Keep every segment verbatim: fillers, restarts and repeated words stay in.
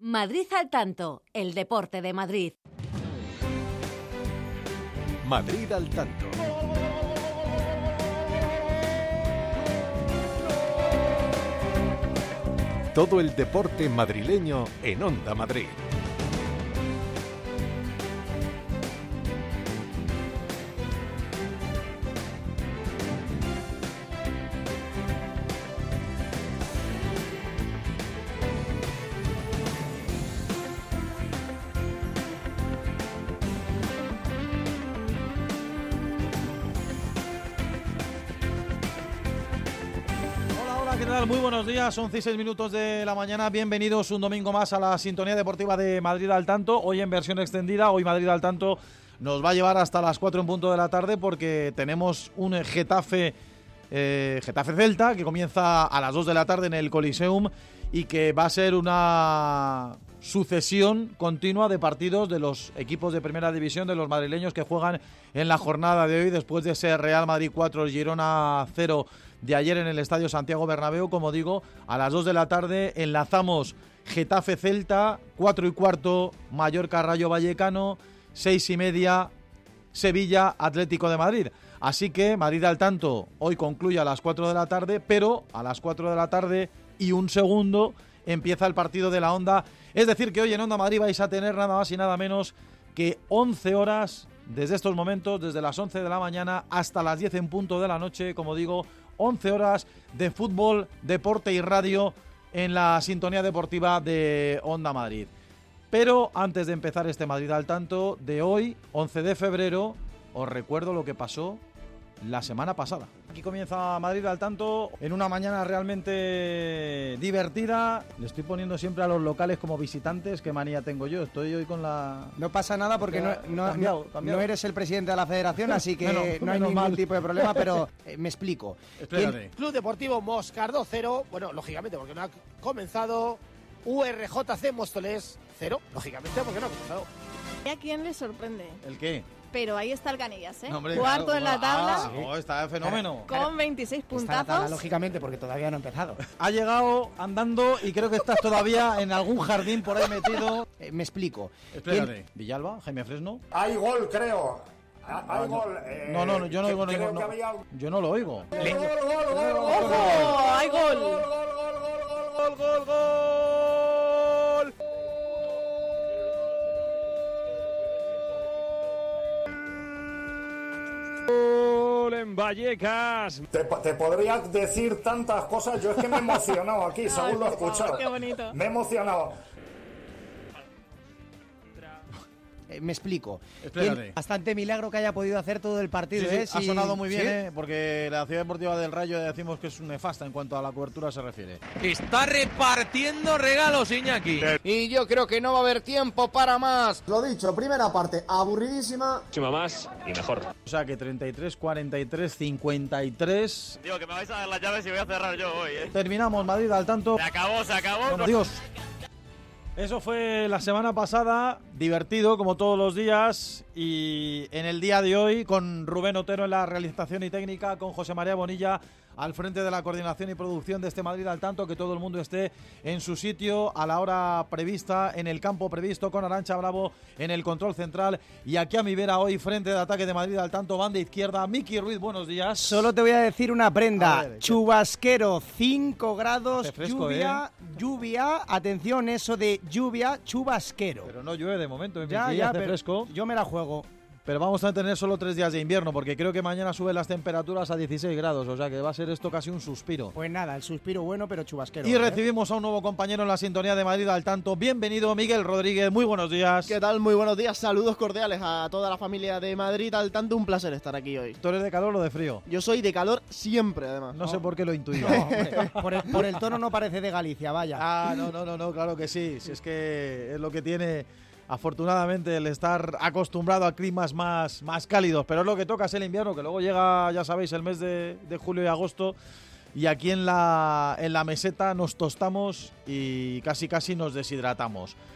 Madrid al tanto, el deporte de Madrid. Madrid al tanto. Todo el deporte madrileño en Onda Madrid. Muy buenos días, once y seis minutos de la mañana, bienvenidos un domingo más a la sintonía deportiva de Madrid al tanto, hoy en versión extendida, hoy Madrid al tanto nos va a llevar hasta las cuatro en punto de la tarde porque tenemos un Getafe, eh, Getafe Celta que comienza a las dos de la tarde en el Coliseum y que va a ser una sucesión continua de partidos de los equipos de primera división de los madrileños que juegan en la jornada de hoy después de ese Real Madrid cuatro, Girona cero de ayer en el Estadio Santiago Bernabéu. Como digo, a las dos de la tarde enlazamos Getafe Celta, cuatro y cuarto Mallorca Rayo Vallecano, seis y media Sevilla Atlético de Madrid. Así que Madrid al tanto hoy concluye a las cuatro de la tarde, pero a las cuatro de la tarde y un segundo empieza el partido de la Onda. Es decir, que hoy en Onda Madrid vais a tener nada más y nada menos que once horas desde estos momentos, desde las once de la mañana hasta las diez en punto de la noche, como digo, once horas de fútbol, deporte y radio en la sintonía deportiva de Onda Madrid. Pero antes de empezar este Madrid al tanto de hoy, once de febrero, os recuerdo lo que pasó la semana pasada. Aquí comienza Madrid al tanto en una mañana realmente divertida. Le estoy poniendo siempre a los locales como visitantes. Qué manía tengo yo. Estoy hoy con la... No pasa nada porque no, no, cambiado, cambiado. no eres el presidente de la federación, así que menos, no hay menos ningún mal. tipo de problema, pero eh, me explico. Espérate. Club Deportivo Moscardo cero, bueno, lógicamente porque no ha comenzado. U R J C Móstoles cero, lógicamente porque no ha comenzado. ¿Y a quién le sorprende? ¿El qué? Pero ahí está el Canillas, ¿eh? No, hombre, Cuarto claro, en la tabla, Ah, no, está de fenómeno. con veintiséis Está la tabla, puntazos. lógicamente, porque todavía no ha empezado. Ha llegado andando y creo que estás todavía en algún jardín por ahí metido. Eh, me explico. Espérate. Villalba, Jaime Fresno. Hay gol, creo. Ah, Hay gol. eh, No, no, no, yo no que- oigo creo ningún. que no. había- Yo no lo oigo. Gol, gol, gol, gol, gol, ¡Ojo! ¡Hay gol! gol, gol, gol, gol, gol, gol, gol. Gol en Vallecas. Te, te podría decir tantas cosas, yo es que me he emocionado aquí, según lo he escuchado. ¡Qué bonito! Me he emocionado. Eh, me explico. Espérate. Bien, bastante milagro que haya podido hacer todo el partido. Sí, sí, ¿eh? ha Sí, sonado muy bien, sí. ¿eh? Porque la Ciudad Deportiva del Rayo decimos que es un nefasta en cuanto a la cobertura se refiere. Está repartiendo regalos, Iñaki. Y yo creo que no va a haber tiempo para más. Lo dicho, primera parte aburridísima. Muchísimo más y mejor. O sea que treinta y tres, cuarenta y tres, cincuenta y tres. Digo, que me vais a dar las llaves y voy a cerrar yo hoy, ¿eh? Terminamos Madrid al tanto. Se acabó, se acabó. Bueno, adiós. Eso fue la semana pasada, divertido como todos los días, y en el día de hoy con Rubén Otero en la realización y técnica, con José María Bonilla al frente de la coordinación y producción de este Madrid al tanto, que todo el mundo esté en su sitio a la hora prevista, en el campo previsto, con Arantxa Bravo en el control central, y aquí a mi vera hoy frente de ataque de Madrid al tanto, banda izquierda, Miki Ruiz, buenos días. Solo te voy a decir una prenda. A ver, ¿qué? Chubasquero, cinco grados, Hace fresco, lluvia, lluvia, atención, eso de lluvia, chubasquero. Pero no llueve de momento, Miki, ya, ya, hace pero fresco. yo me la juego. Pero vamos a tener solo tres días de invierno, porque creo que mañana suben las temperaturas a dieciséis grados, o sea que va a ser esto casi un suspiro. Pues nada, el suspiro bueno, pero chubasquero. Y ¿eh? recibimos a un nuevo compañero en la sintonía de Madrid al tanto. Bienvenido, Miguel Rodríguez, muy buenos días. ¿Qué tal? Muy buenos días, saludos cordiales a toda la familia de Madrid al tanto, un placer estar aquí hoy. ¿Tú eres de calor o de frío? Yo soy de calor siempre, además. No, sé por qué lo intuía. No, hombre, por, el, por el tono no parece de Galicia, vaya. Ah, no, no, no, no, claro que sí. Si es que es lo que tiene, afortunadamente, el estar acostumbrado a climas más, más cálidos. Pero es lo que toca, es el invierno, que luego llega, ya sabéis, el mes de, de julio y agosto. Y aquí en la, en la meseta nos tostamos y casi casi nos deshidratamos.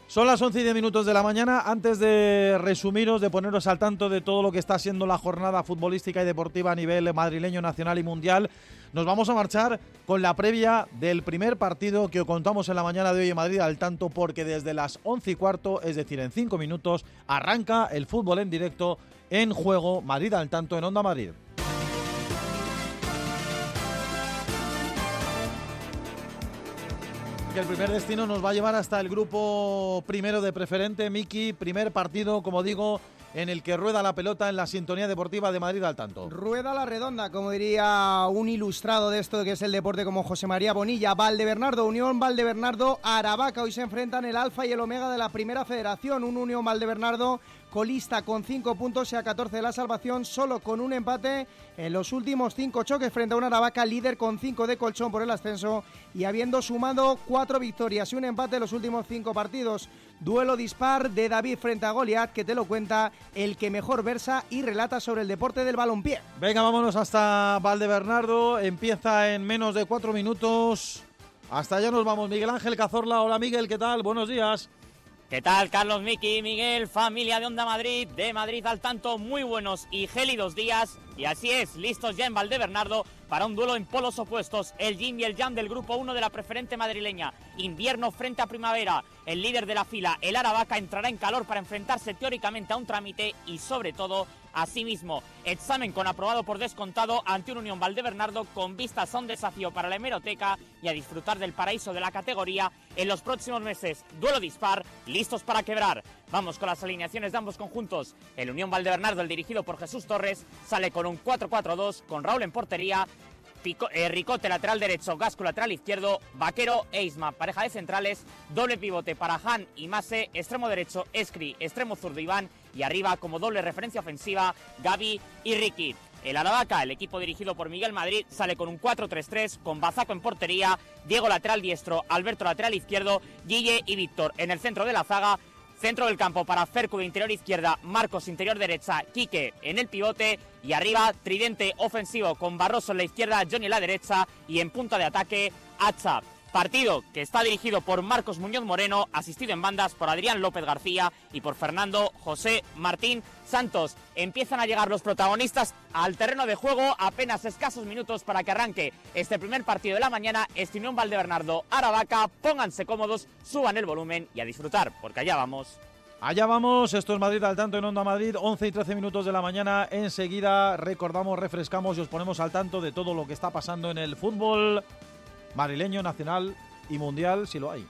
Son las once y diez minutos de la mañana. Antes de resumiros, de poneros al tanto de todo lo que está siendo la jornada futbolística y deportiva a nivel madrileño, nacional y mundial, nos vamos a marchar con la previa del primer partido que os contamos en la mañana de hoy en Madrid al tanto, porque desde las once y cuarto, es decir, en cinco minutos, arranca el fútbol en directo en Juego Madrid al tanto en Onda Madrid. El primer destino nos va a llevar hasta el grupo primero de preferente. Miki, primer partido, como digo, en el que rueda la pelota en la sintonía deportiva de Madrid al tanto. Rueda la redonda, como diría un ilustrado de esto que es el deporte como José María Bonilla. Valdebernardo, Unión Valdebernardo, Aravaca. Hoy se enfrentan el alfa y el omega de la primera federación. Un Unión Valdebernardo colista con cinco puntos y a catorce de la salvación, solo con un empate en los últimos cinco choques frente a una Aravaca líder con cinco de colchón por el ascenso y habiendo sumado cuatro victorias y un empate en los últimos cinco partidos. Duelo dispar de David frente a Goliat, que te lo cuenta el que mejor versa y relata sobre el deporte del balompié. Venga, vámonos hasta Valdebernardo. Empieza en menos de cuatro minutos. Hasta allá nos vamos. Miguel Ángel Cazorla. Hola, Miguel, ¿qué tal? Buenos días. ¿Qué tal, Carlos, Miki, Miguel, familia de Onda Madrid, de Madrid al tanto? Muy buenos y gélidos días. Y así es, listos ya en Valdebernardo para un duelo en polos opuestos, el yin y el yang del grupo uno de la preferente madrileña. Invierno frente a primavera. El líder de la fila, el Aravaca, entrará en calor para enfrentarse teóricamente a un trámite y sobre todo a sí mismo. Examen con aprobado por descontado ante un Unión Valdebernardo con vistas a un desafío para la hemeroteca y a disfrutar del paraíso de la categoría en los próximos meses. Duelo dispar, listos para quebrar. Vamos con las alineaciones de ambos conjuntos. El Unión Valdebernardo, el dirigido por Jesús Torres, sale con un cuatro cuatro dos con Raúl en portería, Pico, eh, Ricote lateral derecho, Gasco lateral izquierdo, Vaquero e Isma, pareja de centrales, doble pivote para Han y Mase, extremo derecho Escri, extremo zurdo Iván y arriba como doble referencia ofensiva Gaby y Ricky. El Aravaca, el equipo dirigido por Miguel Madrid, sale con un cuatro tres tres con Bazaco en portería, Diego lateral diestro, Alberto lateral izquierdo, Guille y Víctor en el centro de la zaga. Centro del campo para Fercu de interior izquierda, Marcos interior derecha, Quique en el pivote y arriba tridente ofensivo con Barroso en la izquierda, Johnny en la derecha y en punta de ataque Hacha. Partido que está dirigido por Marcos Muñoz Moreno, asistido en bandas por Adrián López García y por Fernando José Martín Santos. Empiezan a llegar los protagonistas al terreno de juego, apenas escasos minutos para que arranque este primer partido de la mañana. Este Unión Valdebernardo Aravaca, pónganse cómodos, suban el volumen y a disfrutar, porque allá vamos. Allá vamos, esto es Madrid al tanto en Onda Madrid, once y trece minutos de la mañana. Enseguida recordamos, refrescamos y os ponemos al tanto de todo lo que está pasando en el fútbol madrileño, nacional y mundial, si lo hay.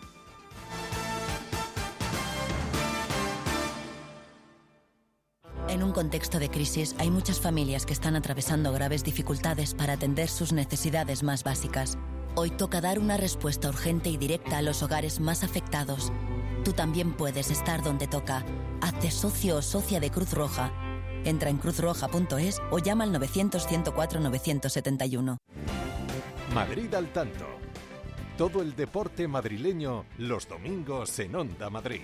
En un contexto de crisis, hay muchas familias que están atravesando graves dificultades para atender sus necesidades más básicas. Hoy toca dar una respuesta urgente y directa a los hogares más afectados. Tú también puedes estar donde toca. Hazte socio o socia de Cruz Roja. Entra en cruz roja punto es o llama al novecientos, ciento cuatro, novecientos setenta y uno. Madrid al tanto. Todo el deporte madrileño los domingos en Onda Madrid.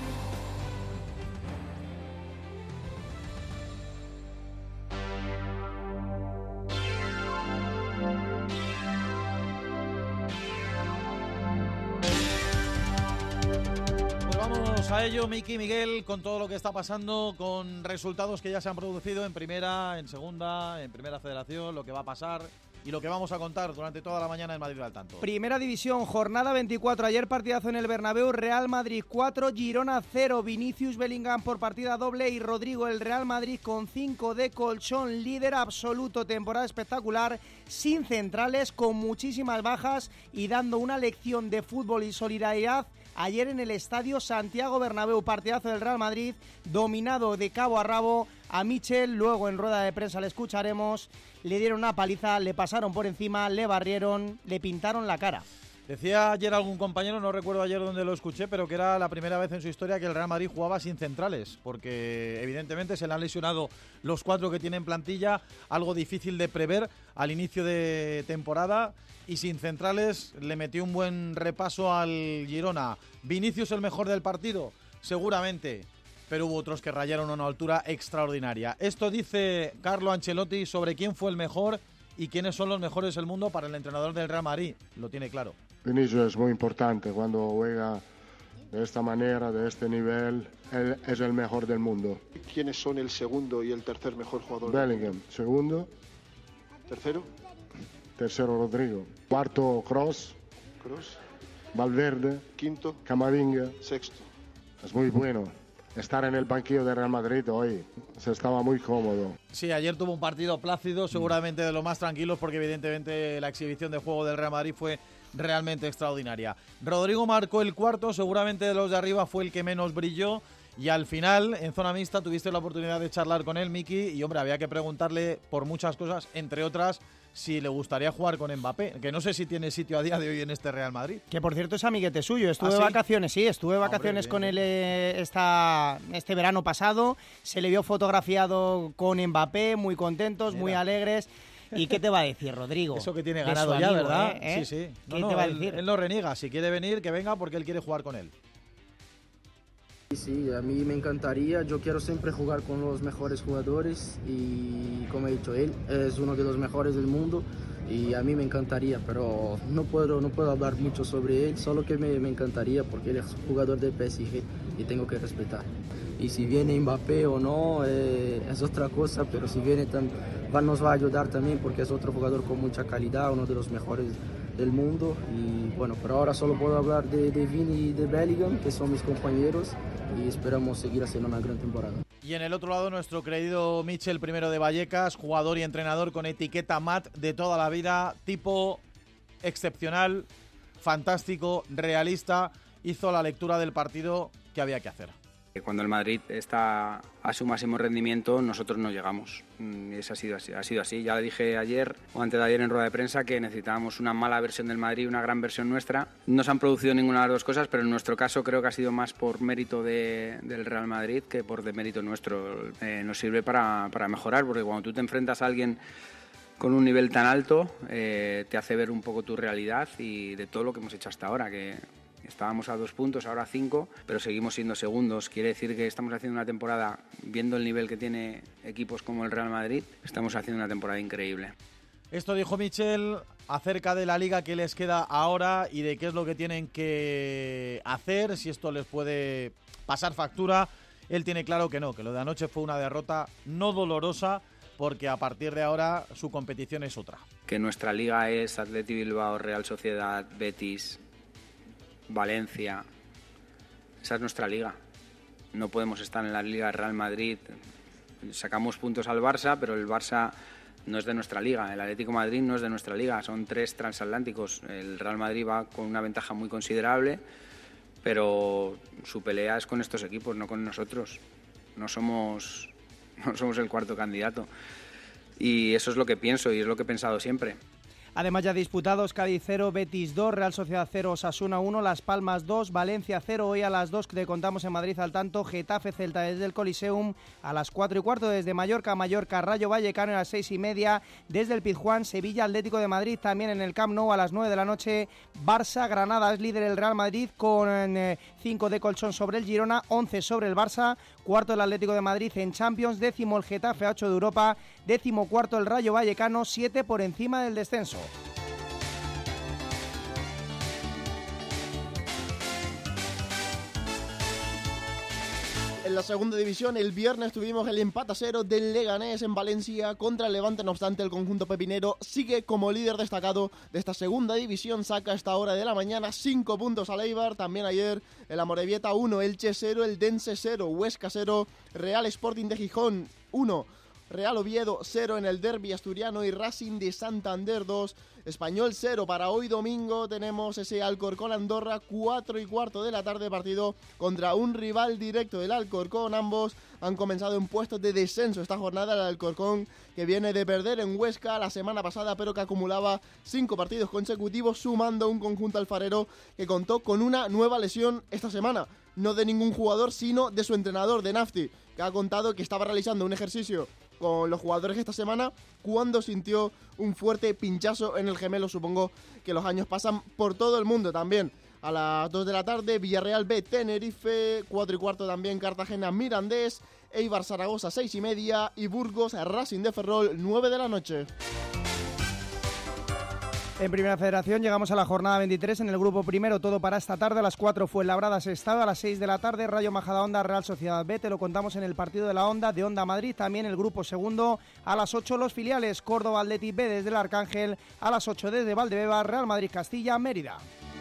Pues vamos a ello, Miki, Miguel, con todo lo que está pasando, con resultados que ya se han producido en primera, en segunda, en primera federación, lo que va a pasar y lo que vamos a contar durante toda la mañana en Madrid al tanto. Primera división, jornada veinticuatro. Ayer partidazo en el Bernabéu, Real Madrid cuatro, Girona cero. Vinicius Bellingham por partida doble y Rodrigo, el Real Madrid con cinco de colchón, líder absoluto, temporada espectacular, sin centrales, con muchísimas bajas y dando una lección de fútbol y solidaridad ayer en el estadio Santiago Bernabéu. Partidazo del Real Madrid, dominado de cabo a rabo. A Michel, luego en rueda de prensa le escucharemos, le dieron una paliza, le pasaron por encima, le barrieron, le pintaron la cara. Decía ayer algún compañero, no recuerdo ayer dónde lo escuché, pero que era la primera vez en su historia que el Real Madrid jugaba sin centrales, porque evidentemente se le han lesionado los cuatro que tienen plantilla, algo difícil de prever al inicio de temporada, y sin centrales le metió un buen repaso al Girona. ¿Vinicius el mejor del partido? Seguramente, pero hubo otros que rayaron a una altura extraordinaria. Esto dice Carlo Ancelotti sobre quién fue el mejor y quiénes son los mejores del mundo para el entrenador del Real Madrid. Lo tiene claro. Vinicius es muy importante cuando juega De esta manera, de este nivel, él es el mejor del mundo. ¿Quiénes son el segundo y el tercer mejor jugador? Bellingham, segundo. ¿Tercero? Tercero Rodrigo. Cuarto Kroos. Kroos. Valverde. Quinto. Camavinga. Sexto. Es muy bueno. Estar en el banquillo de Real Madrid hoy se estaba muy cómodo. Sí, ayer tuvo un partido plácido, seguramente de los más tranquilos, porque evidentemente la exhibición de juego del Real Madrid fue realmente extraordinaria. Rodrigo marcó el cuarto, seguramente de los de arriba fue el que menos brilló, y al final, en zona mixta, tuviste la oportunidad de charlar con él, Miki, y hombre, había que preguntarle por muchas cosas, entre otras, si le gustaría jugar con Mbappé, que no sé si tiene sitio a día de hoy en este Real Madrid. Que por cierto es amiguete suyo, estuve de ¿Ah, sí? vacaciones, sí, estuve de vacaciones Hombre, con bien, él eh, esta, este verano pasado, se le vio fotografiado con Mbappé, muy contentos, Mira. muy alegres. ¿Y qué te va a decir, Rodrigo? Eso que tiene De ganado su ya, amigo, ¿verdad? ¿eh? Sí, sí. ¿Qué No, te no, va a él, decir? él no reniega, si quiere venir, que venga porque él quiere jugar con él. Sí, a mí me encantaría, yo quiero siempre jugar con los mejores jugadores y como he dicho, él es uno de los mejores del mundo y a mí me encantaría, pero no puedo, no puedo hablar mucho sobre él, solo que me, me encantaría porque él es jugador del P S G y tengo que respetar. Y si viene Mbappé o no, eh, es otra cosa, pero si viene tam- va, nos va a ayudar también porque es otro jugador con mucha calidad, uno de los mejores del mundo. Y bueno, pero ahora solo puedo hablar de, de Vini y de Bellingham, que son mis compañeros, y esperamos seguir haciendo una gran temporada. Y en el otro lado, nuestro querido Michel Primero de Vallecas, jugador y entrenador con etiqueta M A T de toda la vida, tipo excepcional, fantástico, realista, hizo la lectura del partido que había que hacer. Cuando el Madrid está a su máximo rendimiento, nosotros no llegamos. Y eso ha sido así. Ha sido así. Ya le dije ayer o antes de ayer en rueda de prensa que necesitábamos una mala versión del Madrid y una gran versión nuestra. No se han producido ninguna de las dos cosas, pero en nuestro caso creo que ha sido más por mérito de, del Real Madrid que por demérito nuestro. Eh, nos sirve para, para mejorar, porque cuando tú te enfrentas a alguien con un nivel tan alto, eh, te hace ver un poco tu realidad y de todo lo que hemos hecho hasta ahora, que estábamos a dos puntos, ahora a cinco, pero seguimos siendo segundos. Quiere decir que estamos haciendo una temporada, viendo el nivel que tiene equipos como el Real Madrid, estamos haciendo una temporada increíble. Esto dijo Michel acerca de la liga que les queda ahora y de qué es lo que tienen que hacer, si esto les puede pasar factura. Él tiene claro que no, que lo de anoche fue una derrota no dolorosa, porque a partir de ahora su competición es otra. Que nuestra liga es Athletic Bilbao, Real Sociedad, Betis, Valencia. Esa es nuestra liga. No podemos estar en la liga Real Madrid. Sacamos puntos al Barça, pero el Barça no es de nuestra liga. El Atlético de Madrid no es de nuestra liga. Son tres transatlánticos. El Real Madrid va con una ventaja muy considerable, pero su pelea es con estos equipos, no con nosotros. No somos, no somos el cuarto candidato. Y eso es lo que pienso y es lo que he pensado siempre. Además ya disputados, Cádiz cero, Betis dos, Real Sociedad cero, Osasuna uno, Las Palmas dos, Valencia cero, hoy a las dos que contamos en Madrid al tanto, Getafe Celta desde el Coliseum, a las cuatro y cuarto desde Mallorca, Mallorca, Rayo Vallecano a las seis y media, desde el Pizjuán, Sevilla Atlético de Madrid, también en el Camp Nou a las nueve de la noche, Barça, Granada es líder el Real Madrid con cinco de colchón sobre el Girona, once sobre el Barça, cuarto el Atlético de Madrid en Champions, décimo el Getafe a ocho de Europa, décimo cuarto el Rayo Vallecano, siete por encima del descenso. En la segunda división, el viernes tuvimos el empate a cero del Leganés en Valencia contra el Levante. No obstante, el conjunto pepinero sigue como líder destacado de esta segunda división. Saca a esta hora de la mañana cinco puntos al Eibar. También ayer el Amorebieta uno, Elche cero, el Dense cero, Huesca cero, Real Sporting de Gijón uno, Real Oviedo cero en el derbi asturiano y Racing de Santander dos, Español cero. Para hoy domingo tenemos ese Alcorcón Andorra, cuatro y cuarto de la tarde, partido contra un rival directo del Alcorcón. Ambos han comenzado en puestos de descenso esta jornada. El Alcorcón, que viene de perder en Huesca la semana pasada, pero que acumulaba cinco partidos consecutivos, sumando un conjunto alfarero que contó con una nueva lesión esta semana. No de ningún jugador, sino de su entrenador, de Nafti, que ha contado que estaba realizando un ejercicio con los jugadores esta semana cuando sintió un fuerte pinchazo en el gemelo. Supongo que los años pasan por todo el mundo también. A las dos de la tarde, Villarreal B, Tenerife, cuatro y cuarto también Cartagena, Mirandés, Eibar Zaragoza, seis y media, y Burgos, Racing de Ferrol, nueve de la noche. En Primera Federación llegamos a la jornada veintitrés. En el grupo primero, todo para esta tarde. A las cuatro Fuenlabrada Sestao, a las seis de la tarde Rayo Majadahonda Real Sociedad B. Te lo contamos en el partido de la Onda de Onda Madrid. También el grupo segundo, a las ocho los filiales Córdoba Athletic B desde el Arcángel, a las ocho desde Valdebeba Real Madrid Castilla Mérida.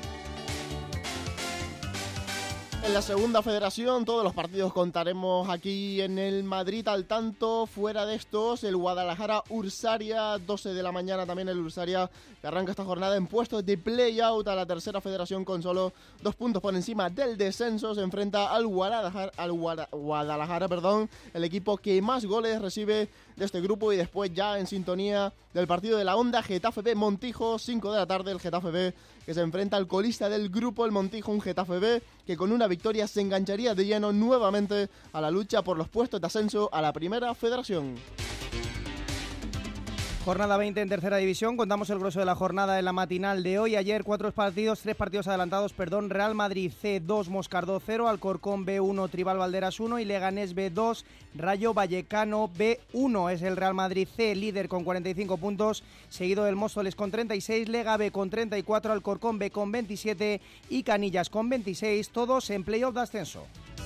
En la segunda federación, todos los partidos contaremos aquí en el Madrid al tanto. Fuera de estos, el Guadalajara Ursaria, doce de la mañana también el Ursaria, que arranca esta jornada en puestos de play-out a la tercera federación con solo dos puntos por encima del descenso. Se enfrenta al Guadalajara, al Guada, Guadalajara, perdón, el equipo que más goles recibe de este grupo. Y después ya en sintonía del partido de la Onda, Getafe B Montijo, cinco de la tarde el Getafe B que se enfrenta al colista del grupo, el Montijo, un Getafe B que con una victoria se engancharía de lleno nuevamente a la lucha por los puestos de ascenso a la Primera Federación. Jornada veinte en tercera división, contamos el grueso de la jornada en la matinal de hoy. Ayer cuatro partidos, tres partidos adelantados, perdón, Real Madrid C dos, Moscardó cero, Alcorcón B uno, Tribal Valderas uno y Leganés B dos, Rayo Vallecano B uno. Es el Real Madrid C líder con cuarenta y cinco puntos, seguido del Móstoles con treinta y seis, Lega B con treinta y cuatro, Alcorcón B con veintisiete y Canillas con veintiséis, todos en playoff de ascenso.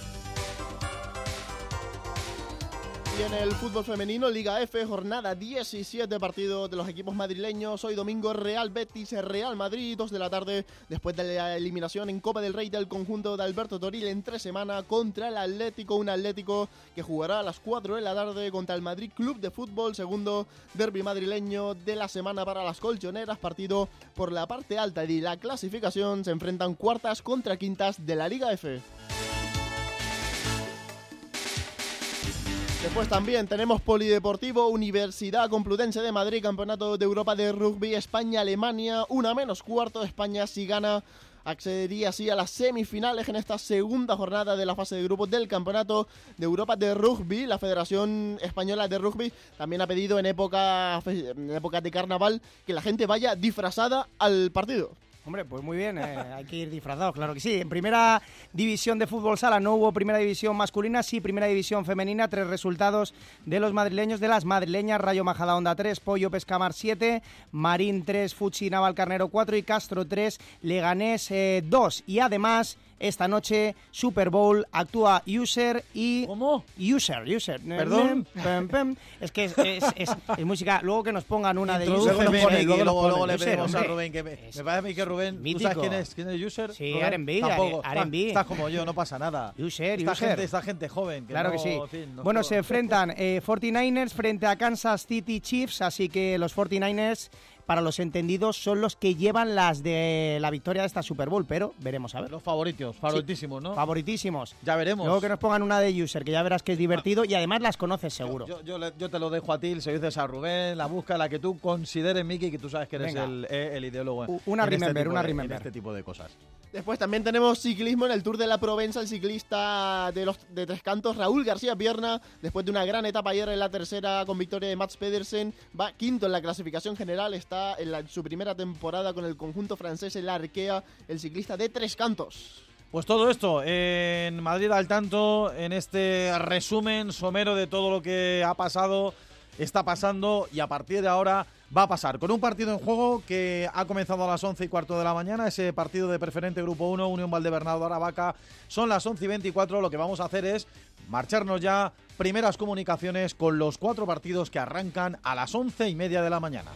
Y en el fútbol femenino, Liga F, jornada diecisiete, partidos de los equipos madrileños. Hoy domingo, Real Betis, Real Madrid, dos de la tarde, después de la eliminación en Copa del Rey del conjunto de Alberto Toril en tres semanas contra el Atlético. Un Atlético que jugará a las cuatro de la tarde contra el Madrid Club de Fútbol, segundo derbi madrileño de la semana para las colchoneras. Partido por la parte alta de la clasificación. Se enfrentan cuartas contra quintas de la Liga F. Después también tenemos Polideportivo, Universidad Complutense de Madrid, Campeonato de Europa de Rugby, España-Alemania, una menos cuarto. España, si gana, accedería así a las semifinales en esta segunda jornada de la fase de grupos del Campeonato de Europa de Rugby. La Federación Española de Rugby también ha pedido en época, en época de carnaval que la gente vaya disfrazada al partido. Hombre, pues muy bien, eh, hay que ir disfrazados, claro que sí. En primera división de fútbol sala no hubo primera división masculina, sí primera división femenina. Tres resultados de los madrileños, de las madrileñas: Rayo Majadahonda tres, Pollo Pescamar siete, Marín tres, Fuchi Navalcarnero cuatro y Castro tres, Leganés eh, dos. Y además, esta noche, Super Bowl, actúa User y... ¿Cómo? User, User. ¿Perdón? Pem, pem. Es que es, es, es, es música... Luego que nos pongan una de User. Luego, Luego, luego, luego, luego le User, pedimos a hombre. Rubén que me, me parece a mí que Rubén, Mítico. ¿tú sabes quién es? ¿Quién es User? Sí, Rubén? R and B, Tampoco. R and B. Estás, estás como yo, no pasa nada. User, esta User. gente, esta gente joven. Que claro no, que sí. en fin, no bueno, todo. se enfrentan eh, cuarenta y nueve ers frente a Kansas City Chiefs, así que los cuarenta y nueve ers, para los entendidos, son los que llevan las de la victoria de esta Super Bowl, pero veremos a ver. Los favoritos, favoritísimos, sí, ¿no? Favoritísimos. Ya veremos. Luego que nos pongan una de User, que ya verás que es divertido y además las conoces seguro. Yo, yo, yo, yo te lo dejo a ti, se lo dices a Rubén, la busca, la que tú consideres, Miki, que tú sabes que eres el, el ideólogo. Una en remember, este una de, remember. En este tipo de cosas. Después también tenemos ciclismo en el Tour de la Provenza. El ciclista de los de Tres Cantos, Raúl García Pierna, después de una gran etapa ayer en la tercera con victoria de Mats Pedersen, va quinto en la clasificación general. Está en, la, en su primera temporada con el conjunto francés, el Arkea, el ciclista de Tres Cantos. Pues todo esto en Madrid al tanto, en este resumen somero de todo lo que ha pasado, está pasando y a partir de ahora va a pasar. Con un partido en juego que ha comenzado a las once y cuarto de la mañana, ese partido de preferente Grupo uno, Unión Valdebernardo Aravaca. Son las once y veinticuatro, lo que vamos a hacer es marcharnos ya, primeras comunicaciones con los cuatro partidos que arrancan a las once y media de la mañana.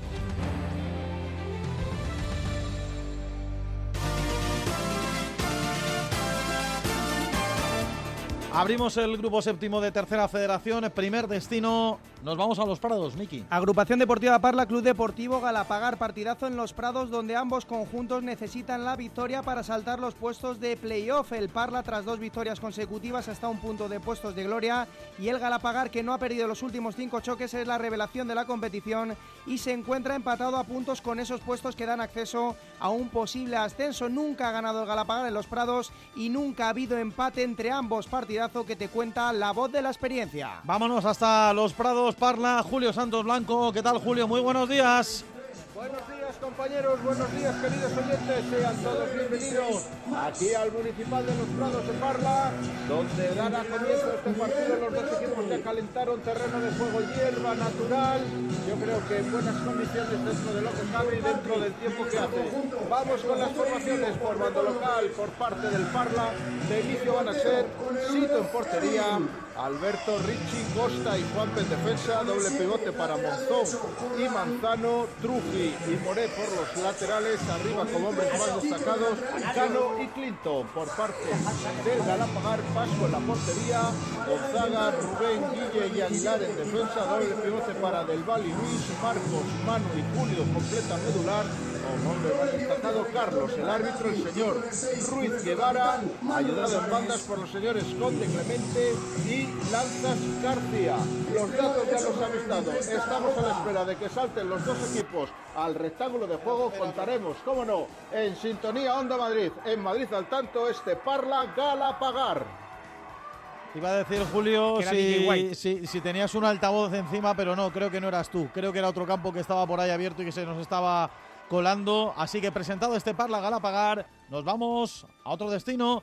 Abrimos el grupo séptimo de Tercera Federación, primer destino, nos vamos a Los Prados, Miki. Agrupación Deportiva Parla, Club Deportivo Galapagar, partidazo en Los Prados donde ambos conjuntos necesitan la victoria para saltar los puestos de playoff. El Parla, tras dos victorias consecutivas, está a un punto de puestos de gloria y el Galapagar, que no ha perdido los últimos cinco choques, es la revelación de la competición y se encuentra empatado a puntos con esos puestos que dan acceso a un posible ascenso. Nunca ha ganado el Galapagar en Los Prados y nunca ha habido empate entre ambos. Partidazo que te cuenta la voz de la experiencia. Vámonos hasta Los Prados, Parla, Julio Santos Blanco. ¿Qué tal, Julio? Muy buenos días. Buenos días, compañeros, buenos días, queridos oyentes, sean todos bienvenidos aquí al Municipal de los Prados de Parla, donde dará comienzo este partido. Los dos equipos ya calentaron terreno de juego, hierba natural, yo creo que en buenas condiciones dentro de lo que cabe y dentro del tiempo que hace. Vamos con las formaciones por bando local, por parte del Parla. De inicio van a ser Sito en portería, Alberto, Ricci, Costa y Juanpe en defensa, doble pivote para Monzón y Manzano, Truji y Moré por los laterales, arriba como hombres más destacados, Cano y Clinton. Por parte del Galapagar, Pasco en la portería, Gonzaga, Rubén, Guille y Aguilar en defensa, doble pivote para Del Valle y Luis, Marcos, Manu y Julio completa medular, como hombre más destacado Carlos, el árbitro el señor Ruiz Guevara, ayudado en bandas por los señores Conde Clemente y Lanzas García. Los datos ya los han estado, estamos a la espera de que salten los dos equipos al rectángulo de juego. Contaremos, cómo no, en sintonía Onda Madrid, en Madrid al tanto, este Parla Galapagar. Iba a decir, Julio, si, si, si tenías un altavoz encima, pero no, creo que no eras tú. Creo que era otro campo que estaba por ahí abierto y que se nos estaba colando. Así que presentado este Parla Galapagar, nos vamos a otro destino.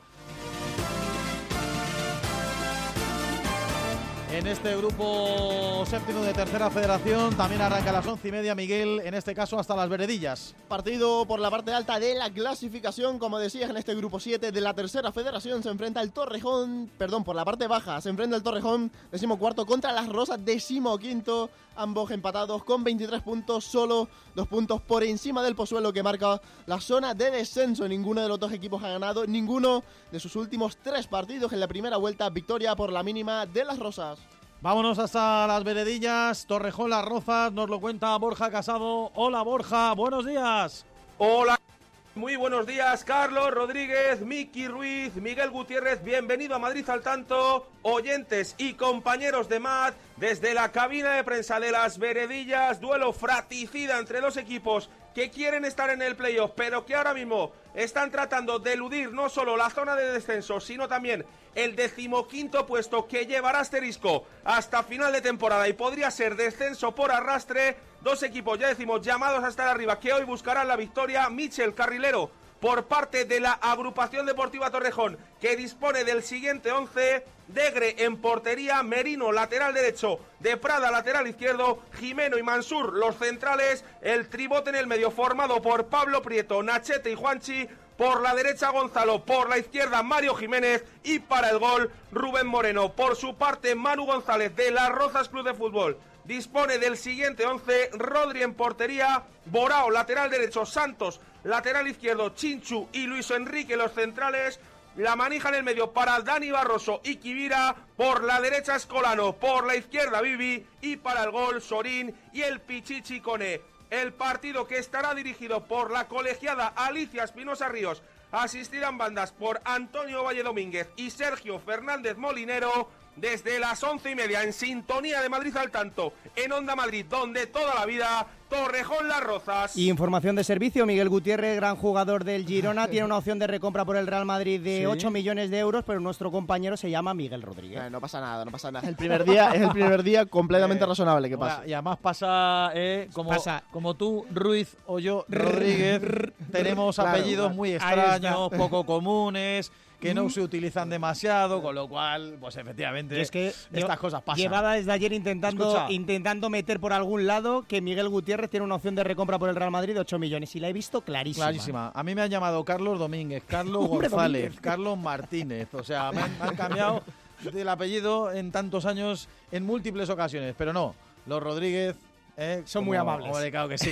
En este grupo séptimo de tercera federación también arranca a las once y media, Miguel, en este caso hasta las veredillas. Partido por la parte alta de la clasificación, como decías, en este grupo siete de la tercera federación se enfrenta el Torrejón, perdón, por la parte baja, se enfrenta el Torrejón decimocuarto contra las Rosas decimoquinto, ambos empatados con veintitrés puntos, solo dos puntos por encima del Pozuelo que marca la zona de descenso. Ninguno de los dos equipos ha ganado ninguno de sus últimos tres partidos. En la primera vuelta, victoria por la mínima de las Rosas. Vámonos hasta las veredillas. Torrejón, Las Rozas, nos lo cuenta Borja Casado. Hola, Borja, buenos días. Hola, muy buenos días, Carlos Rodríguez, Miki Ruiz, Miguel Gutiérrez. Bienvenido a Madrid al tanto, oyentes y compañeros de M A D, desde la cabina de prensa de las veredillas. Duelo fratricida entre dos equipos que quieren estar en el playoff, pero que ahora mismo están tratando de eludir no solo la zona de descenso, sino también el decimoquinto puesto que llevará asterisco hasta final de temporada y podría ser descenso por arrastre. Dos equipos, ya decimos, llamados a estar arriba, que hoy buscarán la victoria. Michel Carrilero, por parte de la Agrupación Deportiva Torrejón, que dispone del siguiente once: Degre en portería, Merino lateral derecho, De Prada lateral izquierdo, Jimeno y Mansur los centrales, el tribote en el medio formado por Pablo Prieto, Nachete y Juanchi, por la derecha Gonzalo, por la izquierda Mario Jiménez y para el gol Rubén Moreno. Por su parte, Manu González de Las Rozas Club de Fútbol dispone del siguiente once: Rodri en portería, Borao lateral derecho, Santos lateral izquierdo, Chinchu y Luis Enrique los centrales, la manija en el medio para Dani Barroso y Kibira, por la derecha Escolano, por la izquierda Bibi y para el gol Sorín y el Pichichi Cone. El partido, que estará dirigido por la colegiada Alicia Espinosa Ríos, asistida en bandas por Antonio Valle Domínguez y Sergio Fernández Molinero, desde las once y media en sintonía de Madrid al tanto, en Onda Madrid, donde toda la vida, Torrejón, Las Rozas. Y información de servicio, Miguel Gutiérrez, gran jugador del Girona, tiene una opción de recompra por el Real Madrid de ¿Sí? ocho millones de euros, pero nuestro compañero se llama Miguel Rodríguez. Eh, no pasa nada, no pasa nada. Es el primer día, es el primer día completamente eh, razonable que pasa. Y además pasa, eh, como, pasa. como tú, Ruiz, o yo, Rodríguez, tenemos claro, apellidos claro. muy extraños, poco comunes, que no se utilizan demasiado, con lo cual, pues efectivamente, es que estas cosas pasan. Llevaba desde ayer intentando, intentando meter por algún lado que Miguel Gutiérrez tiene una opción de recompra por el Real Madrid de ocho millones y la he visto clarísima. Clarísima. A mí me han llamado Carlos Domínguez, Carlos González, Domínguez. Carlos Martínez. O sea, me han, me han cambiado el apellido en tantos años, en múltiples ocasiones. Pero no, los Rodríguez Eh, Son como, muy amables. Hombre, claro que sí.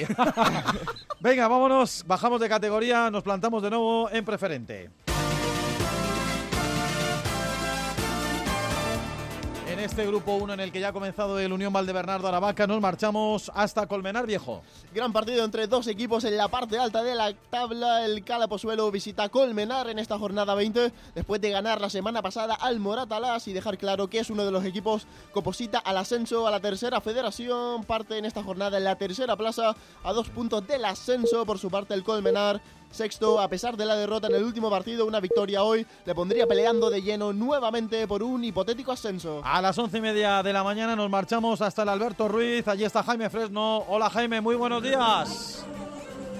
Venga, vámonos, bajamos de categoría, nos plantamos de nuevo en preferente. En este grupo uno en el que ya ha comenzado el Unión Valdebernardo Aravaca, nos marchamos hasta Colmenar Viejo. Gran partido entre dos equipos en la parte alta de la tabla. El Cala Pozuelo visita Colmenar en esta jornada veinte, después de ganar la semana pasada al Moratalaz y dejar claro que es uno de los equipos que oposita al ascenso a la tercera federación. Parte en esta jornada en la tercera plaza, a dos puntos del ascenso. Por su parte, el Colmenar, sexto, a pesar de la derrota en el último partido, una victoria hoy le pondría peleando de lleno nuevamente por un hipotético ascenso. A las once y media de la mañana nos marchamos hasta el Alberto Ruiz. Allí está Jaime Fresno. Hola Jaime, muy buenos días.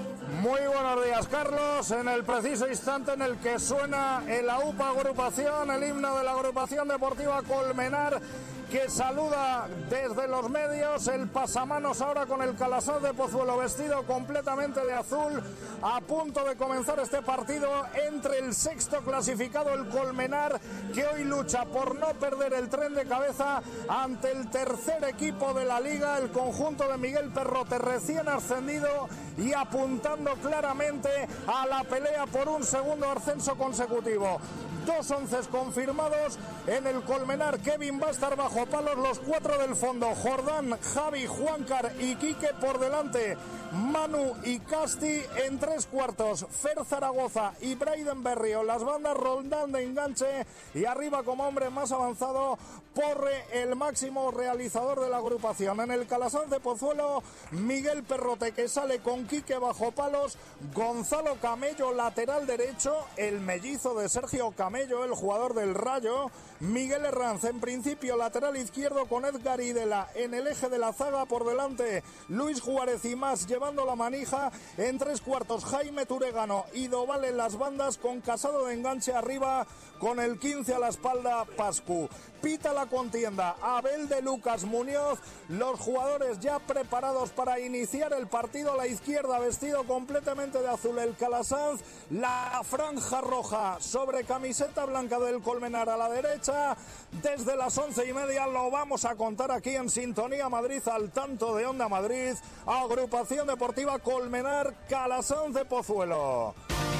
Muy buenos días, Carlos. En el preciso instante en el que suena el A U P A agrupación, el himno de la agrupación deportiva Colmenar, que saluda desde los medios, el pasamanos ahora con el Calasaz de Pozuelo vestido completamente de azul, a punto de comenzar este partido entre el sexto clasificado, el Colmenar, que hoy lucha por no perder el tren de cabeza ante el tercer equipo de la liga, el conjunto de Miguel Perrote, recién ascendido y apuntando claramente a la pelea por un segundo ascenso consecutivo. Dos onces confirmados en el Colmenar. Kevin va a estar bajo palos, los cuatro del fondo: Jordán, Javi, Juancar y Quique por delante. Manu y Casti en tres cuartos. Fer Zaragoza y Braiden Berrio, las bandas Roldán de enganche, y arriba como hombre más avanzado Porre, el máximo realizador de la agrupación. En el Calasaz de Pozuelo, Miguel Perrote, que sale con Quique bajo palos, Gonzalo Camello lateral derecho, el mellizo de Sergio Camello, el jugador del Rayo, Miguel Herranz en principio lateral izquierdo con Edgar Idela en el eje de la zaga, por delante Luis Juárez y más llevando la manija, en tres cuartos Jaime Turegano y Doval en las bandas, con Casado de enganche arriba con el quince a la espalda Pascu. Pita la contienda Abel de Lucas Muñoz, los jugadores ya preparados para iniciar el partido. A la izquierda, vestido completamente de azul, el Calasanz, la franja roja sobre camiseta blanca del Colmenar a la derecha. Desde las once y media lo vamos a contar aquí en Sintonía Madrid, al tanto de Onda Madrid, agrupación deportiva Colmenar, Calasanz de Pozuelo.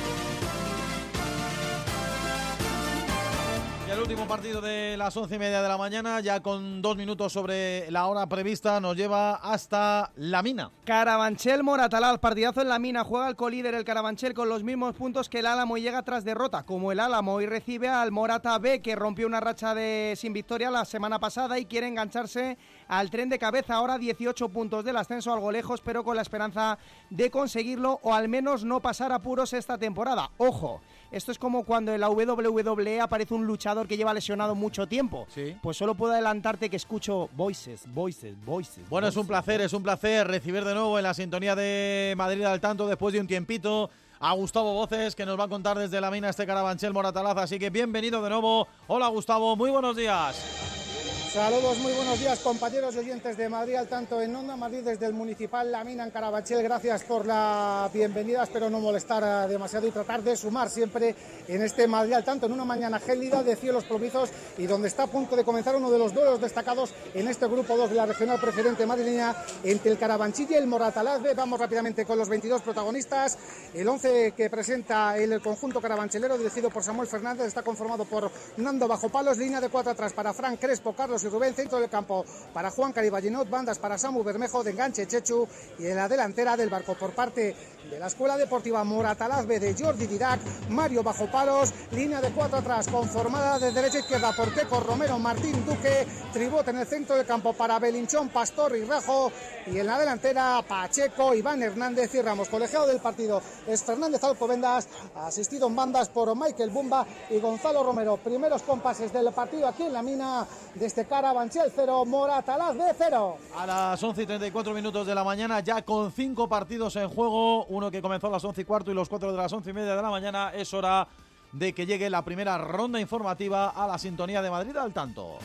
Y el último partido de las once y media de la mañana, ya con dos minutos sobre la hora prevista, nos lleva hasta La Mina. Carabanchel Moratalaz, partidazo en La Mina. Juega el colíder el Carabanchel con los mismos puntos que el Álamo y llega tras derrota, como el Álamo, y recibe al Morata B, que rompió una racha de sin victoria la semana pasada y quiere engancharse al tren de cabeza. Ahora dieciocho puntos del ascenso, algo lejos, pero con la esperanza de conseguirlo o al menos no pasar apuros esta temporada. Ojo, esto es como cuando en la W W E aparece un luchador que lleva lesionado mucho tiempo. ¿Sí? Pues solo puedo adelantarte que escucho voices, voices, voices. Bueno, voices. es un placer, es un placer recibir de nuevo en la sintonía de Madrid al tanto, después de un tiempito, a Gustavo Voces, que nos va a contar desde La Mina este Carabanchel Moratalaz. Así que bienvenido de nuevo. Hola, Gustavo, muy buenos días. Saludos, muy buenos días, compañeros y oyentes de Madrid al tanto en Onda Madrid desde el Municipal La Mina en Carabanchel. Gracias por la bienvenida, espero no molestar demasiado y tratar de sumar siempre en este Madrid al tanto, en una mañana gélida de cielos plovizos y donde está a punto de comenzar uno de los duelos destacados en este grupo dos de la regional preferente madrileña entre el Carabanchil y el Moratalaz. Vamos rápidamente con los veintidós protagonistas. El once que presenta el conjunto carabanchelero, dirigido por Samuel Fernández, está conformado por Nando bajo palos, línea de cuatro atrás para Fran Crespo, Carlos y Rubén, centro del campo para Juan Cariballinot, bandas para Samu Bermejo, de enganche Chechu, y en la delantera del Barco por parte de la Escuela Deportiva Moratalaz B de Jordi Dirac, Mario bajo palos, línea de cuatro atrás conformada de derecha a izquierda por Keco Romero, Martín Duque, Tribot en el centro del campo para Belinchón, Pastor y Rajo, y en la delantera Pacheco, Iván Hernández y Ramos. Colegiado del partido es Fernández Alcobendas, asistido en bandas por Michael Bumba y Gonzalo Romero. Primeros compases del partido aquí en La Mina, desde Carabanchel cero, Moratalaz B cero. A las once y treinta y cuatro minutos de la mañana, ya con cinco partidos en juego, uno que comenzó a las once y cuarto y los cuatro de las once y media de la mañana, es hora de que llegue la primera ronda informativa a la sintonía de Madrid al tanto.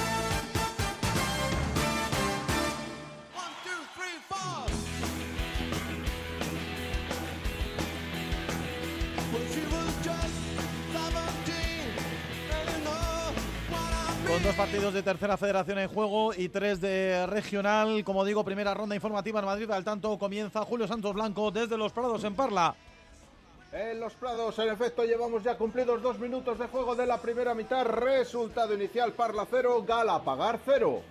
Con dos partidos de tercera federación en juego y tres de regional. Como digo, primera ronda informativa en Madrid al tanto. Comienza Julio Santos Blanco desde Los Prados en Parla. En Los Prados, en efecto, llevamos ya cumplidos dos minutos de juego de la primera mitad. Resultado inicial: Parla cero, Galapagar cero.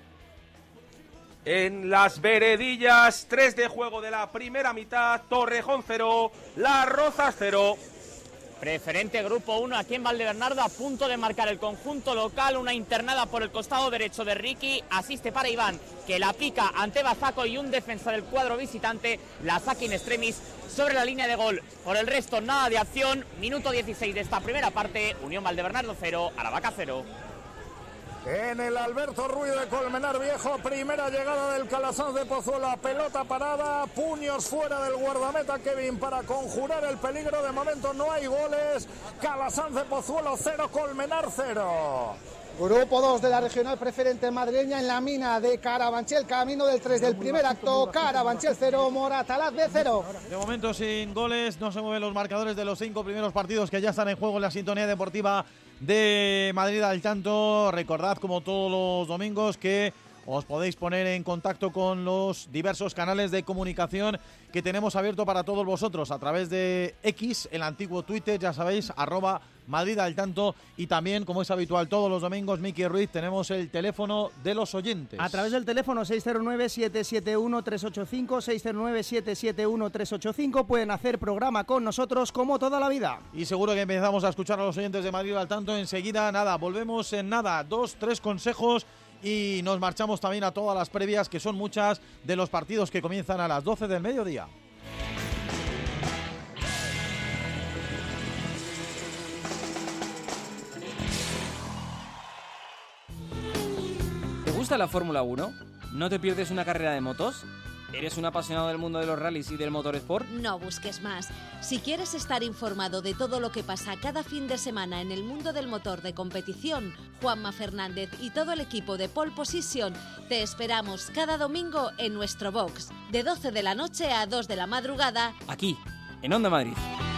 En Las Veredillas, tres de juego de la primera mitad. Torrejón cero, Las Rozas cero. Preferente grupo uno aquí en Valdebernardo, a punto de marcar el conjunto local. Una internada por el costado derecho de Ricky, asiste para Iván, que la pica ante Bazaco, y un defensa del cuadro visitante la saca in extremis sobre la línea de gol. Por el resto, nada de acción. Minuto dieciséis de esta primera parte. Unión Valdebernardo cero, Aravaca cero. en el Alberto Ruiz de Colmenar Viejo. Primera llegada del Calasanz de Pozuelo, pelota parada, puños fuera del guardameta Kevin para conjurar el peligro. De momento no hay goles. Calasanz de Pozuelo cero, Colmenar cero. Grupo dos de la regional preferente madrileña en la mina de Carabanchel, camino del tres del primer acto. Carabanchel cero, Moratalaz B cero. De momento sin goles, no se mueven los marcadores de los cinco primeros partidos que ya están en juego en la sintonía deportiva de Madrid al Tanto. Recordad, como todos los domingos, que os podéis poner en contacto con los diversos canales de comunicación que tenemos abierto para todos vosotros a través de X, el antiguo Twitter, ya sabéis, arroba Madrid al Tanto, y también, como es habitual todos los domingos, Miki Ruiz, tenemos el teléfono de los oyentes. A través del teléfono seis cero nueve, siete siete uno, tres ocho cinco, seis cero nueve, siete siete uno, tres ocho cinco, pueden hacer programa con nosotros como toda la vida. Y seguro que empezamos a escuchar a los oyentes de Madrid al Tanto enseguida. Nada, volvemos en nada, dos, tres consejos y nos marchamos también a todas las previas, que son muchas, de los partidos que comienzan a las doce del mediodía. ¿Te gusta la Fórmula uno? ¿No te pierdes una carrera de motos? ¿Eres un apasionado del mundo de los rallies y del motorsport? No busques más. Si quieres estar informado de todo lo que pasa cada fin de semana en el mundo del motor de competición, Juanma Fernández y todo el equipo de Pole Position te esperamos cada domingo en nuestro box, de doce de la noche a dos de la madrugada, aquí, en Onda Madrid.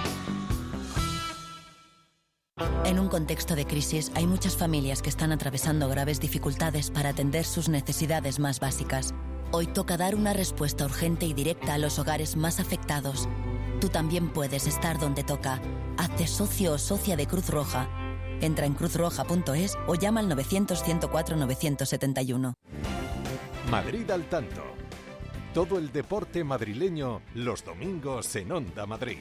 En un contexto de crisis, hay muchas familias que están atravesando graves dificultades para atender sus necesidades más básicas. Hoy toca dar una respuesta urgente y directa a los hogares más afectados. Tú también puedes estar donde toca. Hazte socio o socia de Cruz Roja. Entra en cruz roja punto es o llama al novecientos, ciento cuatro, novecientos setenta y uno. Madrid al Tanto. Todo el deporte madrileño los domingos en Onda Madrid.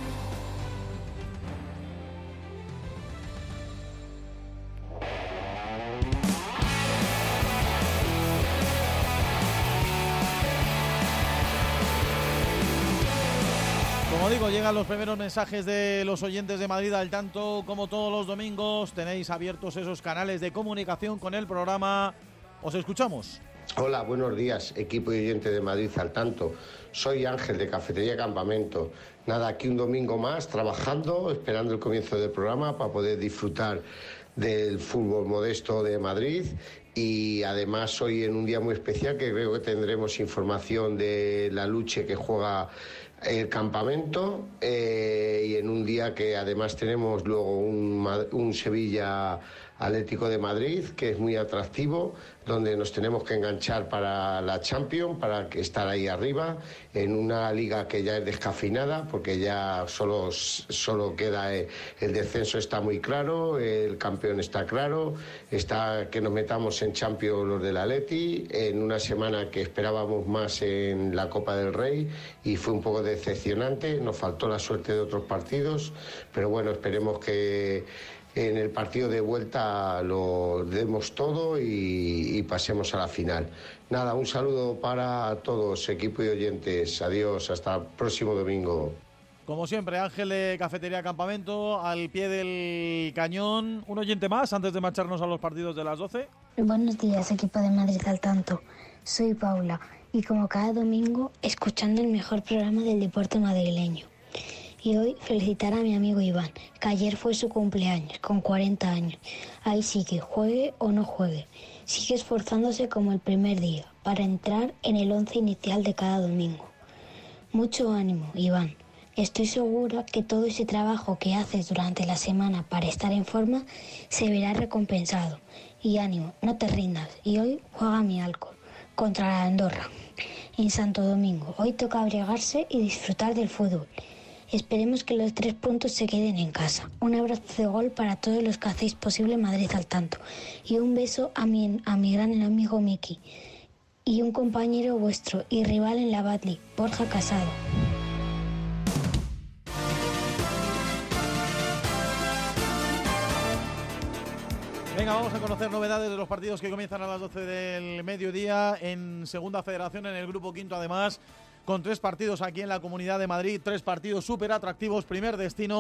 Como digo, llegan los primeros mensajes de los oyentes de Madrid al Tanto. Como todos los domingos, tenéis abiertos esos canales de comunicación con el programa. Os escuchamos. Hola, buenos días, equipo y oyente de Madrid al Tanto. Soy Ángel, de Cafetería Campamento. Nada, aquí un domingo más, trabajando, esperando el comienzo del programa para poder disfrutar del fútbol modesto de Madrid. Y además hoy en un día muy especial, que creo que tendremos información de la lucha que juega el campamento, eh, y en un día que además tenemos luego un, un Sevilla Atlético de Madrid, que es muy atractivo, donde nos tenemos que enganchar para la Champions, para estar ahí arriba, en una liga que ya es descafeinada, porque ya solo, solo queda el, el descenso, está muy claro, el campeón está claro, está que nos metamos en Champions los del Atleti, en una semana que esperábamos más en la Copa del Rey, y fue un poco decepcionante, nos faltó la suerte de otros partidos, pero bueno, esperemos que en el partido de vuelta lo demos todo y, y pasemos a la final. Nada, un saludo para todos, equipo y oyentes. Adiós, hasta el próximo domingo. Como siempre, Ángel de Cafetería Campamento, al pie del cañón. Un oyente más antes de marcharnos a los partidos de las doce. Buenos días, equipo de Madrid al Tanto. Soy Paula y como cada domingo, escuchando el mejor programa del deporte madrileño. Y hoy felicitar a mi amigo Iván, que ayer fue su cumpleaños, con cuarenta años. Ahí sigue, juegue o no juegue. Sigue esforzándose como el primer día, para entrar en el once inicial de cada domingo. Mucho ánimo, Iván. Estoy segura que todo ese trabajo que haces durante la semana para estar en forma se verá recompensado. Y ánimo, no te rindas. Y hoy juega mi Alcor contra la Andorra, en Santo Domingo. Hoy toca abrigarse y disfrutar del fútbol. Esperemos que los tres puntos se queden en casa. Un abrazo de gol para todos los que hacéis posible Madrid al Tanto. Y un beso a mi, a mi gran amigo Miki. Y un compañero vuestro y rival en la Batli, Borja Casado. Venga, vamos a conocer novedades de los partidos que comienzan a las doce del mediodía en Segunda Federación, en el Grupo Quinto, además, con tres partidos aquí en la Comunidad de Madrid, tres partidos súper atractivos. Primer destino,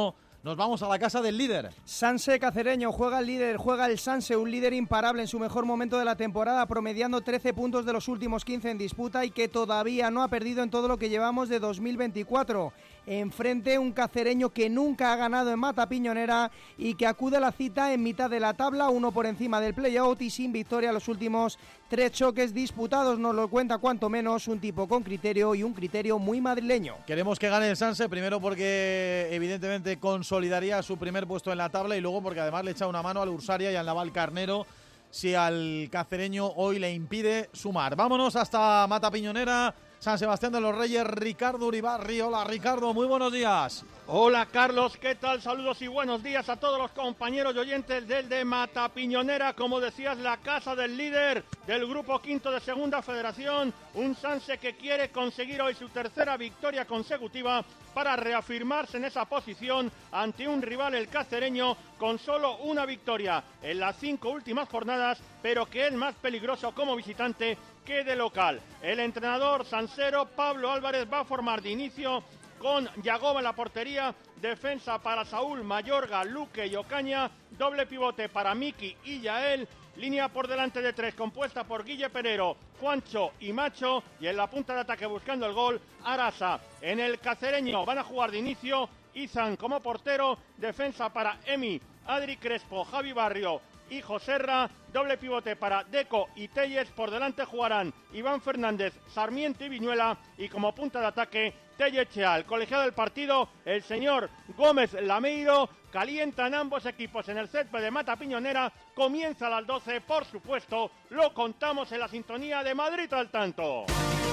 Nos vamos a la casa del líder. Sanse Cacereño juega el líder, juega el Sanse, un líder imparable en su mejor momento de la temporada, promediando trece puntos de los últimos quince en disputa y que todavía no ha perdido en todo lo que llevamos de dos mil veinticuatro. Enfrente un cacereño que nunca ha ganado en Mata Piñonera y que acude a la cita en mitad de la tabla, uno por encima del play-out y sin victoria los últimos tres choques disputados. Nos lo cuenta cuanto menos un tipo con criterio y un criterio muy madrileño. Queremos que gane el Sanse, primero porque evidentemente consolidaría su primer puesto en la tabla y luego porque además le echa una mano al Ursaria y al Naval Carnero si al cacereño hoy le impide sumar. Vámonos hasta Mata Piñonera, San Sebastián de los Reyes, Ricardo Uribarri. Hola Ricardo, muy buenos días. Hola Carlos, ¿qué tal? Saludos y buenos días a todos los compañeros y oyentes del de Mata Piñonera. Como decías, la casa del líder del grupo quinto de Segunda Federación, un Sanse que quiere conseguir hoy su tercera victoria consecutiva para reafirmarse en esa posición ante un rival, el cacereño, con solo una victoria en las cinco últimas jornadas, pero que es más peligroso como visitante que de local. El entrenador sansero Pablo Álvarez va a formar de inicio con Yagoba en la portería, defensa para Saúl, Mayorga, Luque y Ocaña, doble pivote para Miki y Yael, línea por delante de tres compuesta por Guille Perero, Juancho y Macho, y en la punta de ataque buscando el gol, Arasa. En el cacereño van a jugar de inicio Izan como portero, defensa para Emi, Adri Crespo, Javi Barrio y Joserra, doble pivote para Deco y Telles, por delante jugarán Iván Fernández, Sarmiento y Viñuela, y como punta de ataque Tellechea. El colegiado del partido, el señor Gómez Lameiro, calientan ambos equipos en el césped de Mata Piñonera, comienza a las doce, por supuesto, lo contamos en la sintonía de Madrid al tanto.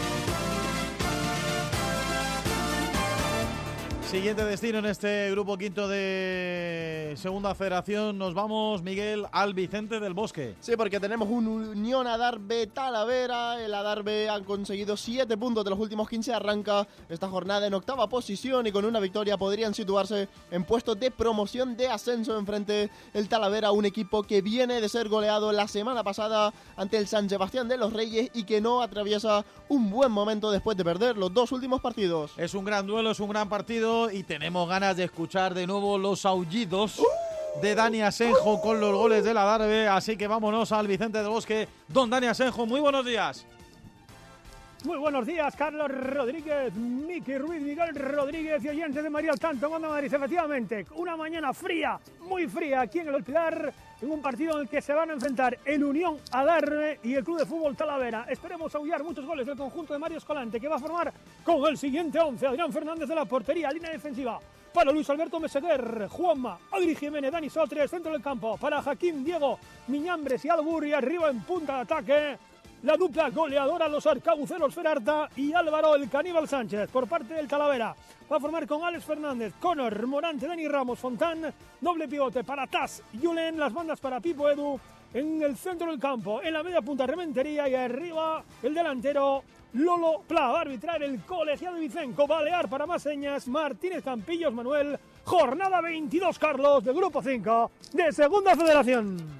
Siguiente destino en este grupo quinto de Segunda Federación. Nos vamos, Miguel, al Vicente del Bosque. Sí, porque tenemos un Unión Adarve Talavera. El Adarve han conseguido siete puntos de los últimos quince. Arranca esta jornada en octava posición y con una victoria podrían situarse en puestos de promoción de ascenso. Enfrente el Talavera, un equipo que viene de ser goleado la semana pasada ante el San Sebastián de los Reyes y que no atraviesa un buen momento después de perder los dos últimos partidos. Es un gran duelo, es un gran partido y tenemos ganas de escuchar de nuevo los aullidos uh, de Dani Asenjo uh, con los goles del Adarve, así que vámonos al Vicente del Bosque. Don Dani Asenjo, muy buenos días. Muy buenos días, Carlos Rodríguez, Miki Ruiz, Miguel Rodríguez y oyentes de María al Tanto, Onda Madrid. Efectivamente, una mañana fría, muy fría aquí en el Pilar, en un partido en el que se van a enfrentar el Unión Adarve y el Club de Fútbol Talavera. Esperemos aullar muchos goles del conjunto de Mario Escolante, que va a formar con el siguiente once. Adrián Fernández de la portería, línea defensiva para Luis Alberto Meseguer, Juanma, Adri Jiménez, Dani Sotres, centro del campo para Jaquín, Diego, Miñambres y Albur, y arriba en punta de ataque la dupla goleadora, los arcabuceros Ferarta y Álvaro el Caníbal Sánchez. Por parte del Talavera va a formar con Alex Fernández, Conor, Morante, Dani Ramos, Fontán, doble pivote para Taz, Julen, las bandas para Pipo Edu, en el centro del campo, en la media punta Rementería, y arriba el delantero Lolo Pla. Va a arbitrar el colegiado Vicenco, Balear para más señas, Martínez Campillos Manuel. Jornada veintidós, Carlos, del grupo cinco de Segunda Federación.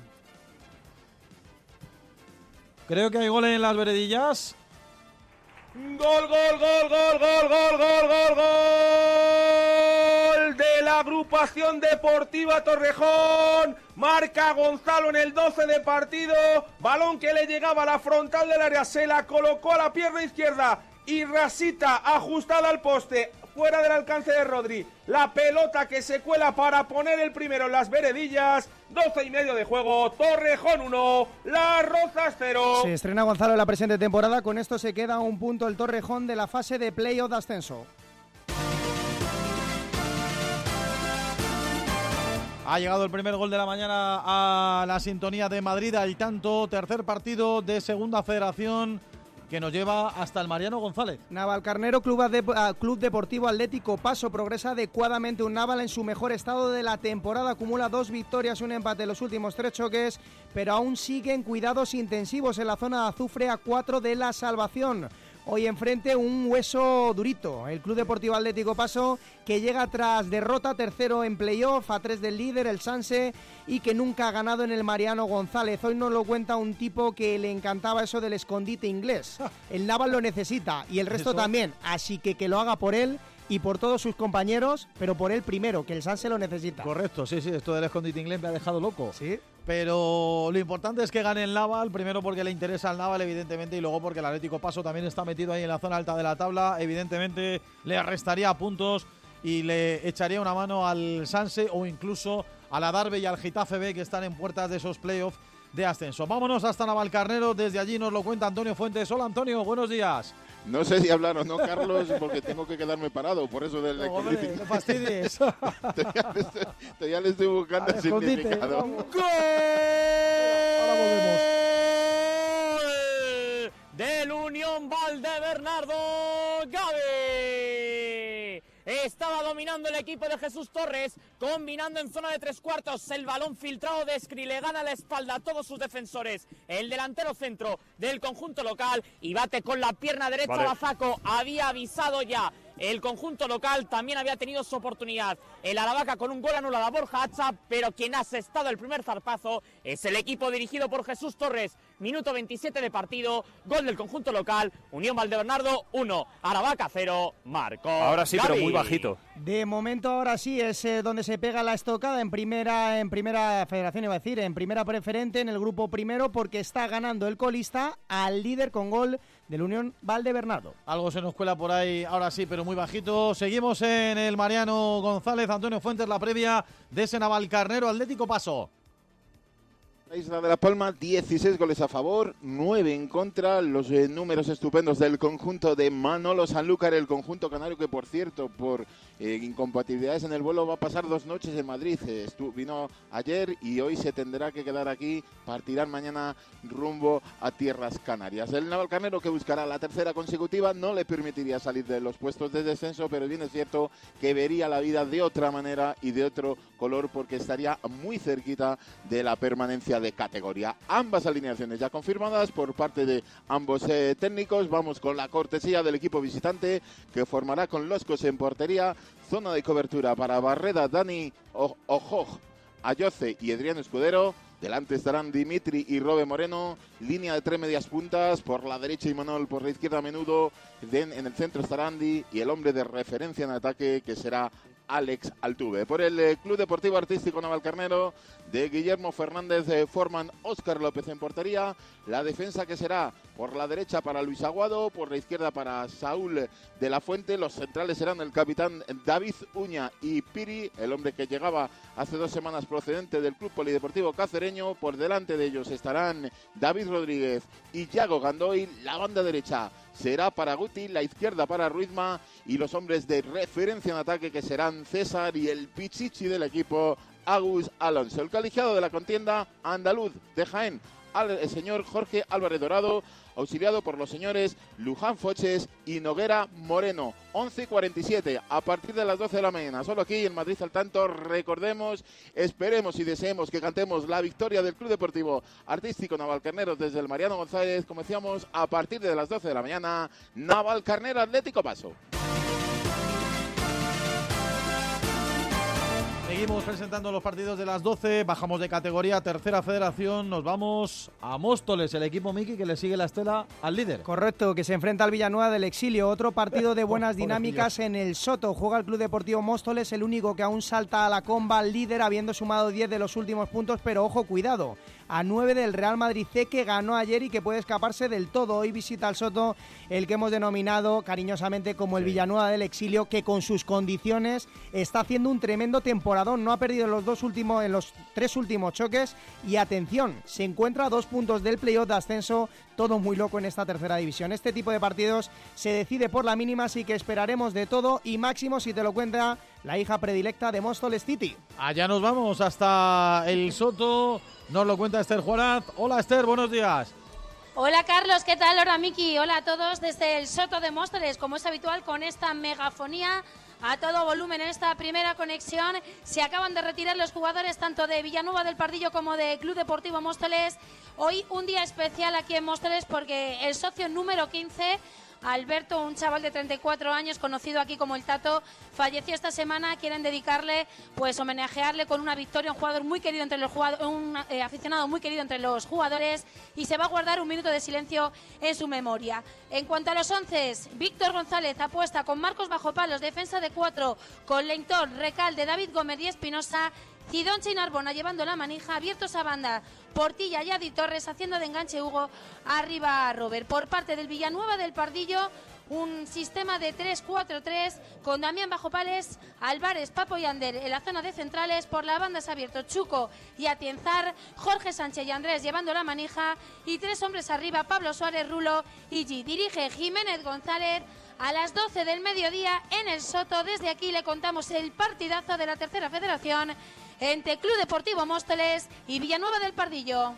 Creo que hay goles en las veredillas. Gol, gol, gol, gol, gol, gol, gol, gol, gol de la agrupación deportiva Torrejón. Marca Gonzalo en el doce de partido. Balón que le llegaba a la frontal del área. Se la colocó a la pierna izquierda. Y Rasita ajustada al poste. Fuera del alcance de Rodri. La pelota que se cuela para poner el primero en las veredillas. doce y medio de juego. Torrejón uno, Las Rozas cero. Se estrena Gonzalo en la presente temporada. Con esto se queda un punto el Torrejón de la fase de playoff de ascenso. Ha llegado el primer gol de la mañana a la sintonía de Madrid al tanto. Tercer partido de Segunda Federación que nos lleva hasta el Mariano González. Navalcarnero, Club, de, uh, Club Deportivo Atlético Paso, progresa adecuadamente. Un Naval en su mejor estado de la temporada, acumula dos victorias, un empate en los últimos tres choques, pero aún siguen cuidados intensivos en la zona de azufre a cuatro de la salvación. Hoy enfrente un hueso durito, el Club Deportivo Atlético Paso, que llega tras derrota, tercero en playoff, a tres del líder, el Sanse, y que nunca ha ganado en el Mariano González. Hoy nos lo cuenta un tipo que le encantaba eso del escondite inglés. El Naval lo necesita y el resto ¿Eso? También, así que que lo haga por él, y por todos sus compañeros, pero por él primero, que el Sanse lo necesita. Correcto, sí, sí, esto del escondite inglés me ha dejado loco. Sí. Pero lo importante es que gane el Naval, primero porque le interesa al Naval, evidentemente, y luego porque el Atlético Paso también está metido ahí en la zona alta de la tabla. Evidentemente le restaría puntos y le echaría una mano al Sanse o incluso a la Darbe y al Getafe B, que están en puertas de esos playoffs de ascenso. Vámonos hasta Navalcarnero, desde allí nos lo cuenta Antonio Fuentes. Hola Antonio, buenos días. No sé si hablar o no, Carlos, porque tengo que quedarme parado, por eso del no, hombre, no fastidies. todavía, le estoy, todavía le estoy buscando el significado. ¡Gol! Ahora volvemos. Del Unión Valdebernardo, Gavi. Estaba dominando el equipo de Jesús Torres, combinando en zona de tres cuartos, el balón filtrado de Escri, le gana la espalda a todos sus defensores, el delantero centro del conjunto local, y bate con la pierna derecha. Vale. Bazaco había avisado ya. El conjunto local también había tenido su oportunidad. El Aravaca con un gol anulado a Borja Hacha, pero quien ha asestado el primer zarpazo es el equipo dirigido por Jesús Torres. Minuto veintisiete de partido, gol del conjunto local, Unión Valdebernardo uno, Aravaca cero, marcó Ahora sí, Gavi. Pero muy bajito. De momento ahora sí es eh, donde se pega la estocada en primera, en primera federación, iba a decir, en primera preferente, en el grupo primero, porque está ganando el colista al líder con gol del Unión Valdebernardo. Algo se nos cuela por ahí, ahora sí, pero muy bajito. Seguimos en el Mariano González, Antonio Fuentes, la previa de ese Navalcarnero Atlético Paso. La Isla de La Palma, dieciséis goles a favor, nueve en contra. Los eh, números estupendos del conjunto de Manolo Sanlúcar, el conjunto canario que, por cierto, por eh, incompatibilidades en el vuelo va a pasar dos noches en Madrid. Eh, estuvo, vino ayer y hoy se tendrá que quedar aquí. Partirán mañana rumbo a tierras canarias. El Navalcarnero, que buscará la tercera consecutiva, no le permitiría salir de los puestos de descenso, pero bien es cierto que vería la vida de otra manera y de otro color, porque estaría muy cerquita de la permanencia de categoría. Ambas alineaciones ya confirmadas por parte de ambos eh, técnicos. Vamos con la cortesía del equipo visitante, que formará con Loscos en portería, zona de cobertura para Barreda, Dani Ojoj, Ayoce y Adrián Escudero. Delante estarán Dimitri y Robe Moreno, línea de tres medias puntas, por la derecha Imanol, por la izquierda a menudo, en el centro estará Andy y el hombre de referencia en ataque, que será Alex Altuve. Por el eh, Club Deportivo Artístico Navalcarnero de Guillermo Fernández, eh, forman Óscar López en portería, la defensa que será por la derecha para Luis Aguado, por la izquierda para Saúl de la Fuente, los centrales serán el capitán David Uña y Piri, el hombre que llegaba hace dos semanas procedente del Club Polideportivo Cacereño. Por delante de ellos estarán David Rodríguez y Yago Gandoy. La banda derecha será para Guti, la izquierda para Ruizma, y los hombres de referencia en ataque, que serán César y el pichichi del equipo, Agus Alonso. El colegiado de la contienda andaluz de Jaén, el señor Jorge Álvarez Dorado, auxiliado por los señores Luján Foches y Noguera Moreno. once y cuarenta y siete, a partir de las doce de la mañana, solo aquí en Madrid al Tanto. Recordemos, esperemos y deseemos que cantemos la victoria del Club Deportivo Artístico Navalcarnero desde el Mariano González. Como decíamos, a partir de las doce de la mañana, Navalcarnero Atlético Paso. Seguimos presentando los partidos de las doce, bajamos de categoría, tercera federación, nos vamos a Móstoles, el equipo Miki que le sigue la estela al líder. Correcto, que se enfrenta al Villanueva del Exilio, otro partido de buenas dinámicas en el Soto. Juega el Club Deportivo Móstoles, el único que aún salta a la comba, líder, habiendo sumado diez de los últimos puntos, pero ojo, cuidado, a nueve del Real Madrid C, que ganó ayer y que puede escaparse del todo. Hoy visita al Soto el que hemos denominado cariñosamente como el Villanueva del Exilio, que con sus condiciones está haciendo un tremendo temporadón. No ha perdido en los dos últimos, en los tres últimos choques, y atención, se encuentra a dos puntos del playoff de ascenso. Todo muy loco en esta tercera división. Este tipo de partidos se decide por la mínima, así que esperaremos de todo y máximo si te lo cuenta la hija predilecta de Móstoles City. Allá nos vamos hasta el Soto, nos lo cuenta Esther Juarez. Hola Esther, buenos días. Hola Carlos, ¿qué tal? Hola Miki, hola a todos desde el Soto de Móstoles, como es habitual con esta megafonía a todo volumen en esta primera conexión. Se acaban de retirar los jugadores tanto de Villanueva del Pardillo como de Club Deportivo Móstoles. Hoy un día especial aquí en Móstoles porque el socio número quince Alberto, un chaval de treinta y cuatro años, conocido aquí como el Tato, falleció esta semana. Quieren dedicarle, pues homenajearle con una victoria, un jugador muy querido entre los jugadores, un eh, aficionado muy querido entre los jugadores, y se va a guardar un minuto de silencio en su memoria. En cuanto a los once, Víctor González apuesta con Marcos bajo palos, defensa de cuatro, con Leintor, Recalde, David Gómez y Espinosa, Cidoncha y Narbona llevando la manija, abiertos a banda, Portilla y Adi Torres haciendo de enganche Hugo, arriba a Robert. Por parte del Villanueva del Pardillo, un sistema de tres cuatro tres con Damián bajo pales, Álvarez, Papo y Ander en la zona de centrales, por la banda se ha abierto Chuco y Atienzar, Jorge Sánchez y Andrés llevando la manija y tres hombres arriba, Pablo Suárez, Rulo y G. Dirige Jiménez González. A las doce del mediodía en el Soto, desde aquí le contamos el partidazo de la tercera federación entre Club Deportivo Móstoles y Villanueva del Pardillo.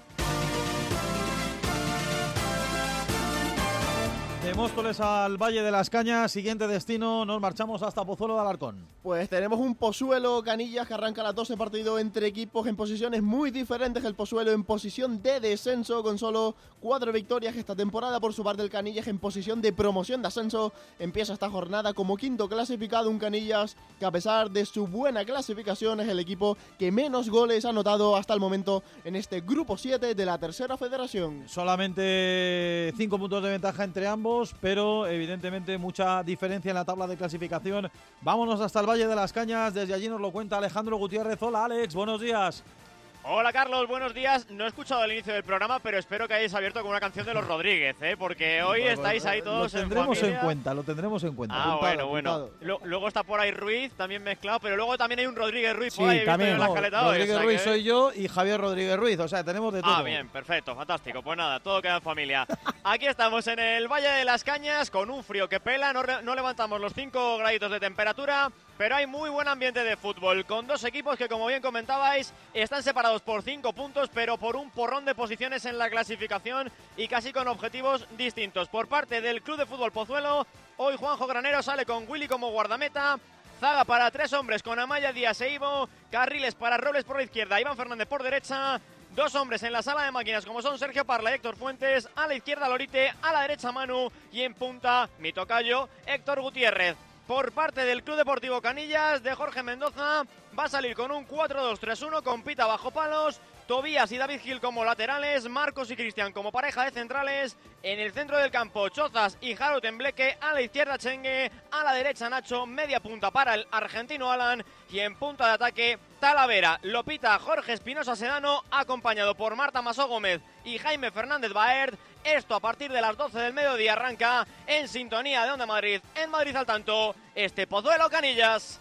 De Móstoles al Valle de las Cañas, siguiente destino, nos marchamos hasta Pozuelo de Alarcón. Pues tenemos un Pozuelo Canillas que arranca a las doce, partido entre equipos en posiciones muy diferentes. El Pozuelo en posición de descenso con solo cuatro victorias esta temporada. Por su parte el Canillas en posición de promoción de ascenso. Empieza esta jornada como quinto clasificado, un Canillas que a pesar de su buena clasificación es el equipo que menos goles ha anotado hasta el momento en este grupo siete de la tercera federación. Solamente cinco puntos de ventaja entre ambos, pero evidentemente mucha diferencia en la tabla de clasificación. Vámonos hasta el Valle de las Cañas, desde allí nos lo cuenta Alejandro Gutiérrez. Hola Alex, buenos días. Hola Carlos, buenos días. No he escuchado el inicio del programa, pero espero que hayáis abierto con una canción de los Rodríguez, ¿eh? Porque hoy bueno, estáis ahí todos en familia. Lo tendremos en cuenta, lo tendremos en cuenta. Ah, apuntado, bueno, apuntado. bueno. Lo, luego está por ahí Ruiz, también mezclado, pero luego también hay un Rodríguez Ruiz sí, por ahí. También, no, Rodríguez hoy, o sea Ruiz que... soy yo y Javier Rodríguez Ruiz, o sea, tenemos de todo. Ah, bien, perfecto, fantástico. Pues nada, todo queda en familia. Aquí estamos en el Valle de las Cañas con un frío que pela, no, re, no levantamos los cinco graditos de temperatura, pero hay muy buen ambiente de fútbol, con dos equipos que, como bien comentabais, están separados por cinco puntos, pero por un porrón de posiciones en la clasificación y casi con objetivos distintos. Por parte del Club de Fútbol Pozuelo, hoy Juanjo Granero sale con Willy como guardameta, zaga para tres hombres con Amaya, Díaz e Ivo, carriles para Robles por la izquierda, Iván Fernández por derecha, dos hombres en la sala de máquinas como son Sergio Parla y Héctor Fuentes, a la izquierda Lorite, a la derecha Manu y en punta mi tocayo Héctor Gutiérrez. Por parte del Club Deportivo Canillas de Jorge Mendoza va a salir con un cuatro dos tres uno con Pita bajo palos, Tobías y David Gil como laterales, Marcos y Cristian como pareja de centrales, en el centro del campo Chozas y Jaro Tembleque, a la izquierda Chengue, a la derecha Nacho, media punta para el argentino Alan y en punta de ataque Talavera, Lopita, Jorge Espinosa Sedano, acompañado por Marta Masó Gómez y Jaime Fernández Baert. Esto a partir de las doce del mediodía arranca en sintonía de Onda Madrid, en Madrid al tanto, este Pozuelo Canillas.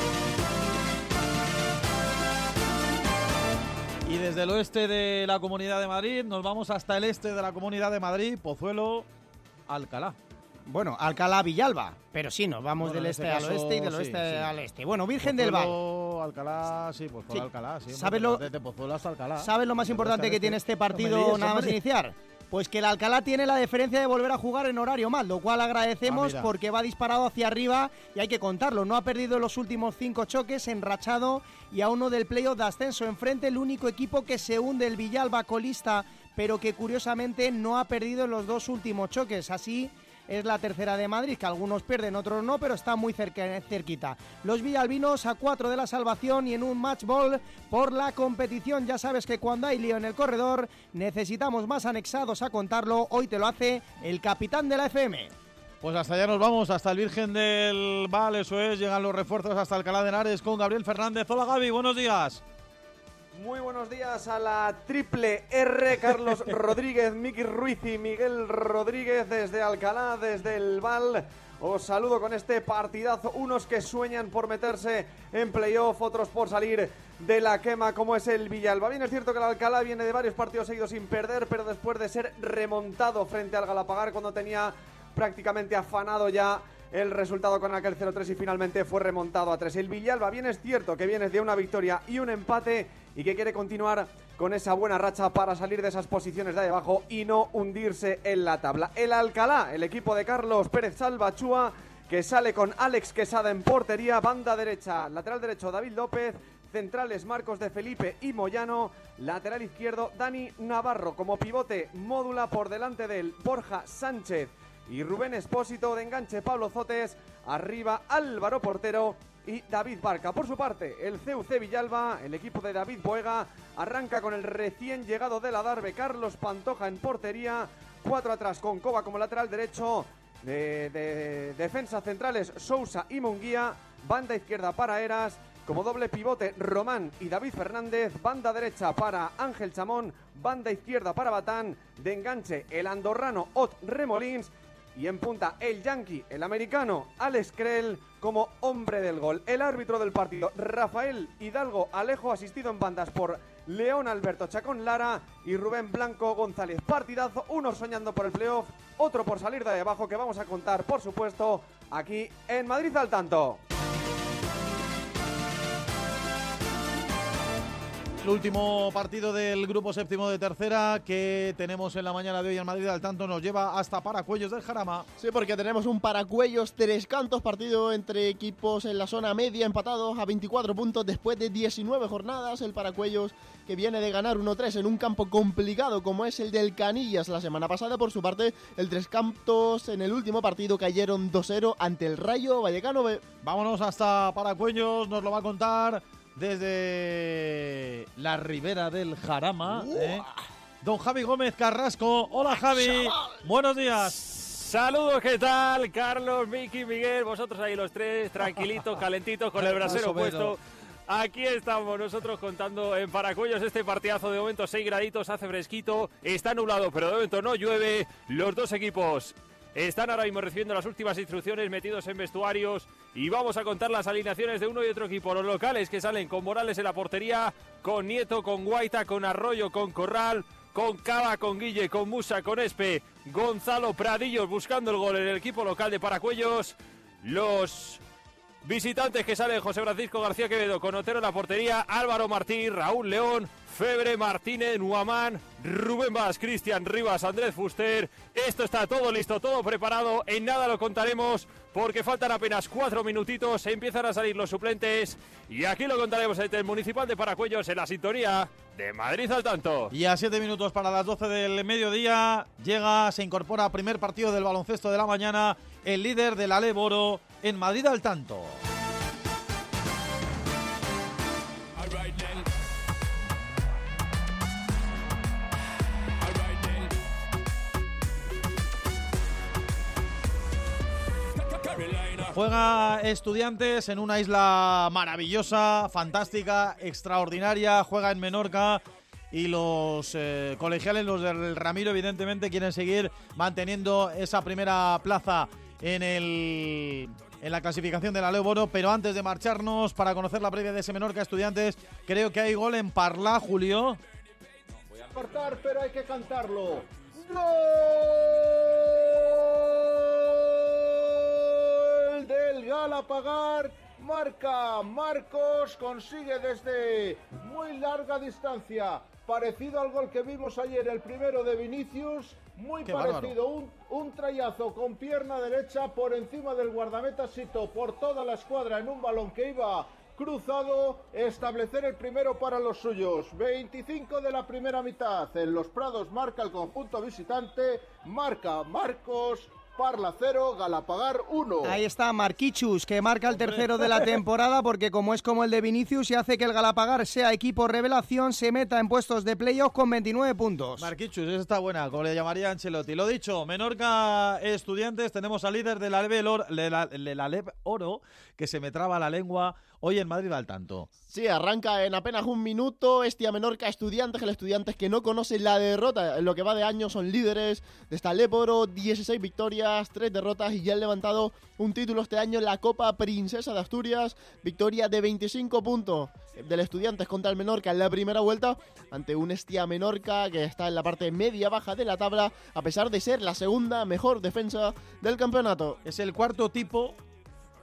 Y desde el oeste de la Comunidad de Madrid nos vamos hasta el este de la Comunidad de Madrid, Pozuelo, Alcalá. Bueno, Alcalá, Villalba, pero sí, nos vamos bueno, del este este al caso, oeste y del sí, oeste sí. al este. Bueno, Virgen Pozuelo, del Val. Alcalá, sí, pues por sí. Alcalá, sí. ¿Sabes lo, desde Pozuelo hasta Alcalá. ¿Sabes lo más importante que tiene este partido no digas, nada más hombre. iniciar? Pues que el Alcalá tiene la deferencia de volver a jugar en horario mal, lo cual agradecemos ah, porque va disparado hacia arriba y hay que contarlo. No ha perdido los últimos cinco choques, enrachado y a uno del playoff de ascenso. Enfrente el único equipo que se hunde, el Villalba colista, pero que curiosamente no ha perdido en los dos últimos choques. Así es la tercera de Madrid, que algunos pierden, otros no, pero está muy cerca, cerquita. Los villalbinos a cuatro de la salvación y en un match ball por la competición. Ya sabes que cuando hay lío en el corredor necesitamos más anexados a contarlo. Hoy te lo hace el capitán de la F M. Pues hasta allá nos vamos, hasta el Virgen del Val, eso es, llegan los refuerzos hasta Alcalá de Henares con Gabriel Fernández. Hola Gaby, buenos días. Muy buenos días a la triple R, Carlos Rodríguez, Miki Ruiz y Miguel Rodríguez desde Alcalá, desde el Val. Os saludo con este partidazo, unos que sueñan por meterse en playoff, otros por salir de la quema como es el Villalba. Bien, es cierto que el Alcalá viene de varios partidos seguidos sin perder, pero después de ser remontado frente al Galapagar cuando tenía prácticamente afanado ya el resultado con aquel cero tres y finalmente fue remontado a tres. El Villalba, bien es cierto que viene de una victoria y un empate y que quiere continuar con esa buena racha para salir de esas posiciones de ahí abajo y no hundirse en la tabla. El Alcalá, el equipo de Carlos Pérez Salvachúa, que sale con Alex Quesada en portería, banda derecha, lateral derecho David López, centrales Marcos de Felipe y Moyano, lateral izquierdo Dani Navarro, como pivote módula por delante de él Borja Sánchez y Rubén Espósito. De enganche Pablo Zotes, arriba Álvaro Portero y David Barca. Por su parte, el C U C Villalba, el equipo de David Boega, arranca con el recién llegado de la Darbe, Carlos Pantoja en portería, cuatro atrás con Cova como lateral derecho, de, de defensa centrales Sousa y Munguía, banda izquierda para Eras, como doble pivote Román y David Fernández, banda derecha para Ángel Chamón, banda izquierda para Batán, de enganche el andorrano Ot Remolins y en punta el yankee, el americano Alex Krell como hombre del gol. El árbitro del partido, Rafael Hidalgo Alejo, asistido en bandas por León Alberto Chacón Lara y Rubén Blanco González. Partidazo, uno soñando por el playoff, otro por salir de ahí abajo, que vamos a contar, por supuesto, aquí en Madrid al Tanto. El último partido del grupo séptimo de tercera que tenemos en la mañana de hoy en Madrid al Tanto nos lleva hasta Paracuellos del Jarama. Sí, porque tenemos un Paracuellos Tres Cantos, partido entre equipos en la zona media empatados a veinticuatro puntos después de diecinueve jornadas. El Paracuellos que viene de ganar uno tres en un campo complicado como es el del Canillas la semana pasada. Por su parte, el Tres Cantos en el último partido cayeron dos cero ante el Rayo Vallecano B. Vámonos hasta Paracuellos, nos lo va a contar desde la ribera del Jarama, ¿eh? don Javi Gómez Carrasco. Hola Javi, buenos días. Saludos, ¿qué tal? Carlos, Miki, Miguel, vosotros ahí los tres, tranquilitos, calentitos, con el brasero puesto. Aquí estamos nosotros contando en Paracuellos este partidazo. De momento seis graditos, hace fresquito, está nublado, pero de momento no llueve. Los dos equipos están ahora mismo recibiendo las últimas instrucciones, metidos en vestuarios, y vamos a contar las alineaciones de uno y otro equipo. Los locales que salen con Morales en la portería, con Nieto, con Guaita, con Arroyo, con Corral, con Cava, con Guille, con Musa, con Espe, Gonzalo, Pradillos buscando el gol en el equipo local de Paracuellos. Los visitantes que salen: José Francisco García Quevedo con Otero en la portería, Álvaro Martí, Raúl León, Febre, Martínez, Nuamán, Rubén Vaz, Cristian Rivas, Andrés Fuster. Esto está todo listo, todo preparado. En nada lo contaremos porque faltan apenas cuatro minutitos. Empiezan a salir los suplentes y aquí lo contaremos desde el Municipal de Paracuellos en la sintonía de Madrid al Tanto. Y a siete minutos para las doce del mediodía llega, se incorpora primer partido del baloncesto de la mañana, el líder del Ale Boro en Madrid al Tanto. Juega Estudiantes en una isla maravillosa, fantástica, extraordinaria. Juega en Menorca y los eh, colegiales, los del Ramiro, evidentemente quieren seguir manteniendo esa primera plaza en el en la clasificación del Aleo. Pero antes de marcharnos para conocer la previa de ese Menorca Estudiantes, creo que hay gol en Parla, Julio. Voy a cortar, pero hay que cantarlo. ¡Gol del Galapagar! Marca Marcos, consigue desde muy larga distancia, parecido al gol que vimos ayer, el primero de Vinicius, muy Qué parecido, un, un trayazo con pierna derecha por encima del guardameta Sito, por toda la escuadra en un balón que iba cruzado, establecer el primero para los suyos. veinticinco de la primera mitad, en Los Prados marca el conjunto visitante, marca Marcos. Parla cero, Galapagar uno. Ahí está Marquichus, que marca el tercero de la temporada, porque como es como el de Vinicius y hace que el Galapagar sea equipo revelación, se meta en puestos de playoff con veintinueve puntos. Marquichus, esa está buena, como le llamaría Ancelotti. Lo dicho, Menorca Estudiantes, tenemos al líder del Alep Oro, que se me traba la lengua, hoy en Madrid al Tanto. Sí, arranca en apenas un minuto. Estia Menorca Estudiantes, el Estudiantes que no conoce la derrota. En lo que va de año son líderes de esta Leporo, dieciséis victorias, tres derrotas y ya han levantado un título este año en la Copa Princesa de Asturias. Victoria de veinticinco puntos del Estudiantes contra el Menorca en la primera vuelta ante un Estia Menorca que está en la parte media-baja de la tabla, a pesar de ser la segunda mejor defensa del campeonato. Es el cuarto tipo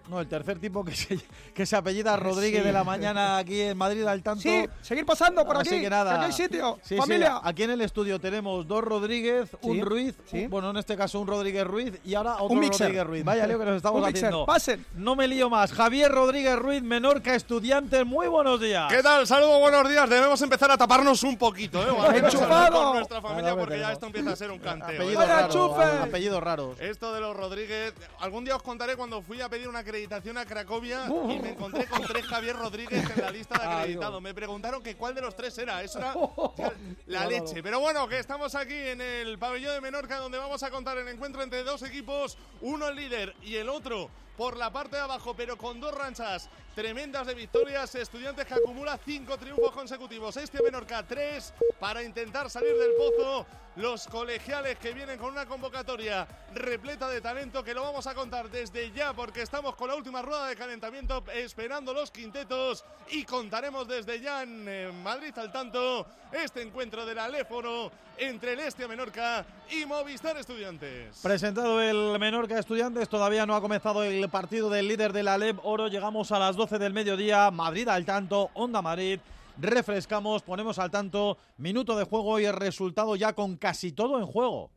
No, el tercer tipo que se, que se apellida Rodríguez sí. de la mañana aquí en Madrid al tanto. Sí, seguir pasando por Así aquí. que nada. Aquí hay sitio. Sí, familia. Sí, aquí en el estudio tenemos dos Rodríguez, un sí. Ruiz, sí. un, bueno, en este caso un Rodríguez Ruiz y ahora otro un Rodríguez Ruiz. Vaya lío que nos estamos un haciendo. Pasen. No me lío más. Javier Rodríguez Ruiz, Menorca Estudiantes, muy buenos días. ¿Qué tal? Saludos, buenos días. Debemos empezar a taparnos un poquito, ¿eh? ¡Enchufado! Con nuestra familia porque ya esto empieza a ser un canteo. Apellidos, ¿eh? raros, apellidos raros. Esto de los Rodríguez. Algún día os contaré cuando fui a pedir una acreditación a Cracovia uh, y me encontré con tres Javier Rodríguez en la lista de acreditados. Me preguntaron que cuál de los tres era. Eso era la no, leche. No, no. Pero bueno, que estamos aquí en el pabellón de Menorca donde vamos a contar el encuentro entre dos equipos, uno el líder y el otro por la parte de abajo, pero con dos ranchas tremendas de victorias. Estudiantes que acumula cinco triunfos consecutivos. Este Menorca tres para intentar salir del pozo. Los colegiales que vienen con una convocatoria repleta de talento que lo vamos a contar desde ya porque estamos con la última rueda de calentamiento esperando los quintetos y contaremos desde ya en eh, Madrid al tanto este encuentro del Aléforo entre el Estia Menorca y Movistar Estudiantes. Presentado el Menorca Estudiantes, todavía no ha comenzado el partido del líder del Alep Oro. Llegamos a las doce del mediodía, Madrid al tanto, Onda Madrid. Refrescamos, ponemos al tanto, minuto de juego y el resultado ya con casi todo en juego.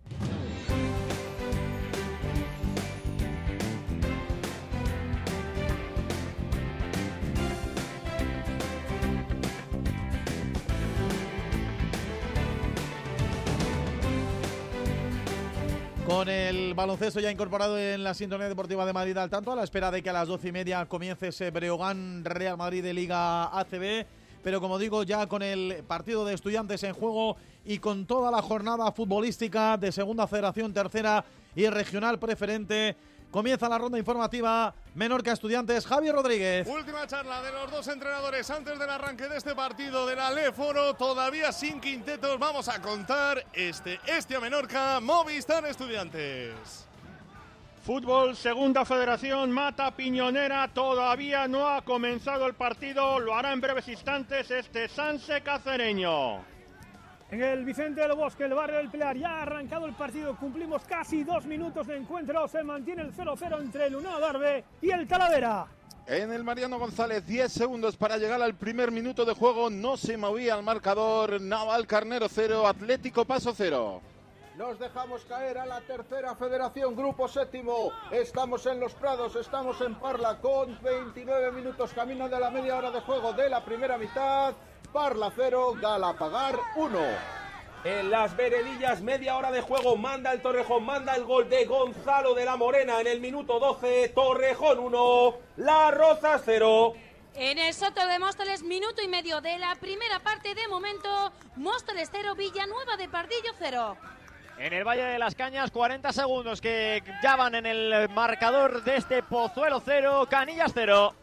Con el baloncesto ya incorporado en la sintonía deportiva de Madrid al tanto, a la espera de que a las doce y media comience ese Breogán Real Madrid de Liga A C B. Pero como digo, ya con el partido de Estudiantes en juego y con toda la jornada futbolística de Segunda Federación, Tercera y Regional Preferente, comienza la ronda informativa Menorca Estudiantes. Javier Rodríguez. Última charla de los dos entrenadores antes del arranque de este partido del Aléforo. Todavía sin quintetos. Vamos a contar este Estia Menorca, Movistar Estudiantes. Fútbol, Segunda Federación, Mata Piñonera, todavía no ha comenzado el partido, lo hará en breves instantes este Sanse Cacereño. En el Vicente del Bosque, el barrio del Pilar, ya ha arrancado el partido, cumplimos casi dos minutos de encuentro, se mantiene el cero cero entre el Unao Darbe y el Talavera. En el Mariano González, diez segundos para llegar al primer minuto de juego, no se movía el marcador. Naval Carnero cero, Atlético Paso cero. Nos dejamos caer a la tercera federación, grupo séptimo. Estamos en Los Prados, estamos en Parla con veintinueve minutos, camino de la media hora de juego de la primera mitad. Parla cero, Galapagar uno. En las veredillas, media hora de juego, manda el Torrejón, manda el gol de Gonzalo de la Morena en el minuto doce. Torrejón uno, Las Rozas cero. En el Soto de Móstoles, minuto y medio de la primera parte de momento. Móstoles cero, Villanueva de Pardillo cero. En el Valle de las Cañas, cuarenta segundos que ya van en el marcador de este Pozuelo cero, Canillas cero.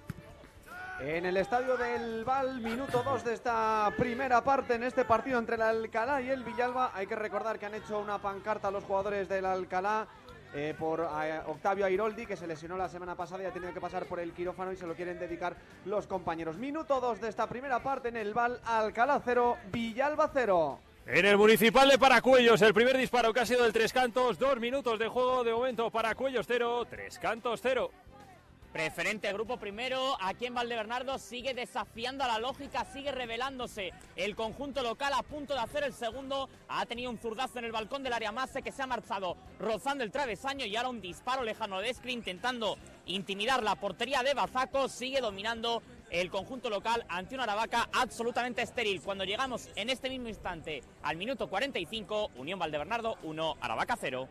En el estadio del Val, minuto dos de esta primera parte en este partido entre el Alcalá y el Villalba. Hay que recordar que han hecho una pancarta los jugadores del Alcalá eh, por eh, Octavio Airoldi, que se lesionó la semana pasada y ha tenido que pasar por el quirófano y se lo quieren dedicar los compañeros. Minuto dos de esta primera parte en el Val, Alcalá cero, Villalba cero. En el Municipal de Paracuellos, el primer disparo que ha sido del Tres Cantos, dos minutos de juego de momento, Paracuellos cero, Tres Cantos cero. Preferente grupo primero, aquí en Valdebernardo sigue desafiando a la lógica, sigue revelándose el conjunto local a punto de hacer el segundo. Ha tenido un zurdazo en el balcón del área Mase que se ha marchado rozando el travesaño y ahora un disparo lejano de Escri intentando intimidar la portería de Bazaco. Sigue dominando el conjunto local ante una Aravaca absolutamente estéril. Cuando llegamos en este mismo instante al minuto cuarenta y cinco, Unión Valdebernardo uno, Aravaca cero.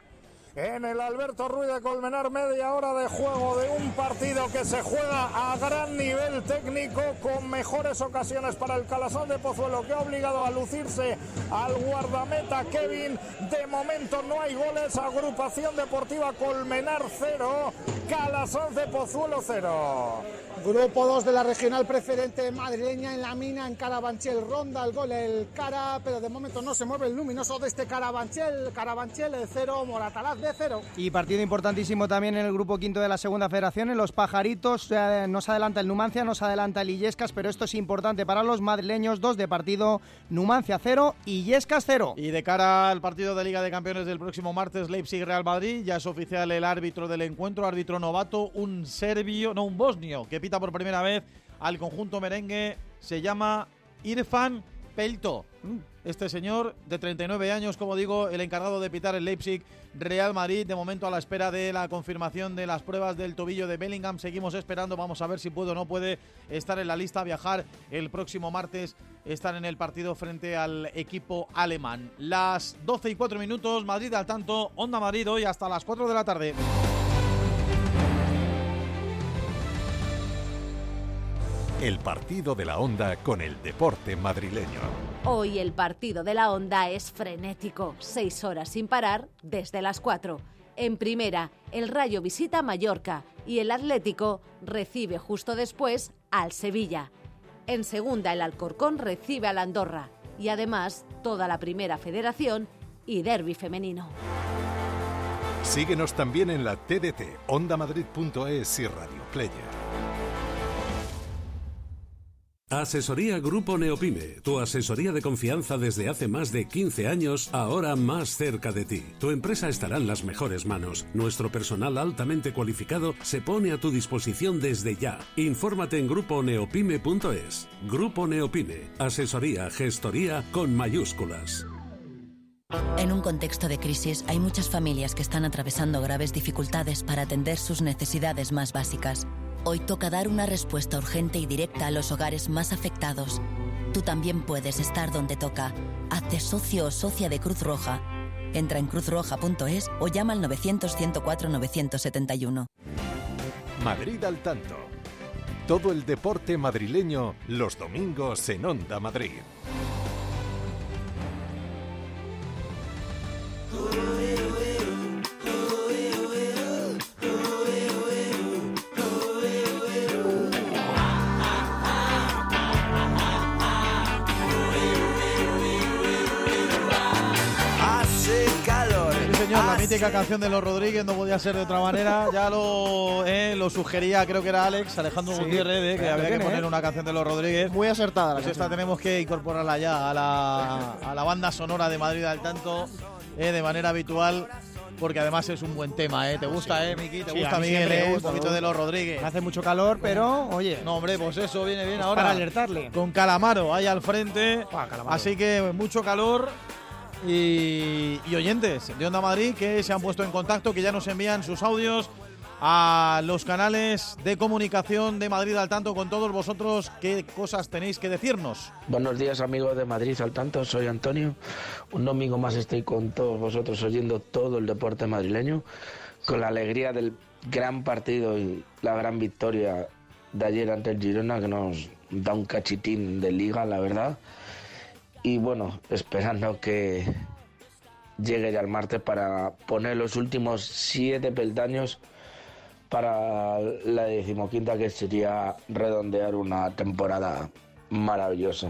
En el Alberto Ruiz de Colmenar, media hora de juego de un partido que se juega a gran nivel técnico, con mejores ocasiones para el Calasón de Pozuelo, que ha obligado a lucirse al guardameta Kevin. De momento no hay goles. Agrupación Deportiva Colmenar cero, Calasón de Pozuelo cero. Grupo dos de la regional preferente madrileña. En la mina, en Carabanchel, ronda el gol el Cara, pero de momento no se mueve el luminoso de este Carabanchel. Carabanchel cero, Moratalaz de cero. Y partido importantísimo también en el grupo quinto de la segunda federación, en los Pajaritos. Eh, no se adelanta el Numancia, no se adelanta el Illescas, pero esto es importante para los madrileños. Dos de partido, Numancia cero, Illescas cero. Y de cara al partido de Liga de Campeones del próximo martes, Leipzig-Real Madrid, ya es oficial el árbitro del encuentro, árbitro novato, un serbio, no, un bosnio, que pita por primera vez al conjunto merengue, se llama Irfan Pelto. Este señor de treinta y nueve años, como digo, el encargado de pitar el Leipzig Real Madrid, de momento a la espera de la confirmación de las pruebas del tobillo de Bellingham. Seguimos esperando, vamos a ver si puede o no puede estar en la lista, viajar el próximo martes, estar en el partido frente al equipo alemán. Las doce y cuatro minutos, Madrid al tanto, Onda Madrid hoy hasta las cuatro de la tarde. El partido de la Onda con el deporte madrileño. Hoy el partido de la Onda es frenético, seis horas sin parar desde las cuatro. En primera, el Rayo visita Mallorca y el Atlético recibe justo después al Sevilla. En segunda, el Alcorcón recibe al Andorra y además toda la primera federación y derbi femenino. Síguenos también en la T D T, onda madrid punto es y Radio Player. Asesoría Grupo Neopime, tu asesoría de confianza desde hace más de quince años, ahora más cerca de ti. Tu empresa estará en las mejores manos. Nuestro personal altamente cualificado se pone a tu disposición desde ya. Infórmate en grupo neopime punto es. Grupo Neopime, asesoría, gestoría con mayúsculas. En un contexto de crisis, hay muchas familias que están atravesando graves dificultades para atender sus necesidades más básicas. Hoy toca dar una respuesta urgente y directa a los hogares más afectados. Tú también puedes estar donde toca. Hazte socio o socia de Cruz Roja. Entra en cruz roja punto es o llama al novecientos, ciento cuatro, novecientos setenta y uno. Madrid al tanto. Todo el deporte madrileño los domingos en Onda Madrid. La mítica canción de Los Rodríguez, no podía ser de otra manera. Ya lo, eh, lo sugería, creo que era Alex, Alejandro sí, Gutiérrez, eh, que había que poner una canción de Los Rodríguez. Muy acertada. Pues esta tenemos que incorporarla ya a la, a la banda sonora de Madrid al tanto, eh, de manera habitual. Porque además es un buen tema, ¿eh? ¿Te gusta, sí. eh, Miki? ¿Te sí, gusta, Miguel? Eh? Un poquito de Los Rodríguez. Hace mucho calor, pero, oye... No, hombre, pues eso viene bien pues ahora. Para alertarle. Con Calamaro ahí al frente. Ah, así que mucho calor. Y, y oyentes de Onda Madrid que se han puesto en contacto, que ya nos envían sus audios a los canales de comunicación de Madrid al tanto con todos vosotros. ¿Qué cosas tenéis que decirnos? Buenos días, amigos de Madrid al tanto, soy Antonio. Un domingo más estoy con todos vosotros oyendo todo el deporte madrileño, con la alegría del gran partido y la gran victoria de ayer ante el Girona, que nos da un cachitín de liga, la verdad. Y bueno, esperando que llegue ya el martes para poner los últimos siete peldaños para la decimoquinta, que sería redondear una temporada maravillosa.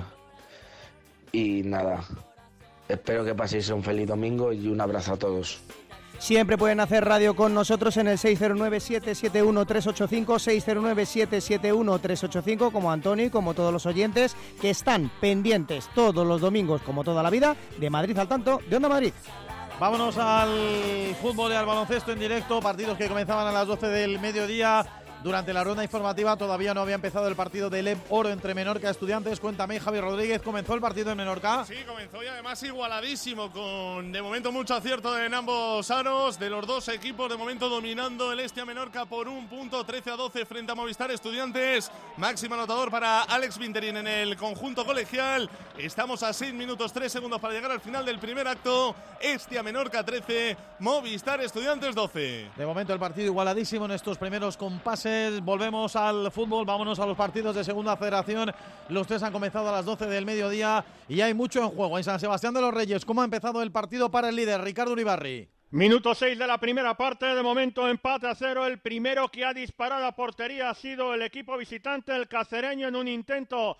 Y nada, espero que paséis un feliz domingo y un abrazo a todos. Siempre pueden hacer radio con nosotros en el seis cero nueve, siete siete uno, tres ocho cinco, seis cero nueve, siete siete uno, tres ocho cinco, como Antonio y como todos los oyentes que están pendientes todos los domingos, como toda la vida, de Madrid al tanto, de Onda Madrid. Vámonos al fútbol y al baloncesto en directo, partidos que comenzaban a las doce del mediodía. Durante la ronda informativa todavía no había empezado el partido del E P Oro entre Menorca y Estudiantes. Cuéntame, Javi Rodríguez, ¿comenzó el partido en Menorca? Sí, comenzó y además igualadísimo, con de momento mucho acierto en ambos aros de los dos equipos. De momento dominando el Estia Menorca por un punto, trece a doce frente a Movistar Estudiantes. Máximo anotador para Alex Vinterín en el conjunto colegial. Estamos a seis minutos tres segundos para llegar al final del primer acto. Estia Menorca trece, Movistar Estudiantes doce. De momento el partido igualadísimo en estos primeros compases. Volvemos al fútbol, vámonos a los partidos de Segunda Federación. Los tres han comenzado a las doce del mediodía y hay mucho en juego. En San Sebastián de los Reyes, ¿cómo ha empezado el partido para el líder, Ricardo Uribarri? Minuto seis de la primera parte, de momento empate a cero. El primero que ha disparado a portería ha sido el equipo visitante, el cacereño, en un intento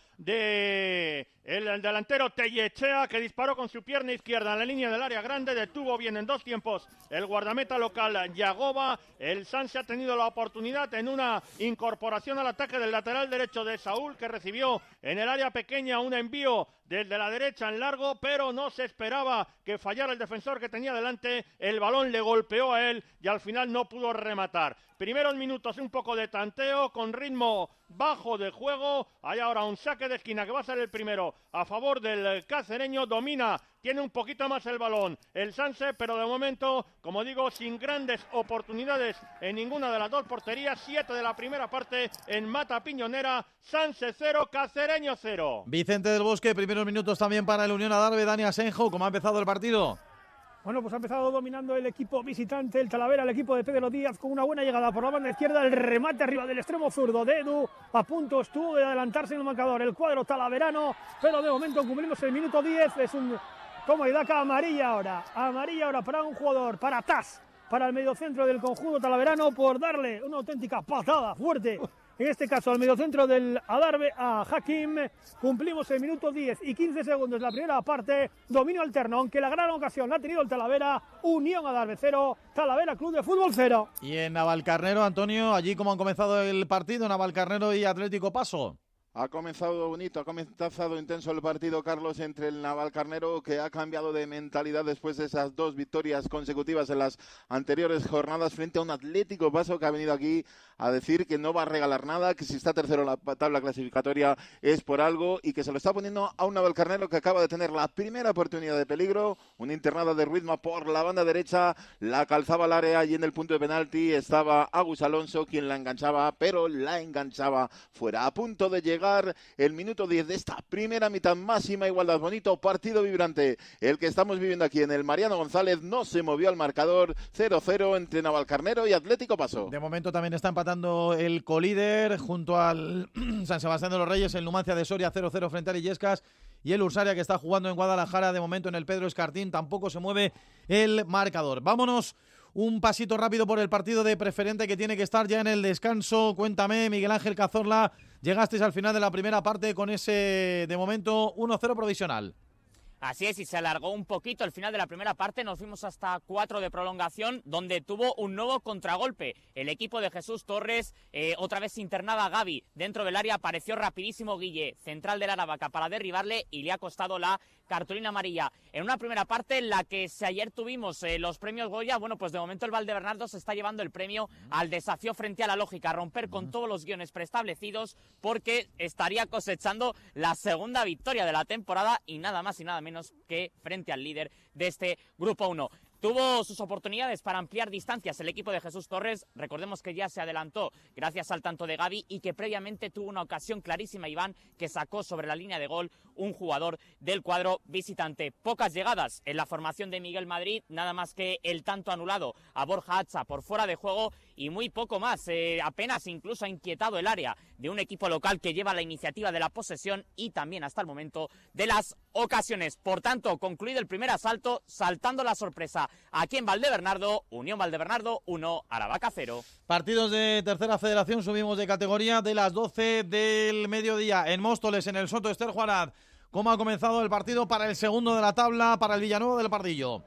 de el, el delantero Tellechea, que disparó con su pierna izquierda en la línea del área grande. Detuvo bien en dos tiempos el guardameta local Yagoba. El Sanse ha tenido la oportunidad en una incorporación al ataque del lateral derecho de Saúl, que recibió en el área pequeña un envío desde la derecha en largo, pero no se esperaba que fallara el defensor que tenía delante. El balón le golpeó a él y al final no pudo rematar. Primeros minutos un poco de tanteo con ritmo bajo de juego. Hay ahora un saque de esquina que va a ser el primero a favor del cacereño. Domina, tiene un poquito más el balón el Sanse, pero de momento, como digo, sin grandes oportunidades en ninguna de las dos porterías. Siete de la primera parte en Mata Piñonera. Sanse cero, Cacereño cero. Vicente del Bosque, primeros minutos también para el Unión Adarve. Dani Asenjo, ¿cómo ha empezado el partido? Bueno, pues ha empezado dominando el equipo visitante, el Talavera, el equipo de Pedro Díaz, con una buena llegada por la banda izquierda, el remate arriba del extremo zurdo de Edu, a punto estuvo de adelantarse en el marcador el cuadro talaverano, pero de momento cumplimos el minuto diez, es un toma y daca amarilla ahora, amarilla ahora para un jugador, para Taz, para el mediocentro del conjunto talaverano, por darle una auténtica patada fuerte. En este caso, al mediocentro del Adarve, a Hakim. Cumplimos el minuto diez y quince segundos la primera parte. Dominio alterno, aunque la gran ocasión la ha tenido el Talavera. Unión Adarve cero, Talavera Club de Fútbol cero. Y en Navalcarnero, Antonio, allí cómo han comenzado el partido, Navalcarnero y Atlético Paso. Ha comenzado bonito, ha comenzado intenso el partido, Carlos, entre el Navalcarnero, que ha cambiado de mentalidad después de esas dos victorias consecutivas en las anteriores jornadas, frente a un Atlético Paso que ha venido aquí a decir que no va a regalar nada, que si está tercero en la tabla clasificatoria es por algo, y que se lo está poniendo a un Navalcarnero que acaba de tener la primera oportunidad de peligro, una internada de Ruizma por la banda derecha, la calzaba al área y en el punto de penalti estaba Agus Alonso quien la enganchaba, pero la enganchaba fuera. A punto de llegar el minuto diez de esta primera mitad, máxima igualdad, bonito partido vibrante, el que estamos viviendo aquí en el Mariano González. No se movió al marcador, cero cero entre Navalcarnero y Atlético Paso. De momento también está empatando el colíder junto al San Sebastián de los Reyes, el Numancia de Soria cero cero frente al Illescas, y el Ursaria, que está jugando en Guadalajara, de momento en el Pedro Escartín, tampoco se mueve el marcador. Vámonos un pasito rápido por el partido de Preferente, que tiene que estar ya en el descanso. Cuéntame, Miguel Ángel Cazorla, llegasteis al final de la primera parte con ese, de momento, uno cero provisional. Así es, y se alargó un poquito el final de la primera parte, nos fuimos hasta cuatro de prolongación, donde tuvo un nuevo contragolpe. El equipo de Jesús Torres, eh, otra vez internaba Gaby dentro del área, apareció rapidísimo Guille, central del Aravaca, para derribarle, y le ha costado la cartulina amarilla. En una primera parte en la que si ayer tuvimos eh, los premios Goya, bueno, pues de momento el Valdebernardo se está llevando el premio al desafío frente a la lógica, a romper con todos los guiones preestablecidos, porque estaría cosechando la segunda victoria de la temporada y nada más y nada menos que frente al líder de este Grupo uno. Tuvo sus oportunidades para ampliar distancias el equipo de Jesús Torres. Recordemos que ya se adelantó gracias al tanto de Gaby y que previamente tuvo una ocasión clarísima, Iván, que sacó sobre la línea de gol un jugador del cuadro visitante. Pocas llegadas en la formación de Miguel Madrid, nada más que el tanto anulado a Borja Atza por fuera de juego y muy poco más. Eh, apenas incluso ha inquietado el área de un equipo local que lleva la iniciativa de la posesión y también hasta el momento de las ocasiones. Por tanto, concluido el primer asalto, saltando la sorpresa aquí en Valdebernardo, Unión Valdebernardo uno, Aravaca cero. Partidos de tercera federación, subimos de categoría de las doce del mediodía en Móstoles, en el Soto Ester Juarad. ¿Cómo ha comenzado el partido para el segundo de la tabla, para el Villanueva del Pardillo?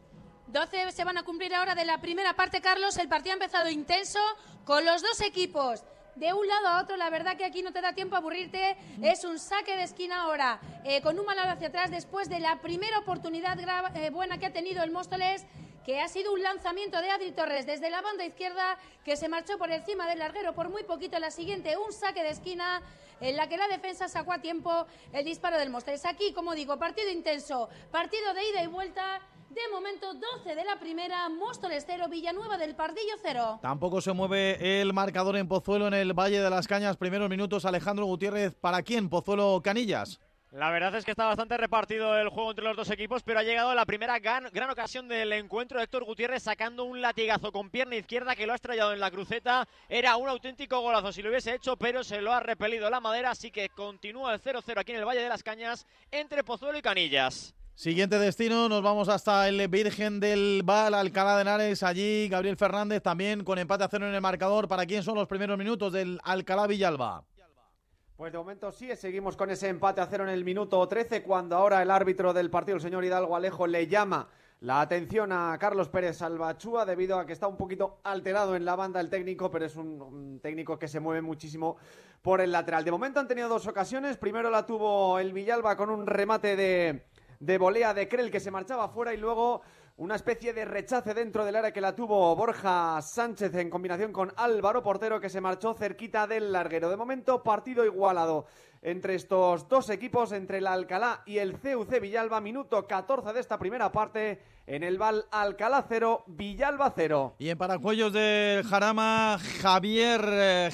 doce se van a cumplir ahora de la primera parte, Carlos. El partido ha empezado intenso con los dos equipos de un lado a otro. La verdad que aquí no te da tiempo a aburrirte. Es un saque de esquina ahora, eh, con un balón hacia atrás después de la primera oportunidad eh, buena que ha tenido el Móstoles, que ha sido un lanzamiento de Adri Torres desde la banda izquierda, que se marchó por encima del larguero por muy poquito. En la siguiente, un saque de esquina en la que la defensa sacó a tiempo el disparo del Móstoles. Aquí, como digo, partido intenso, partido de ida y vuelta. De momento, doce de la primera, Móstoles cero, Villanueva del Pardillo cero. Tampoco se mueve el marcador en Pozuelo, en el Valle de las Cañas. Primeros minutos, Alejandro Gutiérrez. ¿Para quién? Pozuelo Canillas. La verdad es que está bastante repartido el juego entre los dos equipos, pero ha llegado la primera gran, gran ocasión del encuentro. Héctor Gutiérrez sacando un latigazo con pierna izquierda que lo ha estrellado en la cruceta. Era un auténtico golazo si lo hubiese hecho, pero se lo ha repelido la madera, así que continúa el cero cero aquí en el Valle de las Cañas entre Pozuelo y Canillas. Siguiente destino, nos vamos hasta el Virgen del Val, Alcalá de Henares. Allí Gabriel Fernández también con empate a cero en el marcador. ¿Para quién son los primeros minutos del Alcalá Villalba? Pues de momento sí, seguimos con ese empate a cero en el minuto trece, cuando ahora el árbitro del partido, el señor Hidalgo Alejo, le llama la atención a Carlos Pérez Salvachúa debido a que está un poquito alterado en la banda el técnico, pero es un, un técnico que se mueve muchísimo por el lateral. De momento han tenido dos ocasiones. Primero la tuvo el Villalba con un remate de, de volea de Krell que se marchaba fuera, y luego una especie de rechace dentro del área que la tuvo Borja Sánchez en combinación con Álvaro Portero, que se marchó cerquita del larguero. De momento, partido igualado entre estos dos equipos, entre el Alcalá y el C U C Villalba. Minuto catorce de esta primera parte. En el Val, Alcalá cero, Villalba cero. Y en Paracuellos del Jarama, Javier eh,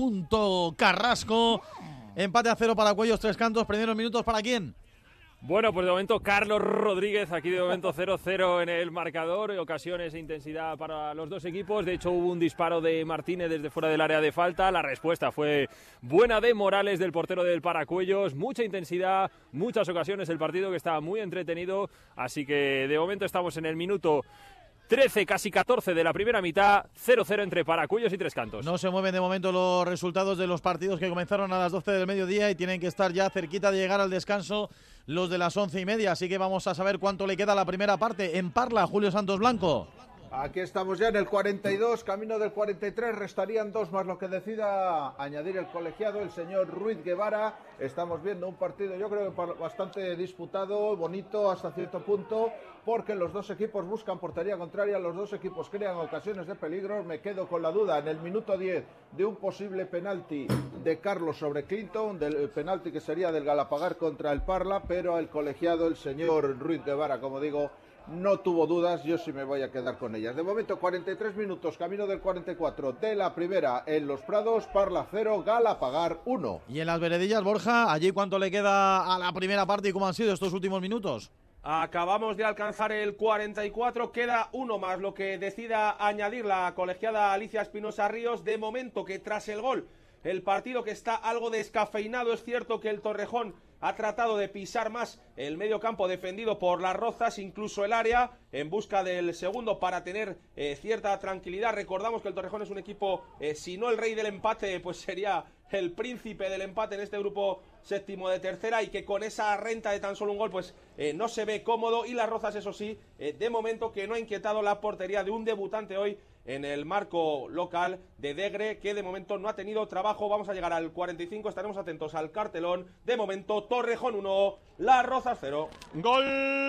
G. Carrasco. Empate a cero Paracuellos, Tres Cantos. Primeros minutos, ¿para quién? Bueno, pues de momento Carlos Rodríguez, aquí de momento cero cero en el marcador, ocasiones e intensidad para los dos equipos. De hecho hubo un disparo de Martínez desde fuera del área de falta, la respuesta fue buena de Morales, del portero del Paracuellos, mucha intensidad, muchas ocasiones, el partido que estaba muy entretenido, así que de momento estamos en el minuto trece, casi catorce de la primera mitad, cero cero entre Paracuellos y Tres Cantos. No se mueven de momento los resultados de los partidos que comenzaron a las doce del mediodía y tienen que estar ya cerquita de llegar al descanso los de las once y media, así que vamos a saber cuánto le queda a la primera parte. En Parla, Julio Santos Blanco. Aquí estamos ya en el cuarenta y dos, camino del cuarenta y tres, restarían dos más lo que decida añadir el colegiado, el señor Ruiz Guevara. Estamos viendo un partido, yo creo que bastante disputado, bonito hasta cierto punto, porque los dos equipos buscan portería contraria, los dos equipos crean ocasiones de peligro. Me quedo con la duda en el minuto diez de un posible penalti de Carlos sobre Clinton, del penalti que sería del Galapagar contra el Parla, pero el colegiado, el señor Ruiz Guevara, como digo, no tuvo dudas, yo sí me voy a quedar con ellas. De momento, cuarenta y tres minutos, camino del cuarenta y cuatro de la primera en Los Prados, Parla cero, Galapagar uno. Y en las veredillas, Borja, ¿allí cuánto le queda a la primera parte y cómo han sido estos últimos minutos? Acabamos de alcanzar el cuarenta y cuatro, queda uno más lo que decida añadir la colegiada Alicia Espinosa Ríos. De momento que tras el gol, el partido que está algo descafeinado, es cierto que el Torrejón ha tratado de pisar más el medio campo defendido por las Rozas, incluso el área, en busca del segundo para tener eh, cierta tranquilidad. Recordamos que el Torrejón es un equipo, eh, si no el rey del empate, pues sería el príncipe del empate en este grupo séptimo de tercera, y que con esa renta de tan solo un gol pues eh, no se ve cómodo. Y las Rozas, eso sí, eh, de momento que no ha inquietado la portería de un debutante hoy en el marco local de Degre, que de momento no ha tenido trabajo. Vamos a llegar al cuarenta y cinco, estaremos atentos al cartelón. De momento, Torrejón uno, Las Rozas cero. Gol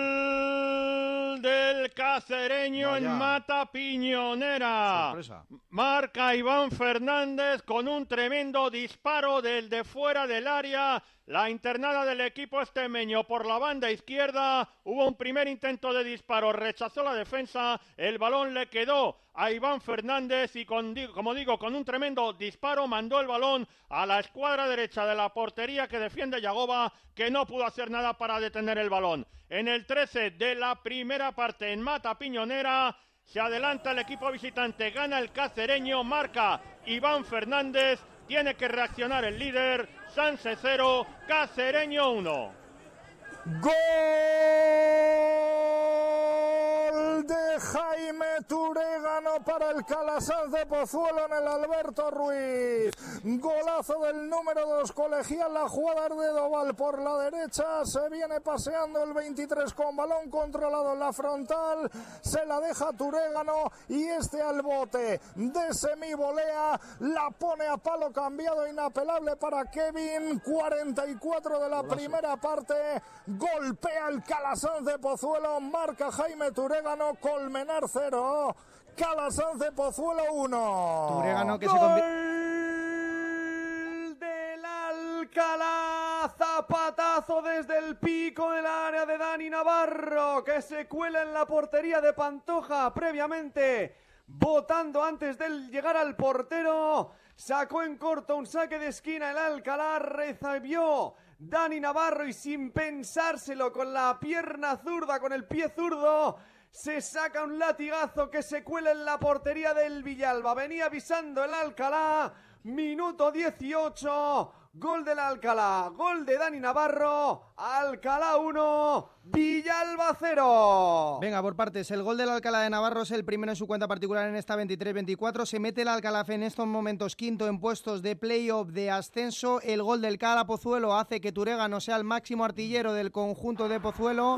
del cacereño Vaya. en Mata Piñonera. Sorpresa. Marca Iván Fernández con un tremendo disparo del de fuera del área. La internada del equipo extremeño por la banda izquierda. Hubo un primer intento de disparo, rechazó la defensa, el balón le quedó a Iván Fernández y con, como digo, con un tremendo disparo mandó el balón a la escuadra derecha de la portería que defiende Yagoba, que no pudo hacer nada para detener el balón. En el trece de la primera parte en Mata Piñonera se adelanta el equipo visitante, gana el cacereño, marca Iván Fernández, tiene que reaccionar el líder. Sanse cero, Cacereño uno. ¡Gol de Jaime Turegano para el Calasanz de Pozuelo en el Alberto Ruiz! Golazo del número dos colegial, la jugada de Doval por la derecha, se viene paseando el veintitrés con balón controlado en la frontal, se la deja Turegano y este al bote de semivolea, la pone a palo cambiado, inapelable para Kevin. Cuarenta y cuatro de la Golazo. Primera parte, golpea el Calasanz de Pozuelo, marca Jaime Turegano, Colmenar cero, Calasanz de Pozuelo uno. Turegano que ¡Gol! se convierte del Alcalá, zapatazo desde el pico del área de Dani Navarro, que se cuela en la portería de Pantoja, previamente botando antes de llegar al portero, sacó en corto un saque de esquina el Alcalá, recibió Dani Navarro y sin pensárselo con la pierna zurda, con el pie zurdo, se saca un latigazo que se cuela en la portería del Villalba. Venía avisando el Alcalá, minuto dieciocho, Gol del Alcalá, gol de Dani Navarro, Alcalá uno, Villalba cero. Venga, por partes, el gol del Alcalá de Navarro es el primero en su cuenta particular en esta veintitrés veinticuatro. Se mete el Alcalá en estos momentos quinto en puestos de playoff de ascenso. El gol del Cala Pozuelo hace que Turégano sea el máximo artillero del conjunto de Pozuelo.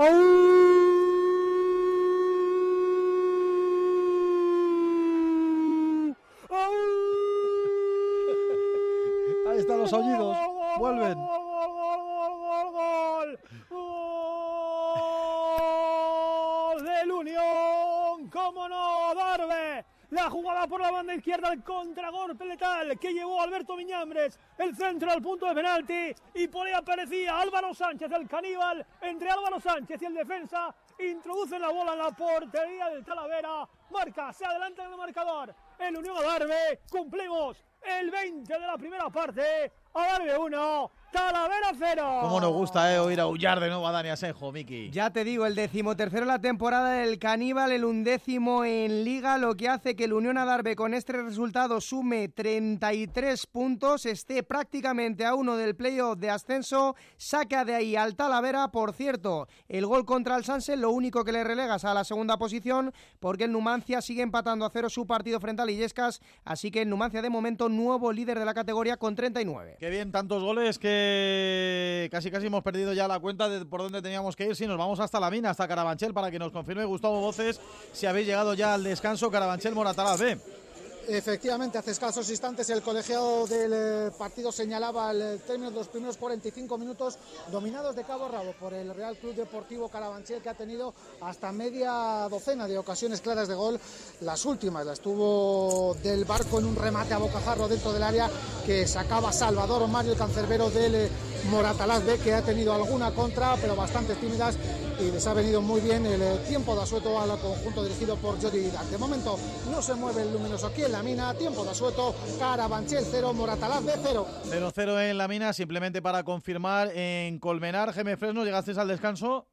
Ahí están los aullidos, vuelven. ¡Gol, gol, gol, gol, gol del Unión! ¡Cómo no, Darbe! La jugada por la banda izquierda, el contragolpe letal que llevó Alberto Miñambres, el centro al punto de penalti, y por ahí aparecía Álvaro Sánchez, el caníbal, entre Álvaro Sánchez y el defensa, introducen la bola en la portería del Talavera, marca, se adelanta en el marcador, el Unión Adarve, cumplimos el veinte de la primera parte, Adarve uno, Talavera cero. Cómo nos gusta eh, oír aullar de nuevo a Dani Asenjo, Miki. Ya te digo, el decimotercero en la temporada del Caníbal, el undécimo en Liga, lo que hace que el Unión Adarve con este resultado sume treinta y tres puntos, esté prácticamente a uno del playoff de ascenso, saca de ahí al Talavera. Por cierto, el gol contra el Sanse, lo único que le relegas a la segunda posición, porque el Numancia sigue empatando a cero su partido frente a Illescas, así que el Numancia de momento nuevo líder de la categoría con treinta y nueve. Qué bien, tantos goles que casi casi hemos perdido ya la cuenta de por dónde teníamos que ir. Si nos vamos hasta la mina, hasta Carabanchel, para que nos confirme Gustavo Voces si habéis llegado ya al descanso. Carabanchel, Moratalaz B. Efectivamente, hace escasos instantes el colegiado del partido señalaba el término de los primeros cuarenta y cinco minutos dominados de cabo a rabo por el Real Club Deportivo Carabanchel, que ha tenido hasta media docena de ocasiones claras de gol. Las últimas las tuvo Del Barco en un remate a bocajarro dentro del área que sacaba Salvador Mario, el cancerbero del Moratalaz B, que ha tenido alguna contra, pero bastante tímidas, y les ha venido muy bien el tiempo de asueto al conjunto dirigido por Jordi Didac. De momento no se mueve el luminoso aquí en la mina, tiempo de asueto, Carabanchel cero, Moratalaz B cero. cero cero en la mina, simplemente para confirmar, en Colmenar, Jaime Fresno, ¿llegasteis al descanso?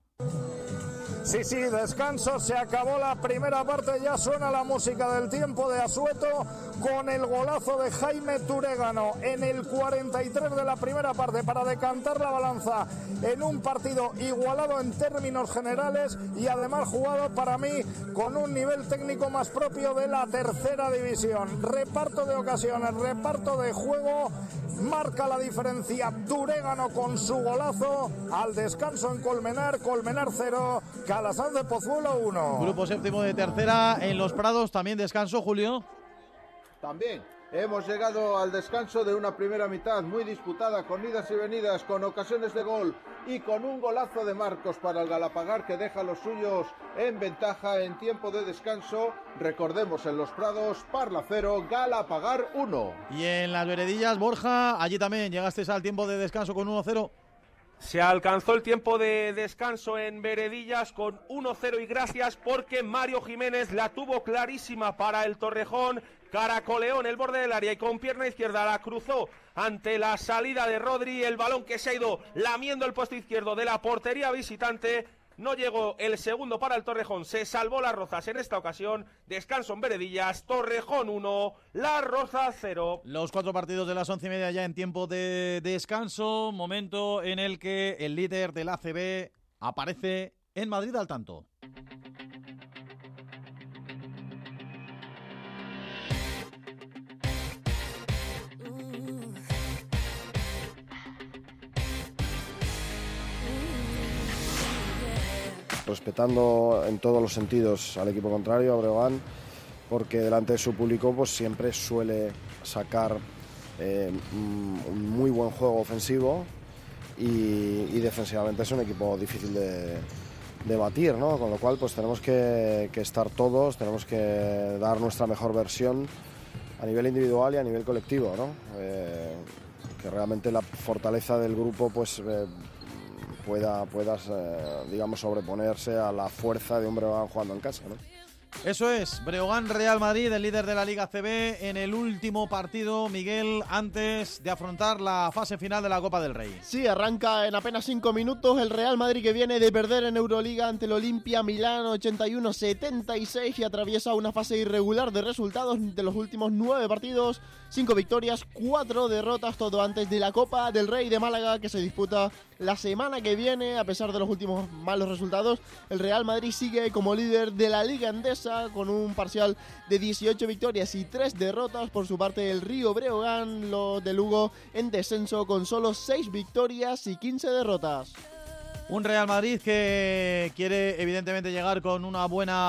Sí, sí, descanso, se acabó la primera parte, ya suena la música del tiempo de asueto con el golazo de Jaime Turégano en el cuarenta y tres de la primera parte para decantar la balanza en un partido igualado en términos generales y además jugado para mí con un nivel técnico más propio de la tercera división. Reparto de ocasiones, reparto de juego, marca la diferencia Turégano con su golazo. Al descanso en Colmenar, Colmenar cero, Calasanz de Pozuelo uno. Grupo séptimo de tercera en Los Prados, también descanso, Julio. También hemos llegado al descanso de una primera mitad muy disputada, con idas y venidas, con ocasiones de gol y con un golazo de Marcos para el Galapagar, que deja a los suyos en ventaja en tiempo de descanso. Recordemos, en Los Prados, Parla cero, Galapagar uno. Y en las Veredillas, Borja, allí también llegasteis al tiempo de descanso con uno cero. Se alcanzó el tiempo de descanso en Veredillas con uno cero, y gracias porque Mario Jiménez la tuvo clarísima para el Torrejón. Caracoleó en el borde del área y con pierna izquierda la cruzó ante la salida de Rodri. El balón que se ha ido lamiendo el poste izquierdo de la portería visitante. No llegó el segundo para el Torrejón, se salvó Las Rozas en esta ocasión. Descanso en Veredillas, Torrejón uno, Las Rozas cero. Los cuatro partidos de las once y media ya en tiempo de descanso, momento en el que el líder del A C B aparece en Madrid al tanto. Respetando en todos los sentidos al equipo contrario, a Breogán, porque delante de su público pues siempre suele sacar eh, un muy buen juego ofensivo y, y defensivamente es un equipo difícil de, de batir, ¿no? Con lo cual pues tenemos que, que estar todos, tenemos que dar nuestra mejor versión a nivel individual y a nivel colectivo, ¿no? Eh, que realmente la fortaleza del grupo pues eh, pueda, puedas, eh, digamos, sobreponerse a la fuerza de un Breogán jugando en casa, ¿no? Eso es, Breogán Real Madrid, el líder de la Liga C B, en el último partido, Miguel, antes de afrontar la fase final de la Copa del Rey. Sí, arranca en apenas cinco minutos el Real Madrid, que viene de perder en Euroliga ante el Olimpia Milán ochenta y uno setenta y seis y atraviesa una fase irregular de resultados de los últimos nueve partidos, cinco victorias, cuatro derrotas, todo antes de la Copa del Rey de Málaga, que se disputa la semana que viene. A pesar de los últimos malos resultados, el Real Madrid sigue como líder de la Liga Endesa con un parcial de dieciocho victorias y tres derrotas. Por su parte, el Río Breogán, los de Lugo, en descenso con solo seis victorias y quince derrotas. Un Real Madrid que quiere evidentemente llegar con una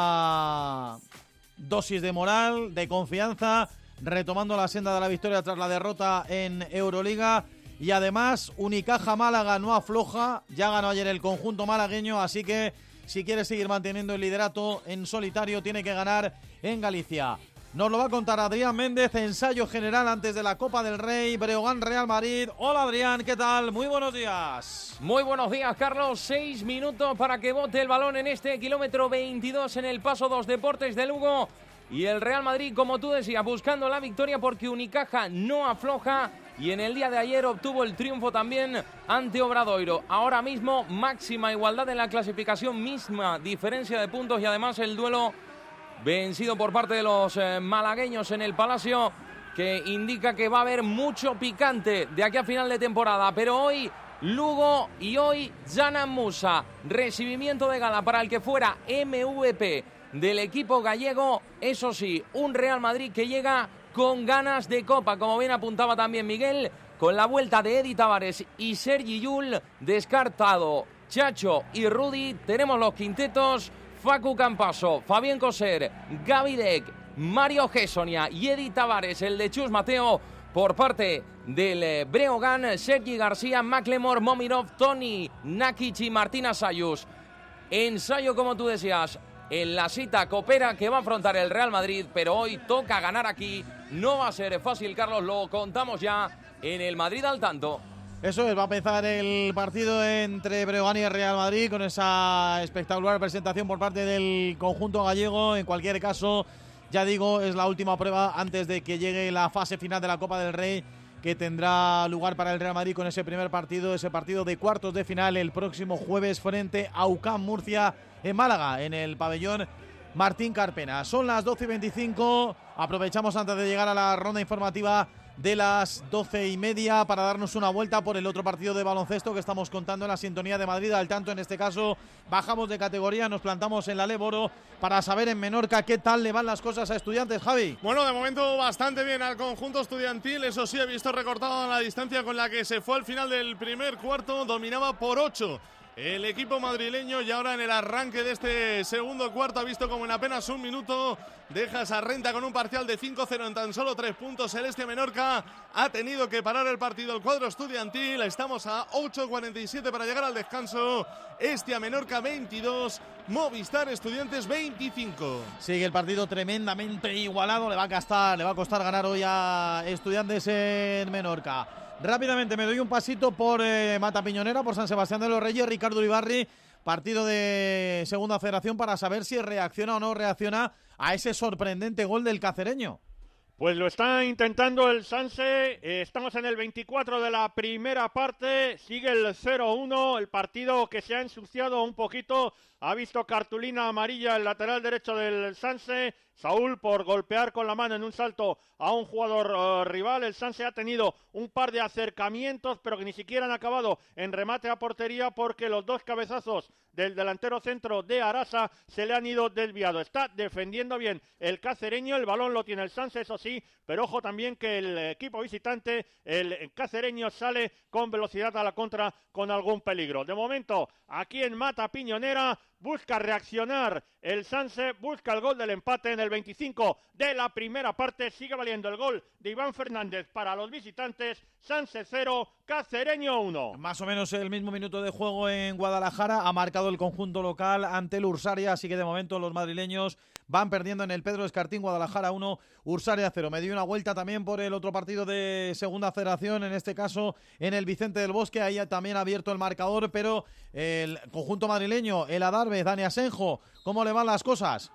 buena dosis de moral, de confianza, retomando la senda de la victoria tras la derrota en Euroliga. Y además, Unicaja Málaga no afloja, ya ganó ayer el conjunto malagueño, así que si quiere seguir manteniendo el liderato en solitario, tiene que ganar en Galicia. Nos lo va a contar Adrián Méndez, ensayo general antes de la Copa del Rey, Breogán Real Madrid. Hola Adrián, ¿qué tal? Muy buenos días. Muy buenos días, Carlos. Seis minutos para que bote el balón en este kilómetro veintidós en el Paso dos Deportes de Lugo. Y el Real Madrid, como tú decías, buscando la victoria porque Unicaja no afloja y en el día de ayer obtuvo el triunfo también ante Obradoiro. Ahora mismo máxima igualdad en la clasificación, misma diferencia de puntos y además el duelo vencido por parte de los eh, malagueños en el Palacio, que indica que va a haber mucho picante de aquí a final de temporada. Pero hoy Lugo y hoy Janan Musa, recibimiento de gala para el que fuera M V P del equipo gallego. Eso sí, un Real Madrid que llega con ganas de Copa, como bien apuntaba también Miguel, con la vuelta de Edi Tavares y Sergi Llull, descartado Chacho y Rudy. Tenemos los quintetos: Facu Campaso, Fabián Coser, Gavi Deck, Mario Gessonia y Edi Tavares, el de Chus Mateo. Por parte del Breogán, Sergi García, Macklemore, Momirov, Tony, Nakic y Martina Sayus. Ensayo, como tú decías, en la cita copera que va a afrontar el Real Madrid, pero hoy toca ganar aquí. No va a ser fácil, Carlos, lo contamos ya en el Madrid al tanto. Eso es, va a empezar el partido entre Breogán y el Real Madrid con esa espectacular presentación por parte del conjunto gallego. En cualquier caso, ya digo, es la última prueba antes de que llegue la fase final de la Copa del Rey, que tendrá lugar para el Real Madrid con ese primer partido, ese partido de cuartos de final el próximo jueves frente a U C A M Murcia en Málaga, en el pabellón Martín Carpena. Son las doce y veinticinco, aprovechamos antes de llegar a la ronda informativa de las doce y media para darnos una vuelta por el otro partido de baloncesto que estamos contando en la sintonía de Madrid al tanto. En este caso bajamos de categoría, nos plantamos en la Leboro para saber en Menorca qué tal le van las cosas a Estudiantes, Javi. Bueno, de momento bastante bien al conjunto estudiantil, eso sí, he visto recortada la distancia con la que se fue al final del primer cuarto, dominaba por ocho el equipo madrileño y ahora en el arranque de este segundo cuarto ha visto como en apenas un minuto deja esa renta con un parcial de cinco cero en tan solo tres puntos. El Estia Menorca ha tenido que parar el partido el cuadro estudiantil. Estamos a ocho cuarenta y siete para llegar al descanso. Estia Menorca veintidós, Movistar Estudiantes veinticinco. Sigue el partido tremendamente igualado, le va a costar, le va a costar ganar hoy a Estudiantes en Menorca. Rápidamente me doy un pasito por eh, Mata Piñonera, por San Sebastián de los Reyes. Ricardo Uribarri, partido de Segunda Federación, para saber si reacciona o no reacciona a ese sorprendente gol del cacereño. Pues lo está intentando el Sanse, eh, estamos en el veinticuatro de la primera parte, sigue el cero uno, el partido que se ha ensuciado un poquito, ha visto cartulina amarilla el lateral derecho del Sanse, Saúl por golpear con la mano en un salto a un jugador uh, rival. El Sanse ha tenido un par de acercamientos, pero que ni siquiera han acabado en remate a portería porque los dos cabezazos del delantero centro de Arasa se le han ido desviados. Está defendiendo bien el cacereño, el balón lo tiene el Sanse, eso sí, pero ojo también que el equipo visitante, el cacereño, sale con velocidad a la contra con algún peligro. De momento, aquí en Mata Piñonera, busca reaccionar el Sanse, busca el gol del empate en el veinticinco de la primera parte. Sigue valiendo el gol de Iván Fernández para los visitantes. Sanse cero, Cacereño uno. Más o menos el mismo minuto de juego en Guadalajara. Ha marcado el conjunto local ante el Ursaria, así que de momento los madrileños van perdiendo en el Pedro Escartín. Guadalajara uno, Ursaria cero. Me dio una vuelta también por el otro partido de Segunda Federación, en este caso en el Vicente del Bosque. Ahí también ha abierto el marcador, pero el conjunto madrileño, el Adarve, Dani Asenjo, ¿cómo le van las cosas?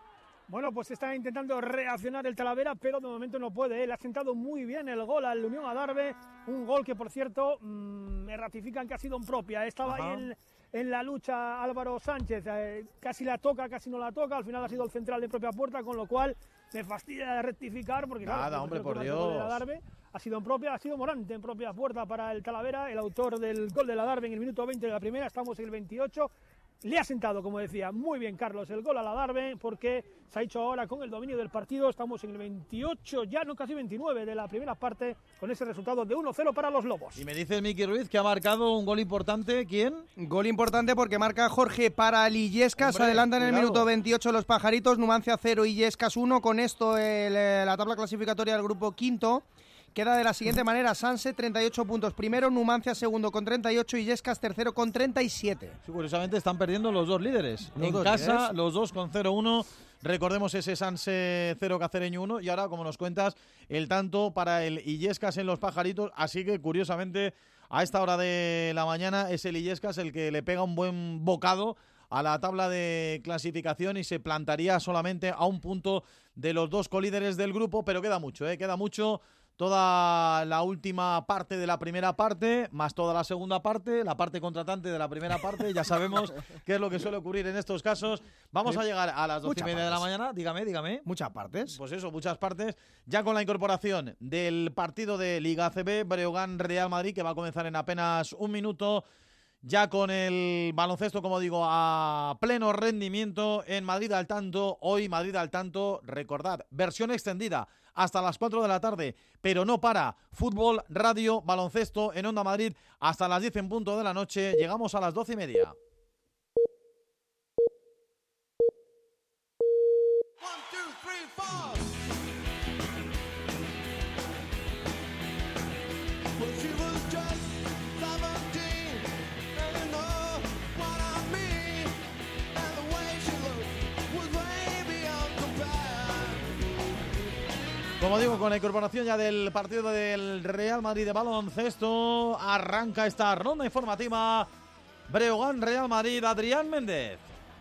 Bueno, pues está intentando reaccionar el Talavera, pero de momento no puede. Él ha sentado muy bien el gol al Unión Adarve, un gol que, por cierto, mmm, me ratifican que ha sido en propia. Estaba Ajá. ahí en, en la lucha Álvaro Sánchez, eh, casi la toca, casi no la toca, al final ha sido el central de propia puerta, con lo cual me fastidia de rectificar, porque Nada, claro, hombre, por Dios. Adarve ha sido en propia, ha sido Morante en propia puerta para el Talavera, el autor del gol del Adarve en el minuto veinte de la primera, estamos en el veintiocho. Le ha sentado, como decía, muy bien Carlos el gol al Adarve, porque se ha hecho ahora con el dominio del partido. Estamos en el veintiocho, ya no casi veintinueve de la primera parte, con ese resultado de uno cero para los Lobos. Y me dice Miki Ruiz que ha marcado un gol importante. ¿Quién? Gol importante porque marca Jorge para Illescas. Se adelantan en el minuto veintiocho los pajaritos. Numancia cero, Illescas uno. Con esto el, la tabla clasificatoria del grupo quinto queda de la siguiente manera: Sanse treinta y ocho puntos primero, Numancia segundo con treinta y ocho y Illescas tercero con treinta y siete. Sí, curiosamente están perdiendo los dos líderes. Los en dos casa, líderes. Los dos con cero uno. Recordemos ese Sanse cero, Cacereño uno. Y ahora, como nos cuentas, el tanto para el Illescas en los pajaritos. Así que, curiosamente, a esta hora de la mañana es el Illescas el que le pega un buen bocado a la tabla de clasificación y se plantaría solamente a un punto de los dos colíderes del grupo. Pero queda mucho, ¿eh? Queda mucho. Toda la última parte de la primera parte, más toda la segunda parte, la parte contratante de la primera parte, ya sabemos qué es lo que suele ocurrir en estos casos. Vamos a llegar a las doce y media de la mañana, dígame, dígame. Muchas partes. Pues eso, muchas partes, ya con la incorporación del partido de Liga A C B, Breogán-Real Madrid, que va a comenzar en apenas un minuto, ya con el baloncesto, como digo, a pleno rendimiento en Madrid al tanto. Hoy Madrid al tanto, recordad, versión extendida hasta las cuatro de la tarde, pero no para. Fútbol, radio, baloncesto en Onda Madrid hasta las diez en punto de la noche. Llegamos a las doce y media. Como digo, con la incorporación ya del partido del Real Madrid de baloncesto, arranca esta ronda informativa. Breogán, Real Madrid, Adrián Méndez.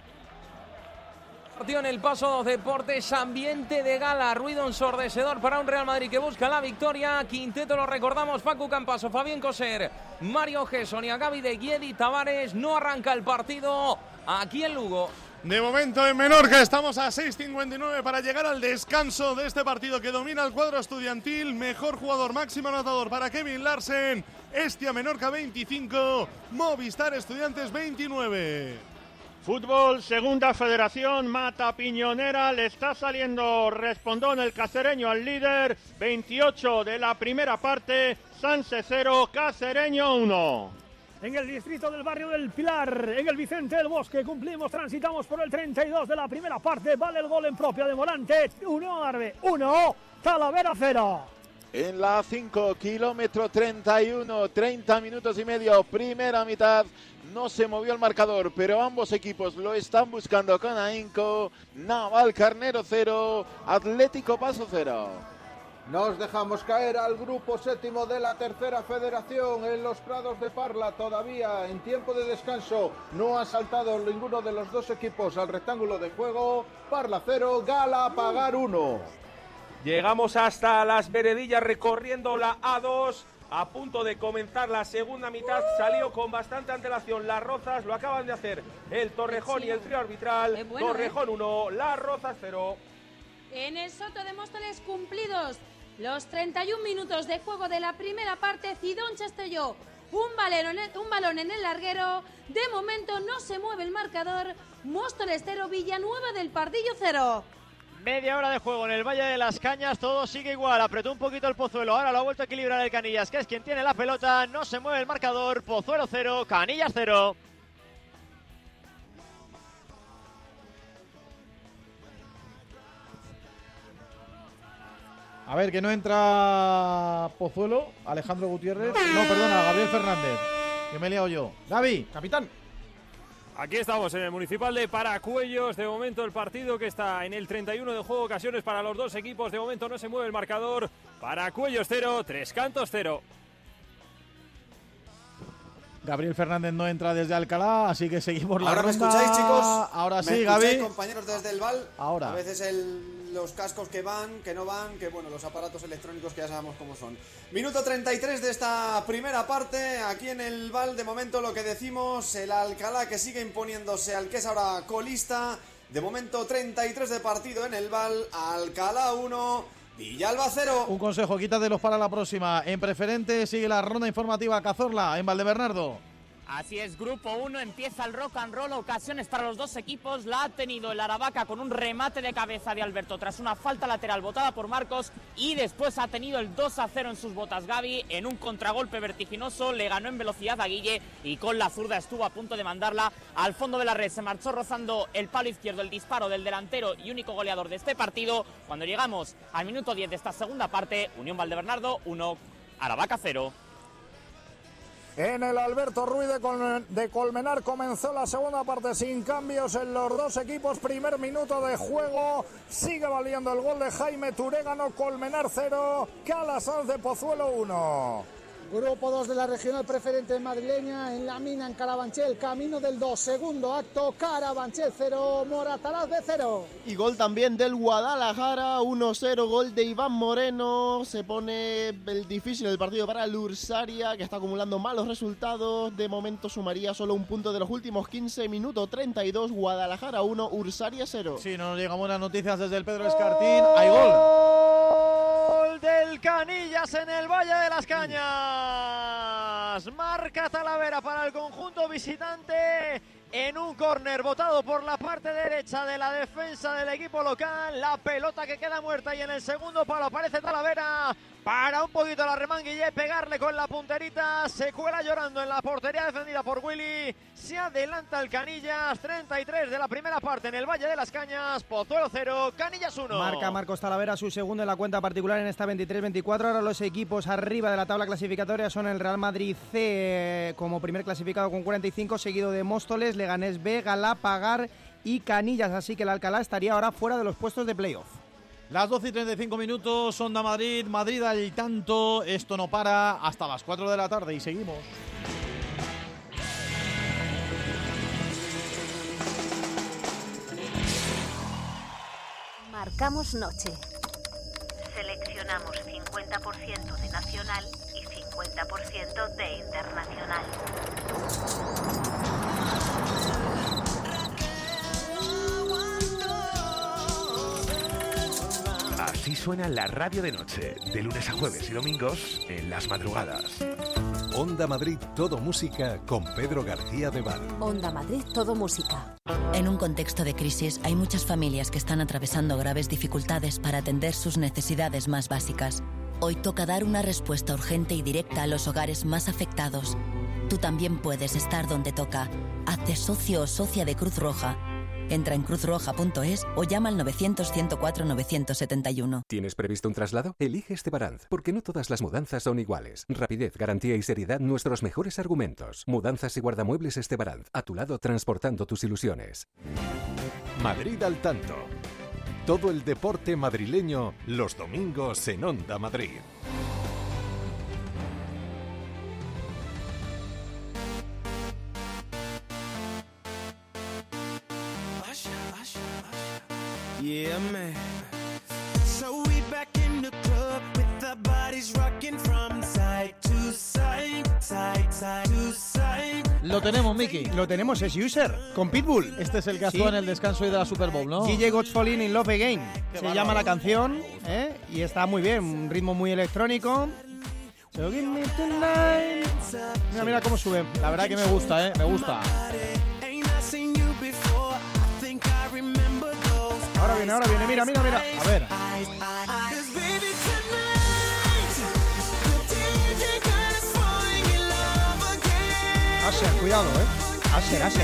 Partido en el Paso dos Deportes, ambiente de gala, ruido ensordecedor para un Real Madrid que busca la victoria. Quinteto lo recordamos: Paco Campaso, Fabián Coser, Mario G, Sonia Gavi de Guiedi, Tavares. No arranca el partido aquí en Lugo. De momento en Menorca estamos a seis cincuenta y nueve para llegar al descanso de este partido que domina el cuadro estudiantil. Mejor jugador, máximo anotador para Kevin Larsen. Estia Menorca veinticinco, Movistar Estudiantes veintinueve. Fútbol, segunda federación, Mata Piñonera, le está saliendo respondón el cacereño al líder. veintiocho de la primera parte, Sanse cero, Cacereño uno. En el distrito del barrio del Pilar, en el Vicente del Bosque, cumplimos, transitamos por el treinta y dos de la primera parte. Vale el gol en propia de Morante. uno, Arbe, uno, Talavera cero. En la cinco, kilómetro treinta y uno, treinta minutos y medio, primera mitad. No se movió el marcador, pero ambos equipos lo están buscando con ahínco. Naval Carnero cero, Atlético Paso cero. Nos dejamos caer al grupo séptimo de la tercera federación en los Prados de Parla. Todavía en tiempo de descanso no ha saltado ninguno de los dos equipos al rectángulo de juego. Parla cero, Galapagar uno. Llegamos hasta las veredillas recorriendo la A dos. A punto de comenzar la segunda mitad, salió con bastante antelación Las Rozas, lo acaban de hacer el Torrejón y el trío arbitral. Bueno, Torrejón uno, ¿eh? Las Rozas cero. En el Soto de Móstoles cumplidos los treinta y un minutos de juego de la primera parte, Cidón Chastelló, un balón, un balón en el larguero. De momento no se mueve el marcador. Móstoles cero, Villanueva del Pardillo cero. Media hora de juego en el Valle de las Cañas, todo sigue igual, apretó un poquito el Pozuelo, ahora lo ha vuelto a equilibrar el Canillas, que es quien tiene la pelota, no se mueve el marcador, Pozuelo cero, Canillas cero. A ver, que no entra Pozuelo, Alejandro Gutiérrez, no, perdona, Gabriel Fernández, que me he liado yo. Gaby, capitán. Aquí estamos en el Municipal de Paracuellos. De momento el partido que está en el treinta y uno de juego, ocasiones para los dos equipos. De momento no se mueve el marcador. Paracuellos cero, Tres Cantos cero. Gabriel Fernández no entra desde Alcalá, así que seguimos la Ahora ronda. me escucháis, chicos. Ahora ¿Me sí, escucháis, Gaby. compañeros desde el Val. Ahora. A veces el, los cascos que van, que no van, que bueno, los aparatos electrónicos que ya sabemos cómo son. Minuto treinta y tres de esta primera parte. Aquí en el Val, de momento lo que decimos, el Alcalá que sigue imponiéndose al que es ahora colista. De momento treinta y tres de partido en el Val. Alcalá uno, Villalba cero. Un consejo, quítatelos para la próxima. En preferente sigue la ronda informativa Cazorla en Valdebernardo. Así es, grupo uno, empieza el rock and roll, ocasiones para los dos equipos, la ha tenido el Aravaca con un remate de cabeza de Alberto tras una falta lateral botada por Marcos y después ha tenido el dos a cero en sus botas Gaby, en un contragolpe vertiginoso, le ganó en velocidad a Guille y con la zurda estuvo a punto de mandarla al fondo de la red, se marchó rozando el palo izquierdo el disparo del delantero y único goleador de este partido. Cuando llegamos al minuto diez de esta segunda parte, Unión Valdebernardo uno, Aravaca cero. En el Alberto Ruiz de, Col de Colmenar comenzó la segunda parte sin cambios en los dos equipos. Primer minuto de juego. Sigue valiendo el gol de Jaime Turégano. Colmenar cero, Calasanz de Pozuelo uno. Grupo dos de la regional preferente madrileña en la mina en Carabanchel, camino del dos, segundo acto, Carabanchel cero, Moratalaz de cero. Y gol también del Guadalajara, uno cero, gol de Iván Moreno. Se pone el difícil el partido para el Ursaria, que está acumulando malos resultados. De momento sumaría solo un punto de los últimos quince minutos, treinta y dos, Guadalajara uno, Ursaria cero. Sí, no nos llegan buenas noticias desde el Pedro Escartín. Hay gol. Gol del Canillas en el Valle de las Cañas. Marca Talavera para el conjunto visitante en un córner botado por la parte derecha de la defensa del equipo local. La pelota que queda muerta y en el segundo palo aparece Talavera para un poquito la remanguille, pegarle con la punterita. Se cuela llorando en la portería defendida por Willy. Se adelanta el Canillas. treinta y tres de la primera parte en el Valle de las Cañas. Pozuelo cero, Canillas uno. Marca Marcos Talavera su segundo en la cuenta particular en esta veintitrés veinticuatro. Ahora los equipos arriba de la tabla clasificatoria son el Real Madrid C como primer clasificado con cuarenta y cinco, seguido de Móstoles, Leganés B, Galapagar y Canillas. Así que el Alcalá estaría ahora fuera de los puestos de playoff. Las doce y treinta y cinco minutos, Onda Madrid, Madrid al tanto. Esto no para hasta las cuatro de la tarde y seguimos. Marcamos noche. Seleccionamos cincuenta por ciento de nacional y cincuenta por ciento de internacional. Así suena la radio de noche, de lunes a jueves y domingos en las madrugadas. Onda Madrid, todo música con Pedro García de Val. Onda Madrid, todo música. En un contexto de crisis hay muchas familias que están atravesando graves dificultades para atender sus necesidades más básicas. Hoy toca dar una respuesta urgente y directa a los hogares más afectados. Tú también puedes estar donde toca. Hazte socio o socia de Cruz Roja. Entra en cruz roja punto es o llama al novecientos, ciento cuatro, novecientos setenta y uno. ¿Tienes previsto un traslado? Elige Estebaranz, porque no todas las mudanzas son iguales. Rapidez, garantía y seriedad, nuestros mejores argumentos. Mudanzas y guardamuebles Estebaranz, a tu lado transportando tus ilusiones. Madrid al tanto. Todo el deporte madrileño los domingos en Onda Madrid. Yeah, man. So we back in the club with our bodies rocking from side to side, side, side to side. Lo tenemos, Miki. Lo tenemos, es User, con Pitbull. Este es el que actúa Sí. en el descanso y de la Super Bowl, ¿no? G J God's Falling in Love Again. Qué Se bárbaro. llama la canción, ¿eh? Y está muy bien, un ritmo muy electrónico. So give me tonight. Mira, mira cómo sube. La verdad que me gusta, ¿eh? Me gusta. Ain't I seen you before? I think I remember those. Ahora viene, ahora viene, mira, mira, mira. A ver. Cause baby tonight, the D J got us falling in love again. Asher, cuidado, ¿eh? Asher, Asher.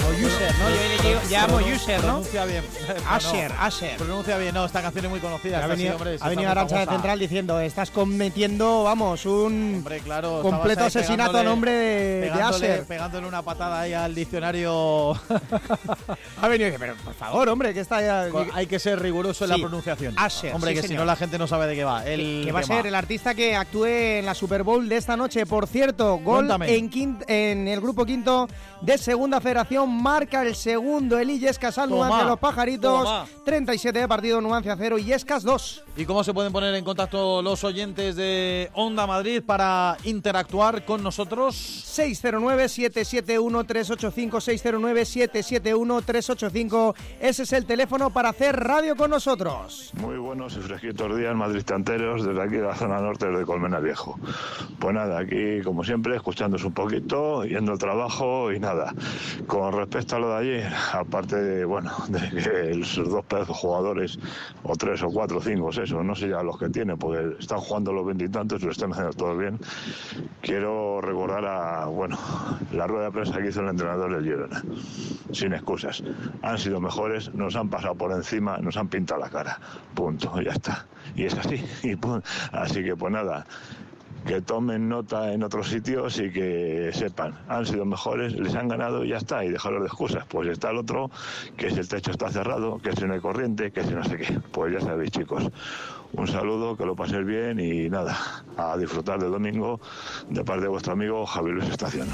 O user, ¿no? Yo le digo, llamo user, ¿no? Pronuncia bien. Asher, Asher. Pronuncia bien, no, esta canción es muy conocida. Ha esta venido, sí, hombre, ha venido Arantxa de Central diciendo, estás cometiendo, vamos, un hombre, claro, completo asesinato a nombre de, de Asher. Pegándole una patada ahí al diccionario. Ha venido y dice, pero por favor, hombre, que está ya... Hay que ser riguroso en Sí, la pronunciación. Asher, hombre, sí, que señor. si no la gente no sabe de qué va. El que va a tema. ser el artista que actúe en la Super Bowl de esta noche. Por cierto, gol en, quint, en el grupo quinto de Segunda Federación. Marca el segundo el Illescas al Numancia los Pajaritos. Toma. treinta y siete de partido, Numancia cero, Illescas dos. ¿Y cómo se pueden poner en contacto los oyentes de Onda Madrid para interactuar con nosotros? seis cero nueve, siete siete uno, tres ocho cinco, seis cero nueve, siete siete uno, tres ocho cinco. Ese es el teléfono para hacer radio con nosotros. Muy buenos y fresquitos días, Madrid Tanteros, desde aquí de la zona norte de Colmenar Viejo. Pues nada, aquí como siempre, escuchándoos un poquito, yendo al trabajo y nada. Con respecto a lo de ayer, aparte de, bueno, de que esos dos pedazos jugadores, o tres o cuatro o cinco, eso, no sé ya los que tienen, porque están jugando los veintitantos y lo están haciendo todo bien. Quiero recordar a, bueno, la rueda de prensa que hizo el entrenador del Girona. Sin excusas. Han sido mejores, nos han pasado por encima, nos han pintado la cara. Punto, ya está. Y es así. Y pum. Así que pues nada, que tomen nota en otros sitios y que sepan, han sido mejores, les han ganado y ya está, y dejarlos de excusas. Pues está el otro, que si el techo está cerrado, que si no hay corriente, que si no sé qué. Pues ya sabéis, chicos. Un saludo, que lo paséis bien y nada, a disfrutar del domingo de parte de vuestro amigo Javier Luis Estación.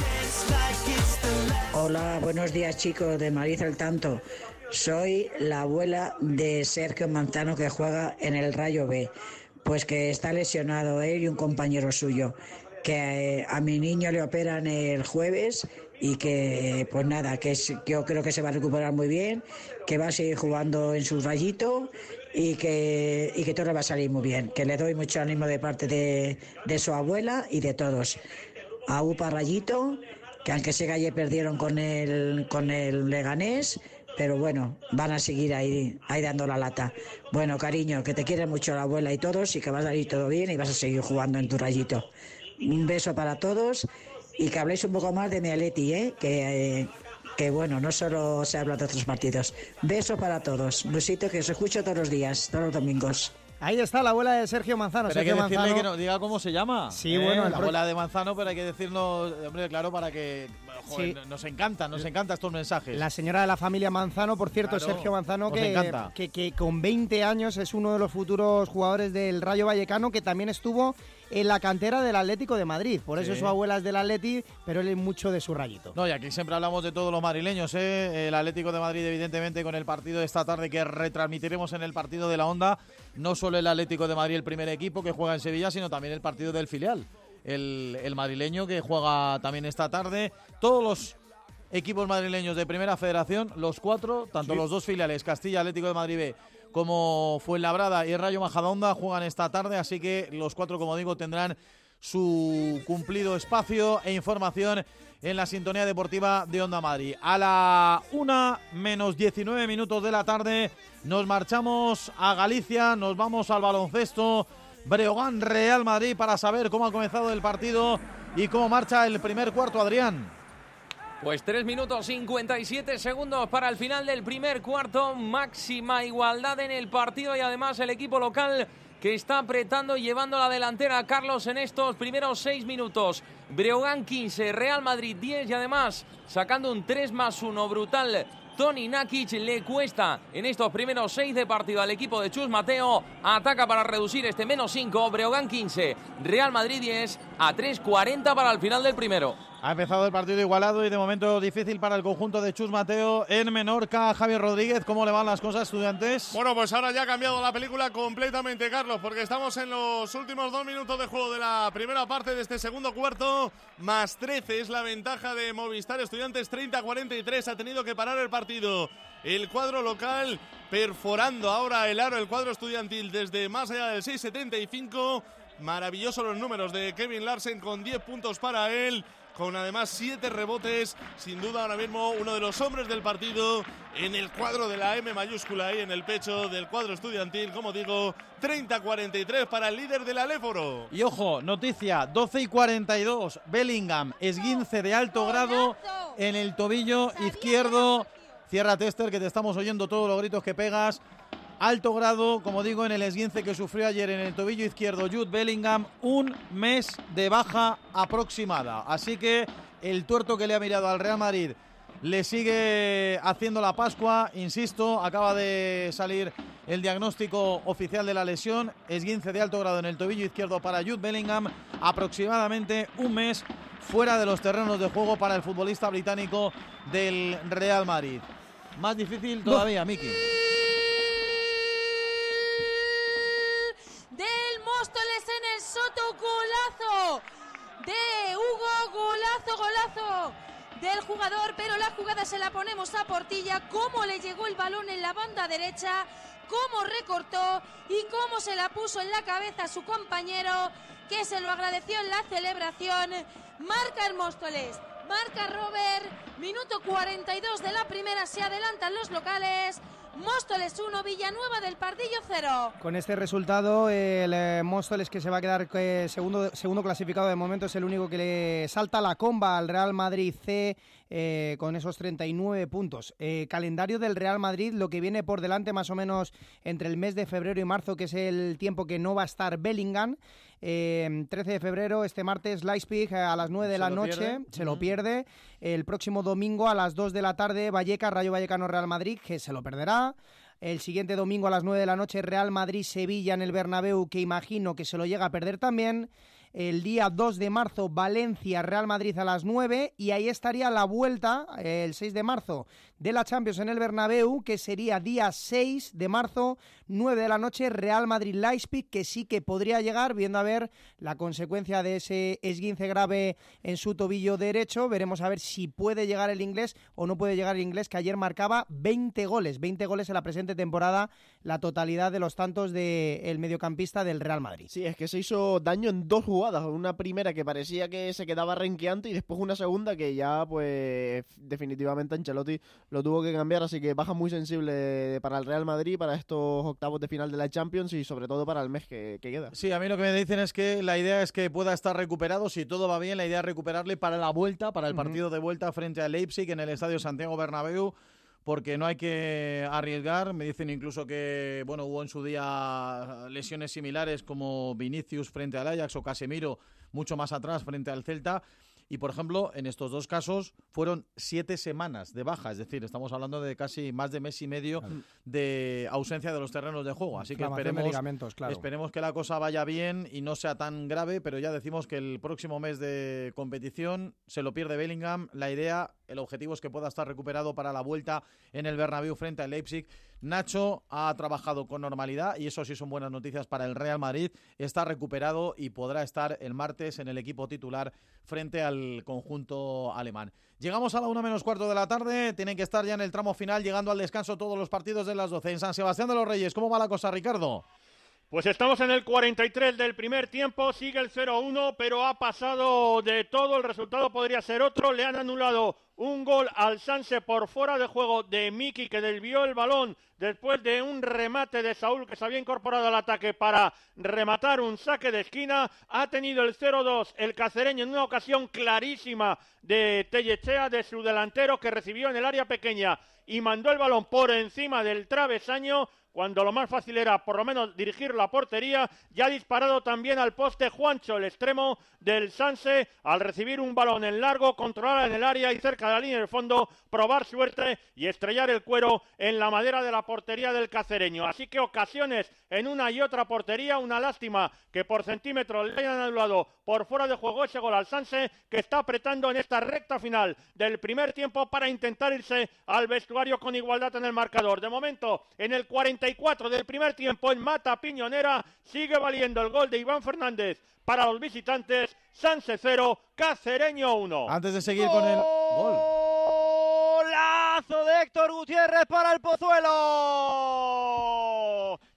Hola, buenos días, chicos de Madrid al Tanto. Soy la abuela de Sergio Manzano, que juega en el Rayo B. Pues que está lesionado él y un compañero suyo. Que eh, a mi niño le operan el jueves y que, pues nada, que es, yo creo que se va a recuperar muy bien, que va a seguir jugando en su rayito y que, y que todo le va a salir muy bien. Que le doy mucho ánimo de parte de, de su abuela y de todos. A Upa Rayito, que aunque sé que ayer perdieron con el, con el Leganés, pero bueno, van a seguir ahí, ahí dando la lata. Bueno, cariño, que te quiere mucho la abuela y todos, y que va a salir todo bien y vas a seguir jugando en tu rayito. Un beso para todos y que habléis un poco más de mi Atleti, ¿eh? Que, eh, que bueno, no solo se habla de otros partidos. Beso para todos. Un besito que os escucho todos los días, todos los domingos. Ahí está la abuela de Sergio Manzano. Pero Sergio hay que decirle Manzano. que nos diga cómo se llama. Sí, ¿eh? bueno, la el pro... abuela de Manzano, pero hay que decirnos, hombre, claro, para que bueno, joder, Sí. nos encanta, nos encantan estos mensajes. La señora de la familia Manzano, por cierto, Claro, Sergio Manzano, nos que, encanta. que, que con veinte años es uno de los futuros jugadores del Rayo Vallecano, que también estuvo en la cantera del Atlético de Madrid. Por eso Sí. su abuela es del Atleti, pero él es mucho de su rayito. No, y aquí siempre hablamos de todos los madrileños, ¿eh? El Atlético de Madrid, evidentemente, con el partido de esta tarde que retransmitiremos en el partido de la Onda. No solo el Atlético de Madrid, el primer equipo que juega en Sevilla, sino también el partido del filial. El, el madrileño que juega también esta tarde. Todos los equipos madrileños de Primera Federación, los cuatro, tanto Sí. los dos filiales, Castilla, Atlético de Madrid B, como Fuenlabrada y Rayo Majadahonda, juegan esta tarde, así que los cuatro, como digo, tendrán su cumplido espacio e información en la sintonía deportiva de Onda Madrid. A la una menos diecinueve minutos de la tarde nos marchamos a Galicia, nos vamos al baloncesto Breogán Real Madrid para saber cómo ha comenzado el partido y cómo marcha el primer cuarto, Adrián. Pues tres minutos cincuenta y siete segundos para el final del primer cuarto. Máxima igualdad en el partido y además el equipo local que está apretando y llevando la delantera, Carlos, en estos primeros seis minutos. Breogán quince, Real Madrid diez y además sacando un tres más uno brutal. Toni Nakic le cuesta en estos primeros seis de partido al equipo de Chus Mateo. Ataca para reducir este menos cinco. Breogán quince, Real Madrid diez, a tres cuarenta para el final del primero. Ha empezado el partido igualado y de momento difícil para el conjunto de Chus Mateo en Menorca. Javier Rodríguez, ¿cómo le van las cosas, Estudiantes? Bueno, pues ahora ya ha cambiado la película completamente, Carlos, porque estamos en los últimos dos minutos de juego de la primera parte de este segundo cuarto. Más trece es la ventaja de Movistar Estudiantes, treinta a cuarenta y tres. Ha tenido que parar el partido el cuadro local, perforando ahora el aro, el cuadro estudiantil desde más allá del seis setenta y cinco. Maravillosos los números de Kevin Larsen con diez puntos para él. con además siete rebotes, sin duda ahora mismo uno de los hombres del partido en el cuadro de la M mayúscula ahí en el pecho del cuadro estudiantil, como digo, treinta a cuarenta y tres para el líder del Aléforo. Y ojo, noticia, doce y cuarenta y dos, Bellingham, esguince de alto grado en el tobillo izquierdo. Cierra Tester, que te estamos oyendo todos los gritos que pegas. Alto grado, como digo, en el esguince que sufrió ayer en el tobillo izquierdo Jude Bellingham, un mes de baja aproximada. Así que el tuerto que le ha mirado al Real Madrid le sigue haciendo la Pascua. Insisto, acaba de salir el diagnóstico oficial de la lesión. Esguince de alto grado en el tobillo izquierdo para Jude Bellingham. Aproximadamente un mes fuera de los terrenos de juego para el futbolista británico del Real Madrid. Más difícil todavía, Miki. Del Móstoles en el Soto, golazo de Hugo, golazo, golazo del jugador, pero la jugada se la ponemos a Portilla. Cómo le llegó el balón en la banda derecha, cómo recortó y cómo se la puso en la cabeza a su compañero, que se lo agradeció en la celebración. Marca el Móstoles, marca Robert, minuto cuarenta y dos de la primera, se adelantan los locales. Móstoles uno, Villanueva del Pardillo cero. Con este resultado, el eh, Móstoles, que se va a quedar eh, segundo, segundo clasificado de momento, es el único que le salta la comba al Real Madrid C eh, con esos treinta y nueve puntos. Eh, calendario del Real Madrid, lo que viene por delante más o menos entre el mes de febrero y marzo, que es el tiempo que no va a estar Bellingham. Eh, trece de febrero, este martes, Leipzig a las nueve de la noche, pierde. se uh-huh. lo pierde. El próximo domingo a las dos de la tarde, Vallecas, Rayo Vallecano, Real Madrid, que se lo perderá. El siguiente domingo a las nueve de la noche, Real Madrid-Sevilla en el Bernabéu, que imagino que se lo llega a perder también. El día dos de marzo, Valencia-Real Madrid a las nueve, y ahí estaría la vuelta, el seis de marzo, de la Champions en el Bernabéu, que sería día seis de marzo, nueve de la noche, Real Madrid-Leipzig, que sí que podría llegar, viendo a ver la consecuencia de ese esguince grave en su tobillo derecho. Veremos a ver si puede llegar el inglés o no puede llegar el inglés, que ayer marcaba veinte goles, veinte goles en la presente temporada, la totalidad de los tantos del mediocampista del Real Madrid. Sí, es que se hizo daño en dos jugadas. Una primera que parecía que se quedaba renqueante y después una segunda que ya, pues, definitivamente Ancelotti lo tuvo que cambiar. Así que baja muy sensible para el Real Madrid, para estos octavos de final de la Champions y sobre todo para el mes que, que queda. Sí, a mí lo que me dicen es que la idea es que pueda estar recuperado. Si todo va bien, la idea es recuperarle para la vuelta, para el partido uh-huh. de vuelta frente a Leipzig en el Estadio Santiago Bernabéu, porque no hay que arriesgar. Me dicen incluso que bueno, hubo en su día lesiones similares como Vinicius frente al Ajax o Casemiro mucho más atrás frente al Celta. Y, por ejemplo, en estos dos casos fueron siete semanas de baja, es decir, estamos hablando de casi más de mes y medio claro. de ausencia de los terrenos de juego. Así que esperemos, claro. esperemos que la cosa vaya bien y no sea tan grave, pero ya decimos que el próximo mes de competición se lo pierde Bellingham. La idea, el objetivo es que pueda estar recuperado para la vuelta en el Bernabéu frente al Leipzig. Nacho ha trabajado con normalidad y eso sí son buenas noticias para el Real Madrid. Está recuperado y podrá estar el martes en el equipo titular frente al conjunto alemán. Llegamos a la una menos cuarto de la tarde. Tienen que estar ya en el tramo final, llegando al descanso todos los partidos de las doce. En San Sebastián de los Reyes, ¿cómo va la cosa, Ricardo? Pues estamos en el cuarenta y tres del primer tiempo, sigue el cero uno, pero ha pasado de todo, el resultado podría ser otro. Le han anulado un gol al Sanse por fuera de juego de Miki, que desvió el balón después de un remate de Saúl, que se había incorporado al ataque para rematar un saque de esquina. Ha tenido el cero dos el cacereño en una ocasión clarísima de Tellechea, de su delantero, que recibió en el área pequeña y mandó el balón por encima del travesaño, cuando lo más fácil era por lo menos dirigir la portería. Ya ha disparado también al poste Juancho, el extremo del Sanse, al recibir un balón en largo, controlar en el área y cerca de la línea del fondo, probar suerte y estrellar el cuero en la madera de la portería del cacereño. Así que ocasiones en una y otra portería. Una lástima que por centímetros le hayan anulado por fuera de juego ese gol al Sanse, que está apretando en esta recta final del primer tiempo para intentar irse al vestuario con igualdad en el marcador. De momento, en el cuarenta y cuatro del primer tiempo, en Mata Piñonera, sigue valiendo el gol de Iván Fernández para los visitantes. Sanse cero, Cacereño uno. Antes de seguir con el gol, golazo de Héctor Gutiérrez para el Pozuelo.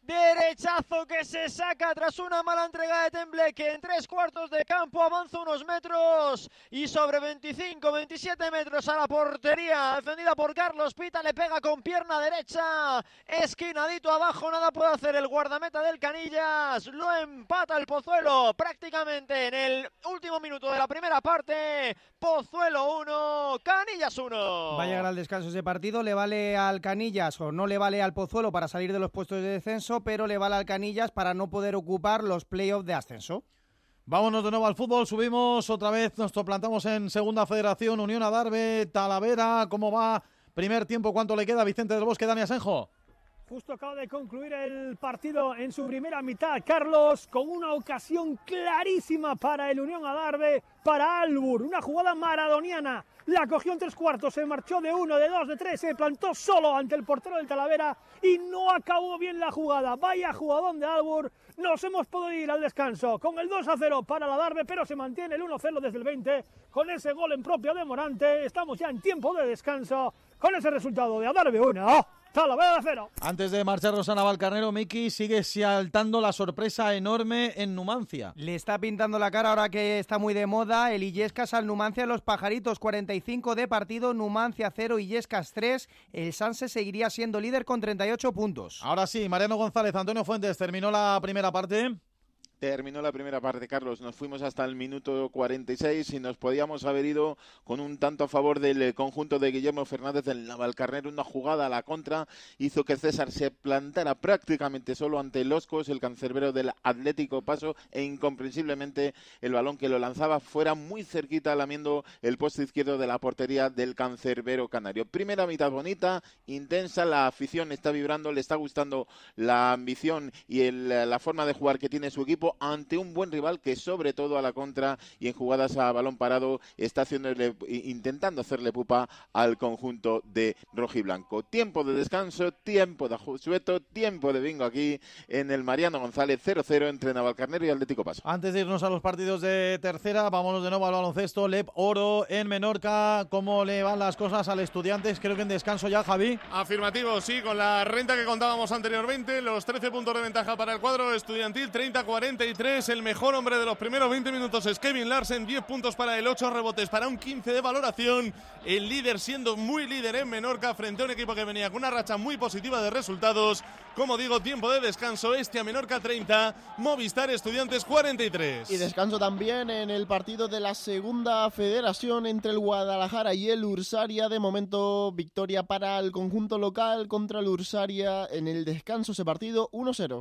Derechazo que se saca tras una mala entrega de Tembleque. En tres cuartos de campo avanza unos metros y sobre veinticinco, veintisiete metros a la portería. Defendida por Carlos Pita, le pega con pierna derecha. Esquinadito abajo, nada puede hacer el guardameta del Canillas. Lo empata el Pozuelo prácticamente en el último minuto de la primera parte. Pozuelo uno, Canillas uno. Va a llegar al descanso ese partido, le vale al Canillas o no le vale al Pozuelo para salir de los puestos de descenso, pero le vale al Canillas para no poder ocupar los playoffs de ascenso. Vámonos de nuevo al fútbol, subimos otra vez, nos plantamos en Segunda Federación, Unión Adarve, Talavera. ¿Cómo va? Primer tiempo, ¿cuánto le queda? Vicente del Bosque, Dani Asenjo. Justo acaba de concluir el partido en su primera mitad, Carlos, con una ocasión clarísima para el Unión Adarve, para Albur, una jugada maradoniana. La cogió en tres cuartos, se marchó de uno, de dos, de tres, se plantó solo ante el portero del Talavera y no acabó bien la jugada. Vaya jugadón de Albur. Nos hemos podido ir al descanso con el dos a cero para la Darbe, pero se mantiene el uno cero desde el veinte con ese gol en propia de Morante. Estamos ya en tiempo de descanso con ese resultado de Adarve uno, Talavera cero. Antes de marcharnos a Navalcarnero, Miki, sigue saltando la sorpresa enorme en Numancia. Le está pintando la cara ahora que está muy de moda el Illescas al Numancia Los Pajaritos, cuarenta y cinco de partido, Numancia cero, Illescas tres. El Sanse seguiría siendo líder con treinta y ocho puntos. Ahora sí, Mariano González, Antonio Fuentes, terminó la primera parte. Terminó la primera parte, Carlos. Nos fuimos hasta el minuto cuarenta y seis y nos podíamos haber ido con un tanto a favor del conjunto de Guillermo Fernández del Navalcarnero. Una jugada a la contra hizo que César se plantara prácticamente solo ante el Oscos, el cancerbero del Atlético Paso, e incomprensiblemente el balón que lo lanzaba fuera muy cerquita, lamiendo el poste izquierdo de la portería del cancerbero canario. Primera mitad bonita, intensa, la afición está vibrando, le está gustando la ambición y el, la forma de jugar que tiene su equipo ante un buen rival que sobre todo a la contra y en jugadas a balón parado está haciéndole, intentando hacerle pupa al conjunto de rojiblanco. Tiempo de descanso, tiempo de sueto, tiempo de bingo aquí en el Mariano González, cero cero entre Navalcarnero y Atlético Paso. Antes de irnos a los partidos de tercera, vámonos de nuevo al baloncesto. Lep Oro en Menorca. ¿Cómo le van las cosas al Estudiantes? Creo que en descanso ya, Javi. Afirmativo, sí, con la renta que contábamos anteriormente, los trece puntos de ventaja para el cuadro estudiantil, treinta cuarenta y tres, el mejor hombre de los primeros veinte minutos es Kevin Larsen, diez puntos para él, ocho rebotes para un quince de valoración, el líder siendo muy líder en Menorca frente a un equipo que venía con una racha muy positiva de resultados. Como digo, tiempo de descanso, este a Menorca treinta, Movistar Estudiantes cuarenta y tres. Y descanso también en el partido de la Segunda Federación entre el Guadalajara y el Ursaria. De momento, victoria para el conjunto local contra el Ursaria en el descanso, ese partido uno cero.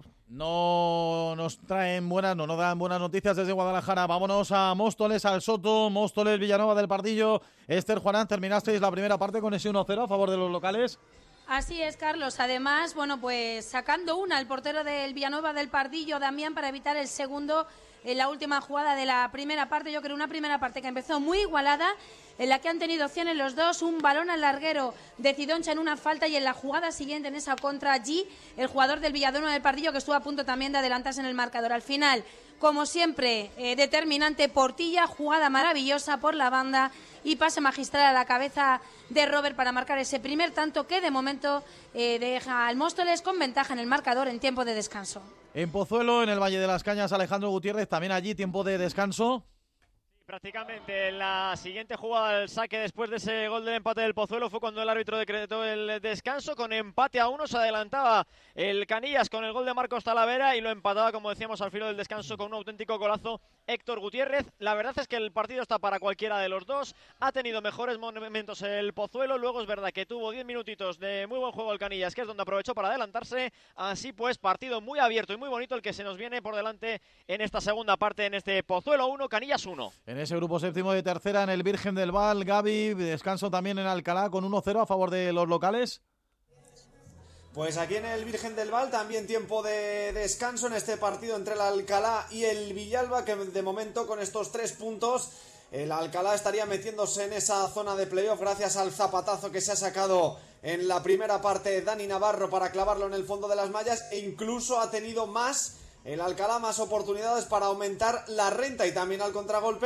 No nos traen buenas, no nos dan buenas noticias desde Guadalajara. Vámonos a Móstoles, al Soto, Móstoles, Villanueva del Pardillo. Esther, Juanán, terminasteis la primera parte con ese uno cero a favor de los locales. Así es, Carlos. Además, bueno, pues sacando una el portero del Villanueva del Pardillo, Damián, para evitar el segundo en la última jugada de la primera parte. Yo creo una primera parte que empezó muy igualada, en la que han tenido opciones los dos, un balón al larguero de Cidoncha en una falta y en la jugada siguiente, en esa contra allí, el jugador del Villanueva del Pardillo, que estuvo a punto también de adelantarse en el marcador. Al final, como siempre, eh, determinante Portilla, jugada maravillosa por la banda y pase magistral a la cabeza de Robert para marcar ese primer tanto que de momento eh, deja al Móstoles con ventaja en el marcador en tiempo de descanso. En Pozuelo, en el Valle de las Cañas, Alejandro Gutiérrez, también allí tiempo de descanso. Prácticamente en la siguiente jugada, el saque después de ese gol del empate del Pozuelo fue cuando el árbitro decretó el descanso. Con empate a uno se adelantaba el Canillas con el gol de Marcos Talavera y lo empataba, como decíamos, al filo del descanso con un auténtico golazo Héctor Gutiérrez. La verdad es que el partido está para cualquiera de los dos. Ha tenido mejores momentos el Pozuelo. Luego es verdad que tuvo diez minutitos de muy buen juego el Canillas, que es donde aprovechó para adelantarse. Así pues, partido muy abierto y muy bonito el que se nos viene por delante en esta segunda parte, en este Pozuelo uno, Canillas uno. En ese grupo séptimo de tercera, en el Virgen del Val, Gaby, descanso también en Alcalá con uno cero a favor de los locales. Pues aquí en el Virgen del Val también tiempo de descanso en este partido entre el Alcalá y el Villalba, que de momento con estos tres puntos el Alcalá estaría metiéndose en esa zona de playoff gracias al zapatazo que se ha sacado en la primera parte Dani Navarro para clavarlo en el fondo de las mallas, e incluso ha tenido más el Alcalá, más oportunidades para aumentar la renta, y también al contragolpe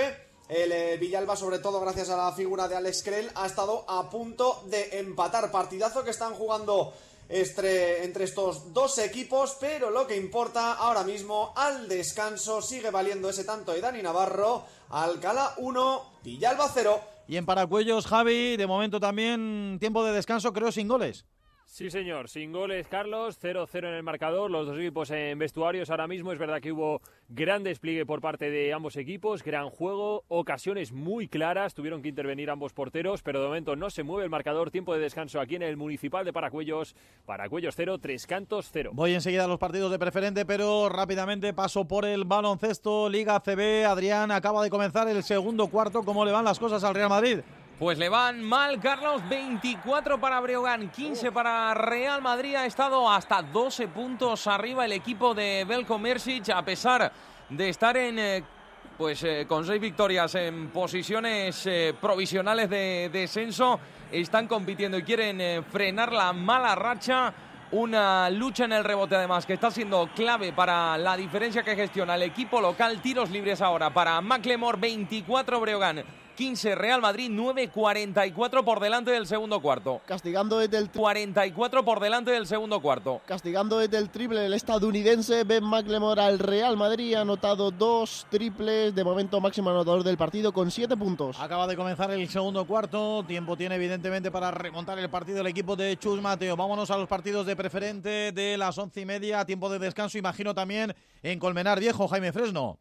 el eh, Villalba, sobre todo gracias a la figura de Alex Krell, ha estado a punto de empatar. Partidazo que están jugando entre, entre estos dos equipos, pero lo que importa ahora mismo, al descanso, sigue valiendo ese tanto de Dani Navarro. Alcalá uno, Villalba cero. Y en Paracuellos, Javi, de momento también tiempo de descanso, creo, sin goles. Sí, señor, sin goles, Carlos, cero cero en el marcador, los dos equipos en vestuarios ahora mismo. Es verdad que hubo gran despliegue por parte de ambos equipos, gran juego, ocasiones muy claras, tuvieron que intervenir ambos porteros, pero de momento no se mueve el marcador. Tiempo de descanso aquí en el Municipal de Paracuellos, Paracuellos cero, Tres Cantos cero. Voy enseguida a los partidos de preferente, pero rápidamente paso por el baloncesto, Liga C B. Adrián, acaba de comenzar el segundo cuarto, ¿cómo le van las cosas al Real Madrid? Pues le van mal, Carlos, veinticuatro para Breogán, quince para Real Madrid. Ha estado hasta doce puntos arriba el equipo de Veljko Micic, a pesar de estar en, eh, pues, eh, con seis victorias en posiciones eh, provisionales de descenso. Están compitiendo y quieren eh, frenar la mala racha. Una lucha en el rebote, además, que está siendo clave para la diferencia que gestiona el equipo local. Tiros libres ahora para Macklemore, veinticuatro Breogán, quince Real Madrid, nueve cuarenta y cuatro por delante del segundo cuarto. Castigando desde el tri- cuarenta y cuatro por delante del segundo cuarto. Castigando desde el triple el estadounidense Ben Macklemore al Real Madrid. Ha anotado dos triples, de momento máximo anotador del partido con siete puntos. Acaba de comenzar el segundo cuarto. Tiempo tiene evidentemente para remontar el partido el equipo de Chus Mateo. Vámonos a los partidos de preferente de las once y media. Tiempo de descanso, imagino también en Colmenar Viejo, Jaime Fresno.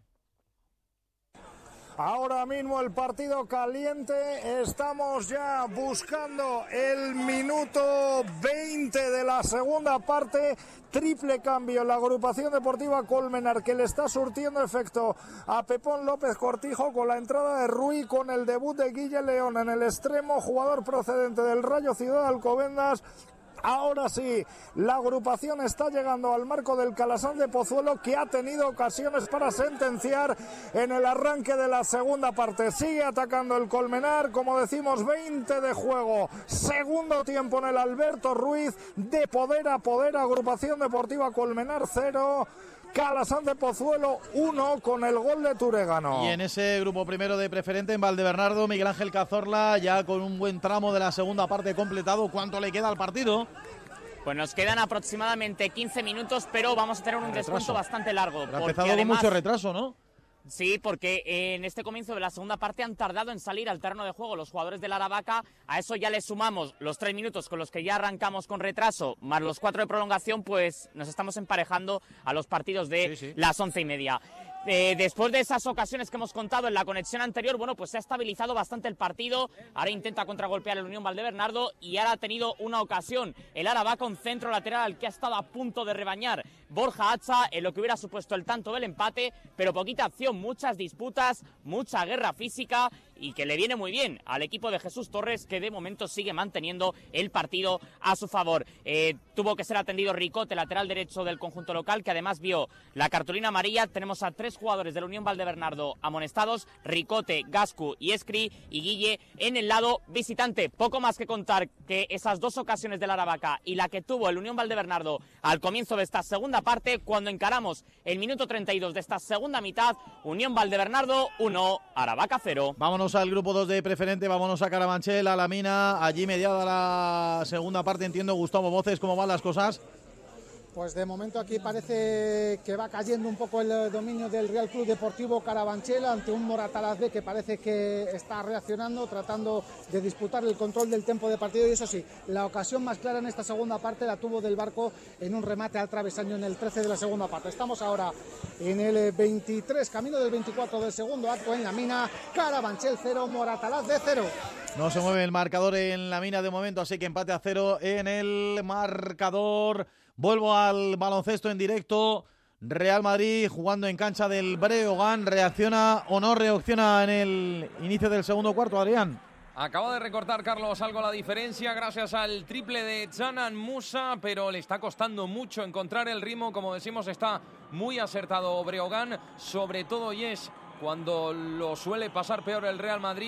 Ahora mismo el partido caliente, estamos ya buscando el minuto veinte de la segunda parte, triple cambio en la agrupación deportiva Colmenar, que le está surtiendo efecto a Pepón López Cortijo con la entrada de Rui, con el debut de Guille León en el extremo, jugador procedente del Rayo Ciudad de Alcobendas. Ahora sí, la agrupación está llegando al marco del Calasán de Pozuelo, que ha tenido ocasiones para sentenciar en el arranque de la segunda parte. Sigue atacando el Colmenar, como decimos, veinte de juego. Segundo tiempo en el Alberto Ruiz, de poder a poder, agrupación deportiva Colmenar cero. Calasán de Pozuelo uno con el gol de Turegano. Y en ese grupo primero de preferente en Valdebernardo, Miguel Ángel Cazorla, ya con un buen tramo de la segunda parte completado. ¿Cuánto le queda al partido? Pues nos quedan aproximadamente quince minutos, pero vamos a tener un Retraso. descuento bastante largo. Pero ha empezado con mucho retraso, ¿no? Sí, porque en este comienzo de la segunda parte han tardado en salir al terreno de juego los jugadores del Aravaca. A eso ya le sumamos los tres minutos con los que ya arrancamos con retraso, más los cuatro de prolongación, pues nos estamos emparejando a los partidos de sí, sí. las once y media. Eh, después de esas ocasiones que hemos contado en la conexión anterior, bueno, pues se ha estabilizado bastante el partido. Ahora intenta contragolpear el Unión Valdebernardo y ahora ha tenido una ocasión el Aravaca, un centro lateral al que ha estado a punto de rebañar Borja Atza, en lo que hubiera supuesto el tanto del empate, pero poquita acción, muchas disputas, mucha guerra física, y que le viene muy bien al equipo de Jesús Torres, que de momento sigue manteniendo el partido a su favor. Eh, tuvo que ser atendido Ricote, lateral derecho del conjunto local, que además vio la cartulina amarilla. Tenemos a tres jugadores del Unión Valdebernardo amonestados: Ricote, Gascu y Escri, y Guille en el lado visitante. Poco más que contar que esas dos ocasiones del Aravaca y la que tuvo el Unión Valdebernardo al comienzo de esta segunda parte, cuando encaramos el minuto treinta y dos de esta segunda mitad. Unión Valdebernardo uno, Aravaca cero. Vámonos al grupo dos de preferente, vámonos a Carabanchel, a la Mina, allí mediada la segunda parte. Entiendo, Gustavo Moces, ¿cómo van las cosas? Pues de momento aquí parece que va cayendo un poco el dominio del Real Club Deportivo Carabanchel ante un Moratalaz B que parece que está reaccionando, tratando de disputar el control del tiempo de partido. Y eso sí, la ocasión más clara en esta segunda parte la tuvo Del Barco en un remate al travesaño en el trece de la segunda parte. Estamos ahora en el veintitrés, camino del veinticuatro del segundo acto en la Mina. Carabanchel cero, Moratalaz B cero. No se mueve el marcador en la Mina de momento, así que empate a cero en el marcador. Vuelvo al baloncesto en directo. Real Madrid jugando en cancha del Breogán. ¿Reacciona o no reacciona en el inicio del segundo cuarto, Adrián? Acaba de recortar Carlos algo la diferencia gracias al triple de Canan Musa, pero le está costando mucho encontrar el ritmo. Como decimos, está muy acertado Breogán, sobre todo, y es cuando lo suele pasar peor el Real Madrid.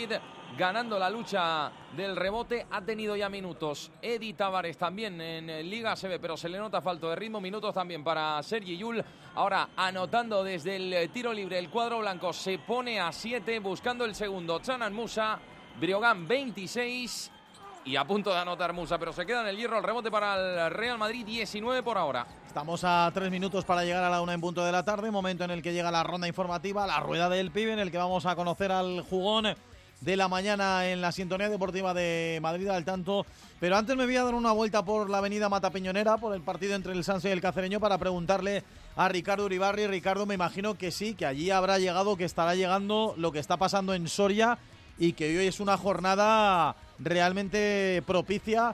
ganando la lucha del rebote. Ha tenido ya minutos Edi Tavares también en Liga A C B, pero se le nota falta de ritmo. Minutos también para Sergi Llull. Ahora anotando desde el tiro libre el cuadro blanco. Se pone a siete buscando el segundo. Chanan Musa, Breogán veintiséis. Y a punto de anotar Musa, pero se queda en el hierro. El rebote para el Real Madrid, diecinueve por ahora. Estamos a tres minutos para llegar a la una en punto de la tarde, momento en el que llega la ronda informativa, la rueda del pibe, en el que vamos a conocer al jugón de la mañana en la sintonía deportiva de Madrid al tanto. Pero antes me voy a dar una vuelta por la avenida Matapeñonera, por el partido entre el Sanse y el Cacereño, para preguntarle a Ricardo Uribarri. Ricardo, me imagino que sí, que allí habrá llegado, que estará llegando lo que está pasando en Soria y que hoy es una jornada realmente propicia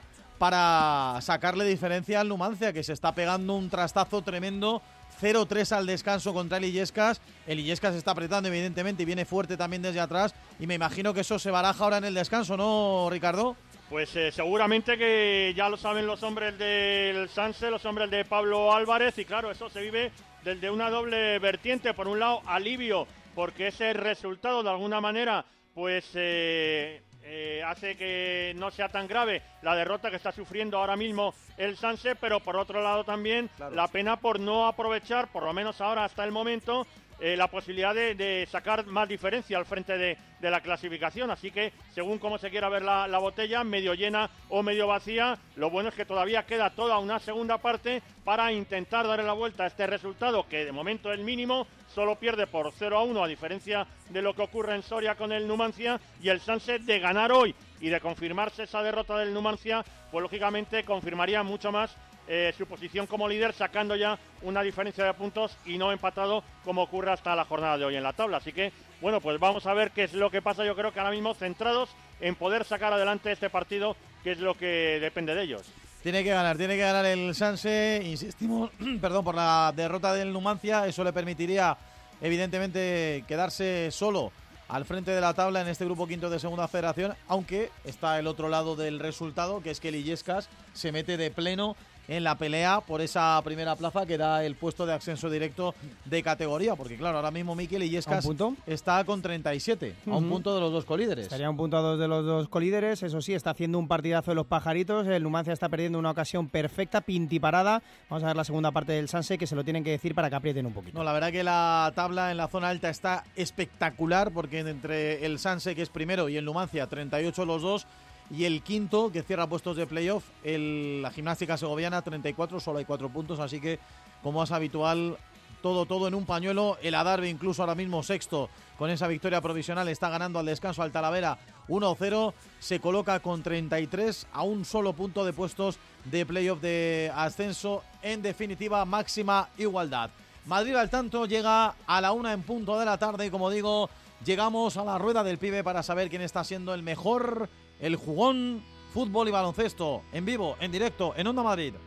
para sacarle diferencia al Numancia, que se está pegando un trastazo tremendo. cero tres al descanso contra el Illescas. El Illescas está apretando, evidentemente, y viene fuerte también desde atrás. Y me imagino que eso se baraja ahora en el descanso, ¿no, Ricardo? Pues eh, seguramente que ya lo saben los hombres del Sanse, los hombres de Pablo Álvarez. Y claro, eso se vive desde una doble vertiente. Por un lado, alivio, porque ese resultado, de alguna manera, pues eh, eh, hace que no sea tan grave la derrota que está sufriendo ahora mismo el Sanse, pero por otro lado también claro, la pena por no aprovechar, por lo menos ahora hasta el momento, eh, la posibilidad de, de sacar más diferencia al frente de, de la clasificación. Así que según cómo se quiera ver la, la botella, medio llena o medio vacía, lo bueno es que todavía queda toda una segunda parte para intentar darle la vuelta a este resultado, que de momento es mínimo. Solo pierde por cero a uno, a diferencia de lo que ocurre en Soria con el Numancia, y el Sanse, de ganar hoy y de confirmarse esa derrota del Numancia, pues lógicamente confirmaría mucho más eh, su posición como líder, sacando ya una diferencia de puntos y no empatado como ocurre hasta la jornada de hoy en la tabla. Así que, bueno, pues vamos a ver qué es lo que pasa. Yo creo que ahora mismo centrados en poder sacar adelante este partido, que es lo que depende de ellos. Tiene que ganar, tiene que ganar el Sanse, insistimos, perdón, por la derrota del Numancia. Eso le permitiría, evidentemente, quedarse solo al frente de la tabla en este grupo quinto de Segunda Federación, aunque está el otro lado del resultado, que es que el Illescas se mete de pleno en la pelea por esa primera plaza que da el puesto de ascenso directo de categoría, porque claro, ahora mismo Mikel Illescas está con treinta y siete, uh-huh, a un punto de los dos colíderes. Estaría a un punto a dos de los dos colíderes, eso sí, está haciendo un partidazo de los pajaritos, el Numancia está perdiendo una ocasión perfecta, pintiparada. Vamos a ver la segunda parte del Sanse, que se lo tienen que decir para que aprieten un poquito. No, la verdad que la tabla en la zona alta está espectacular, porque entre el Sanse, que es primero, y el Numancia, treinta y ocho los dos, y el quinto, que cierra puestos de playoff, el, la Gimnástica Segoviana, treinta y cuatro, solo hay cuatro puntos, así que, como es habitual, todo, todo en un pañuelo. El Adarve, incluso ahora mismo sexto, con esa victoria provisional, está ganando al descanso al Talavera uno cero, se coloca con treinta y tres, a un solo punto de puestos de playoff de ascenso. En definitiva, máxima igualdad. Madrid al tanto llega a la una en punto de la tarde, y como digo, llegamos a la rueda del pibe para saber quién está siendo el mejor, el jugón, fútbol y baloncesto, en vivo, en directo, en Onda Madrid.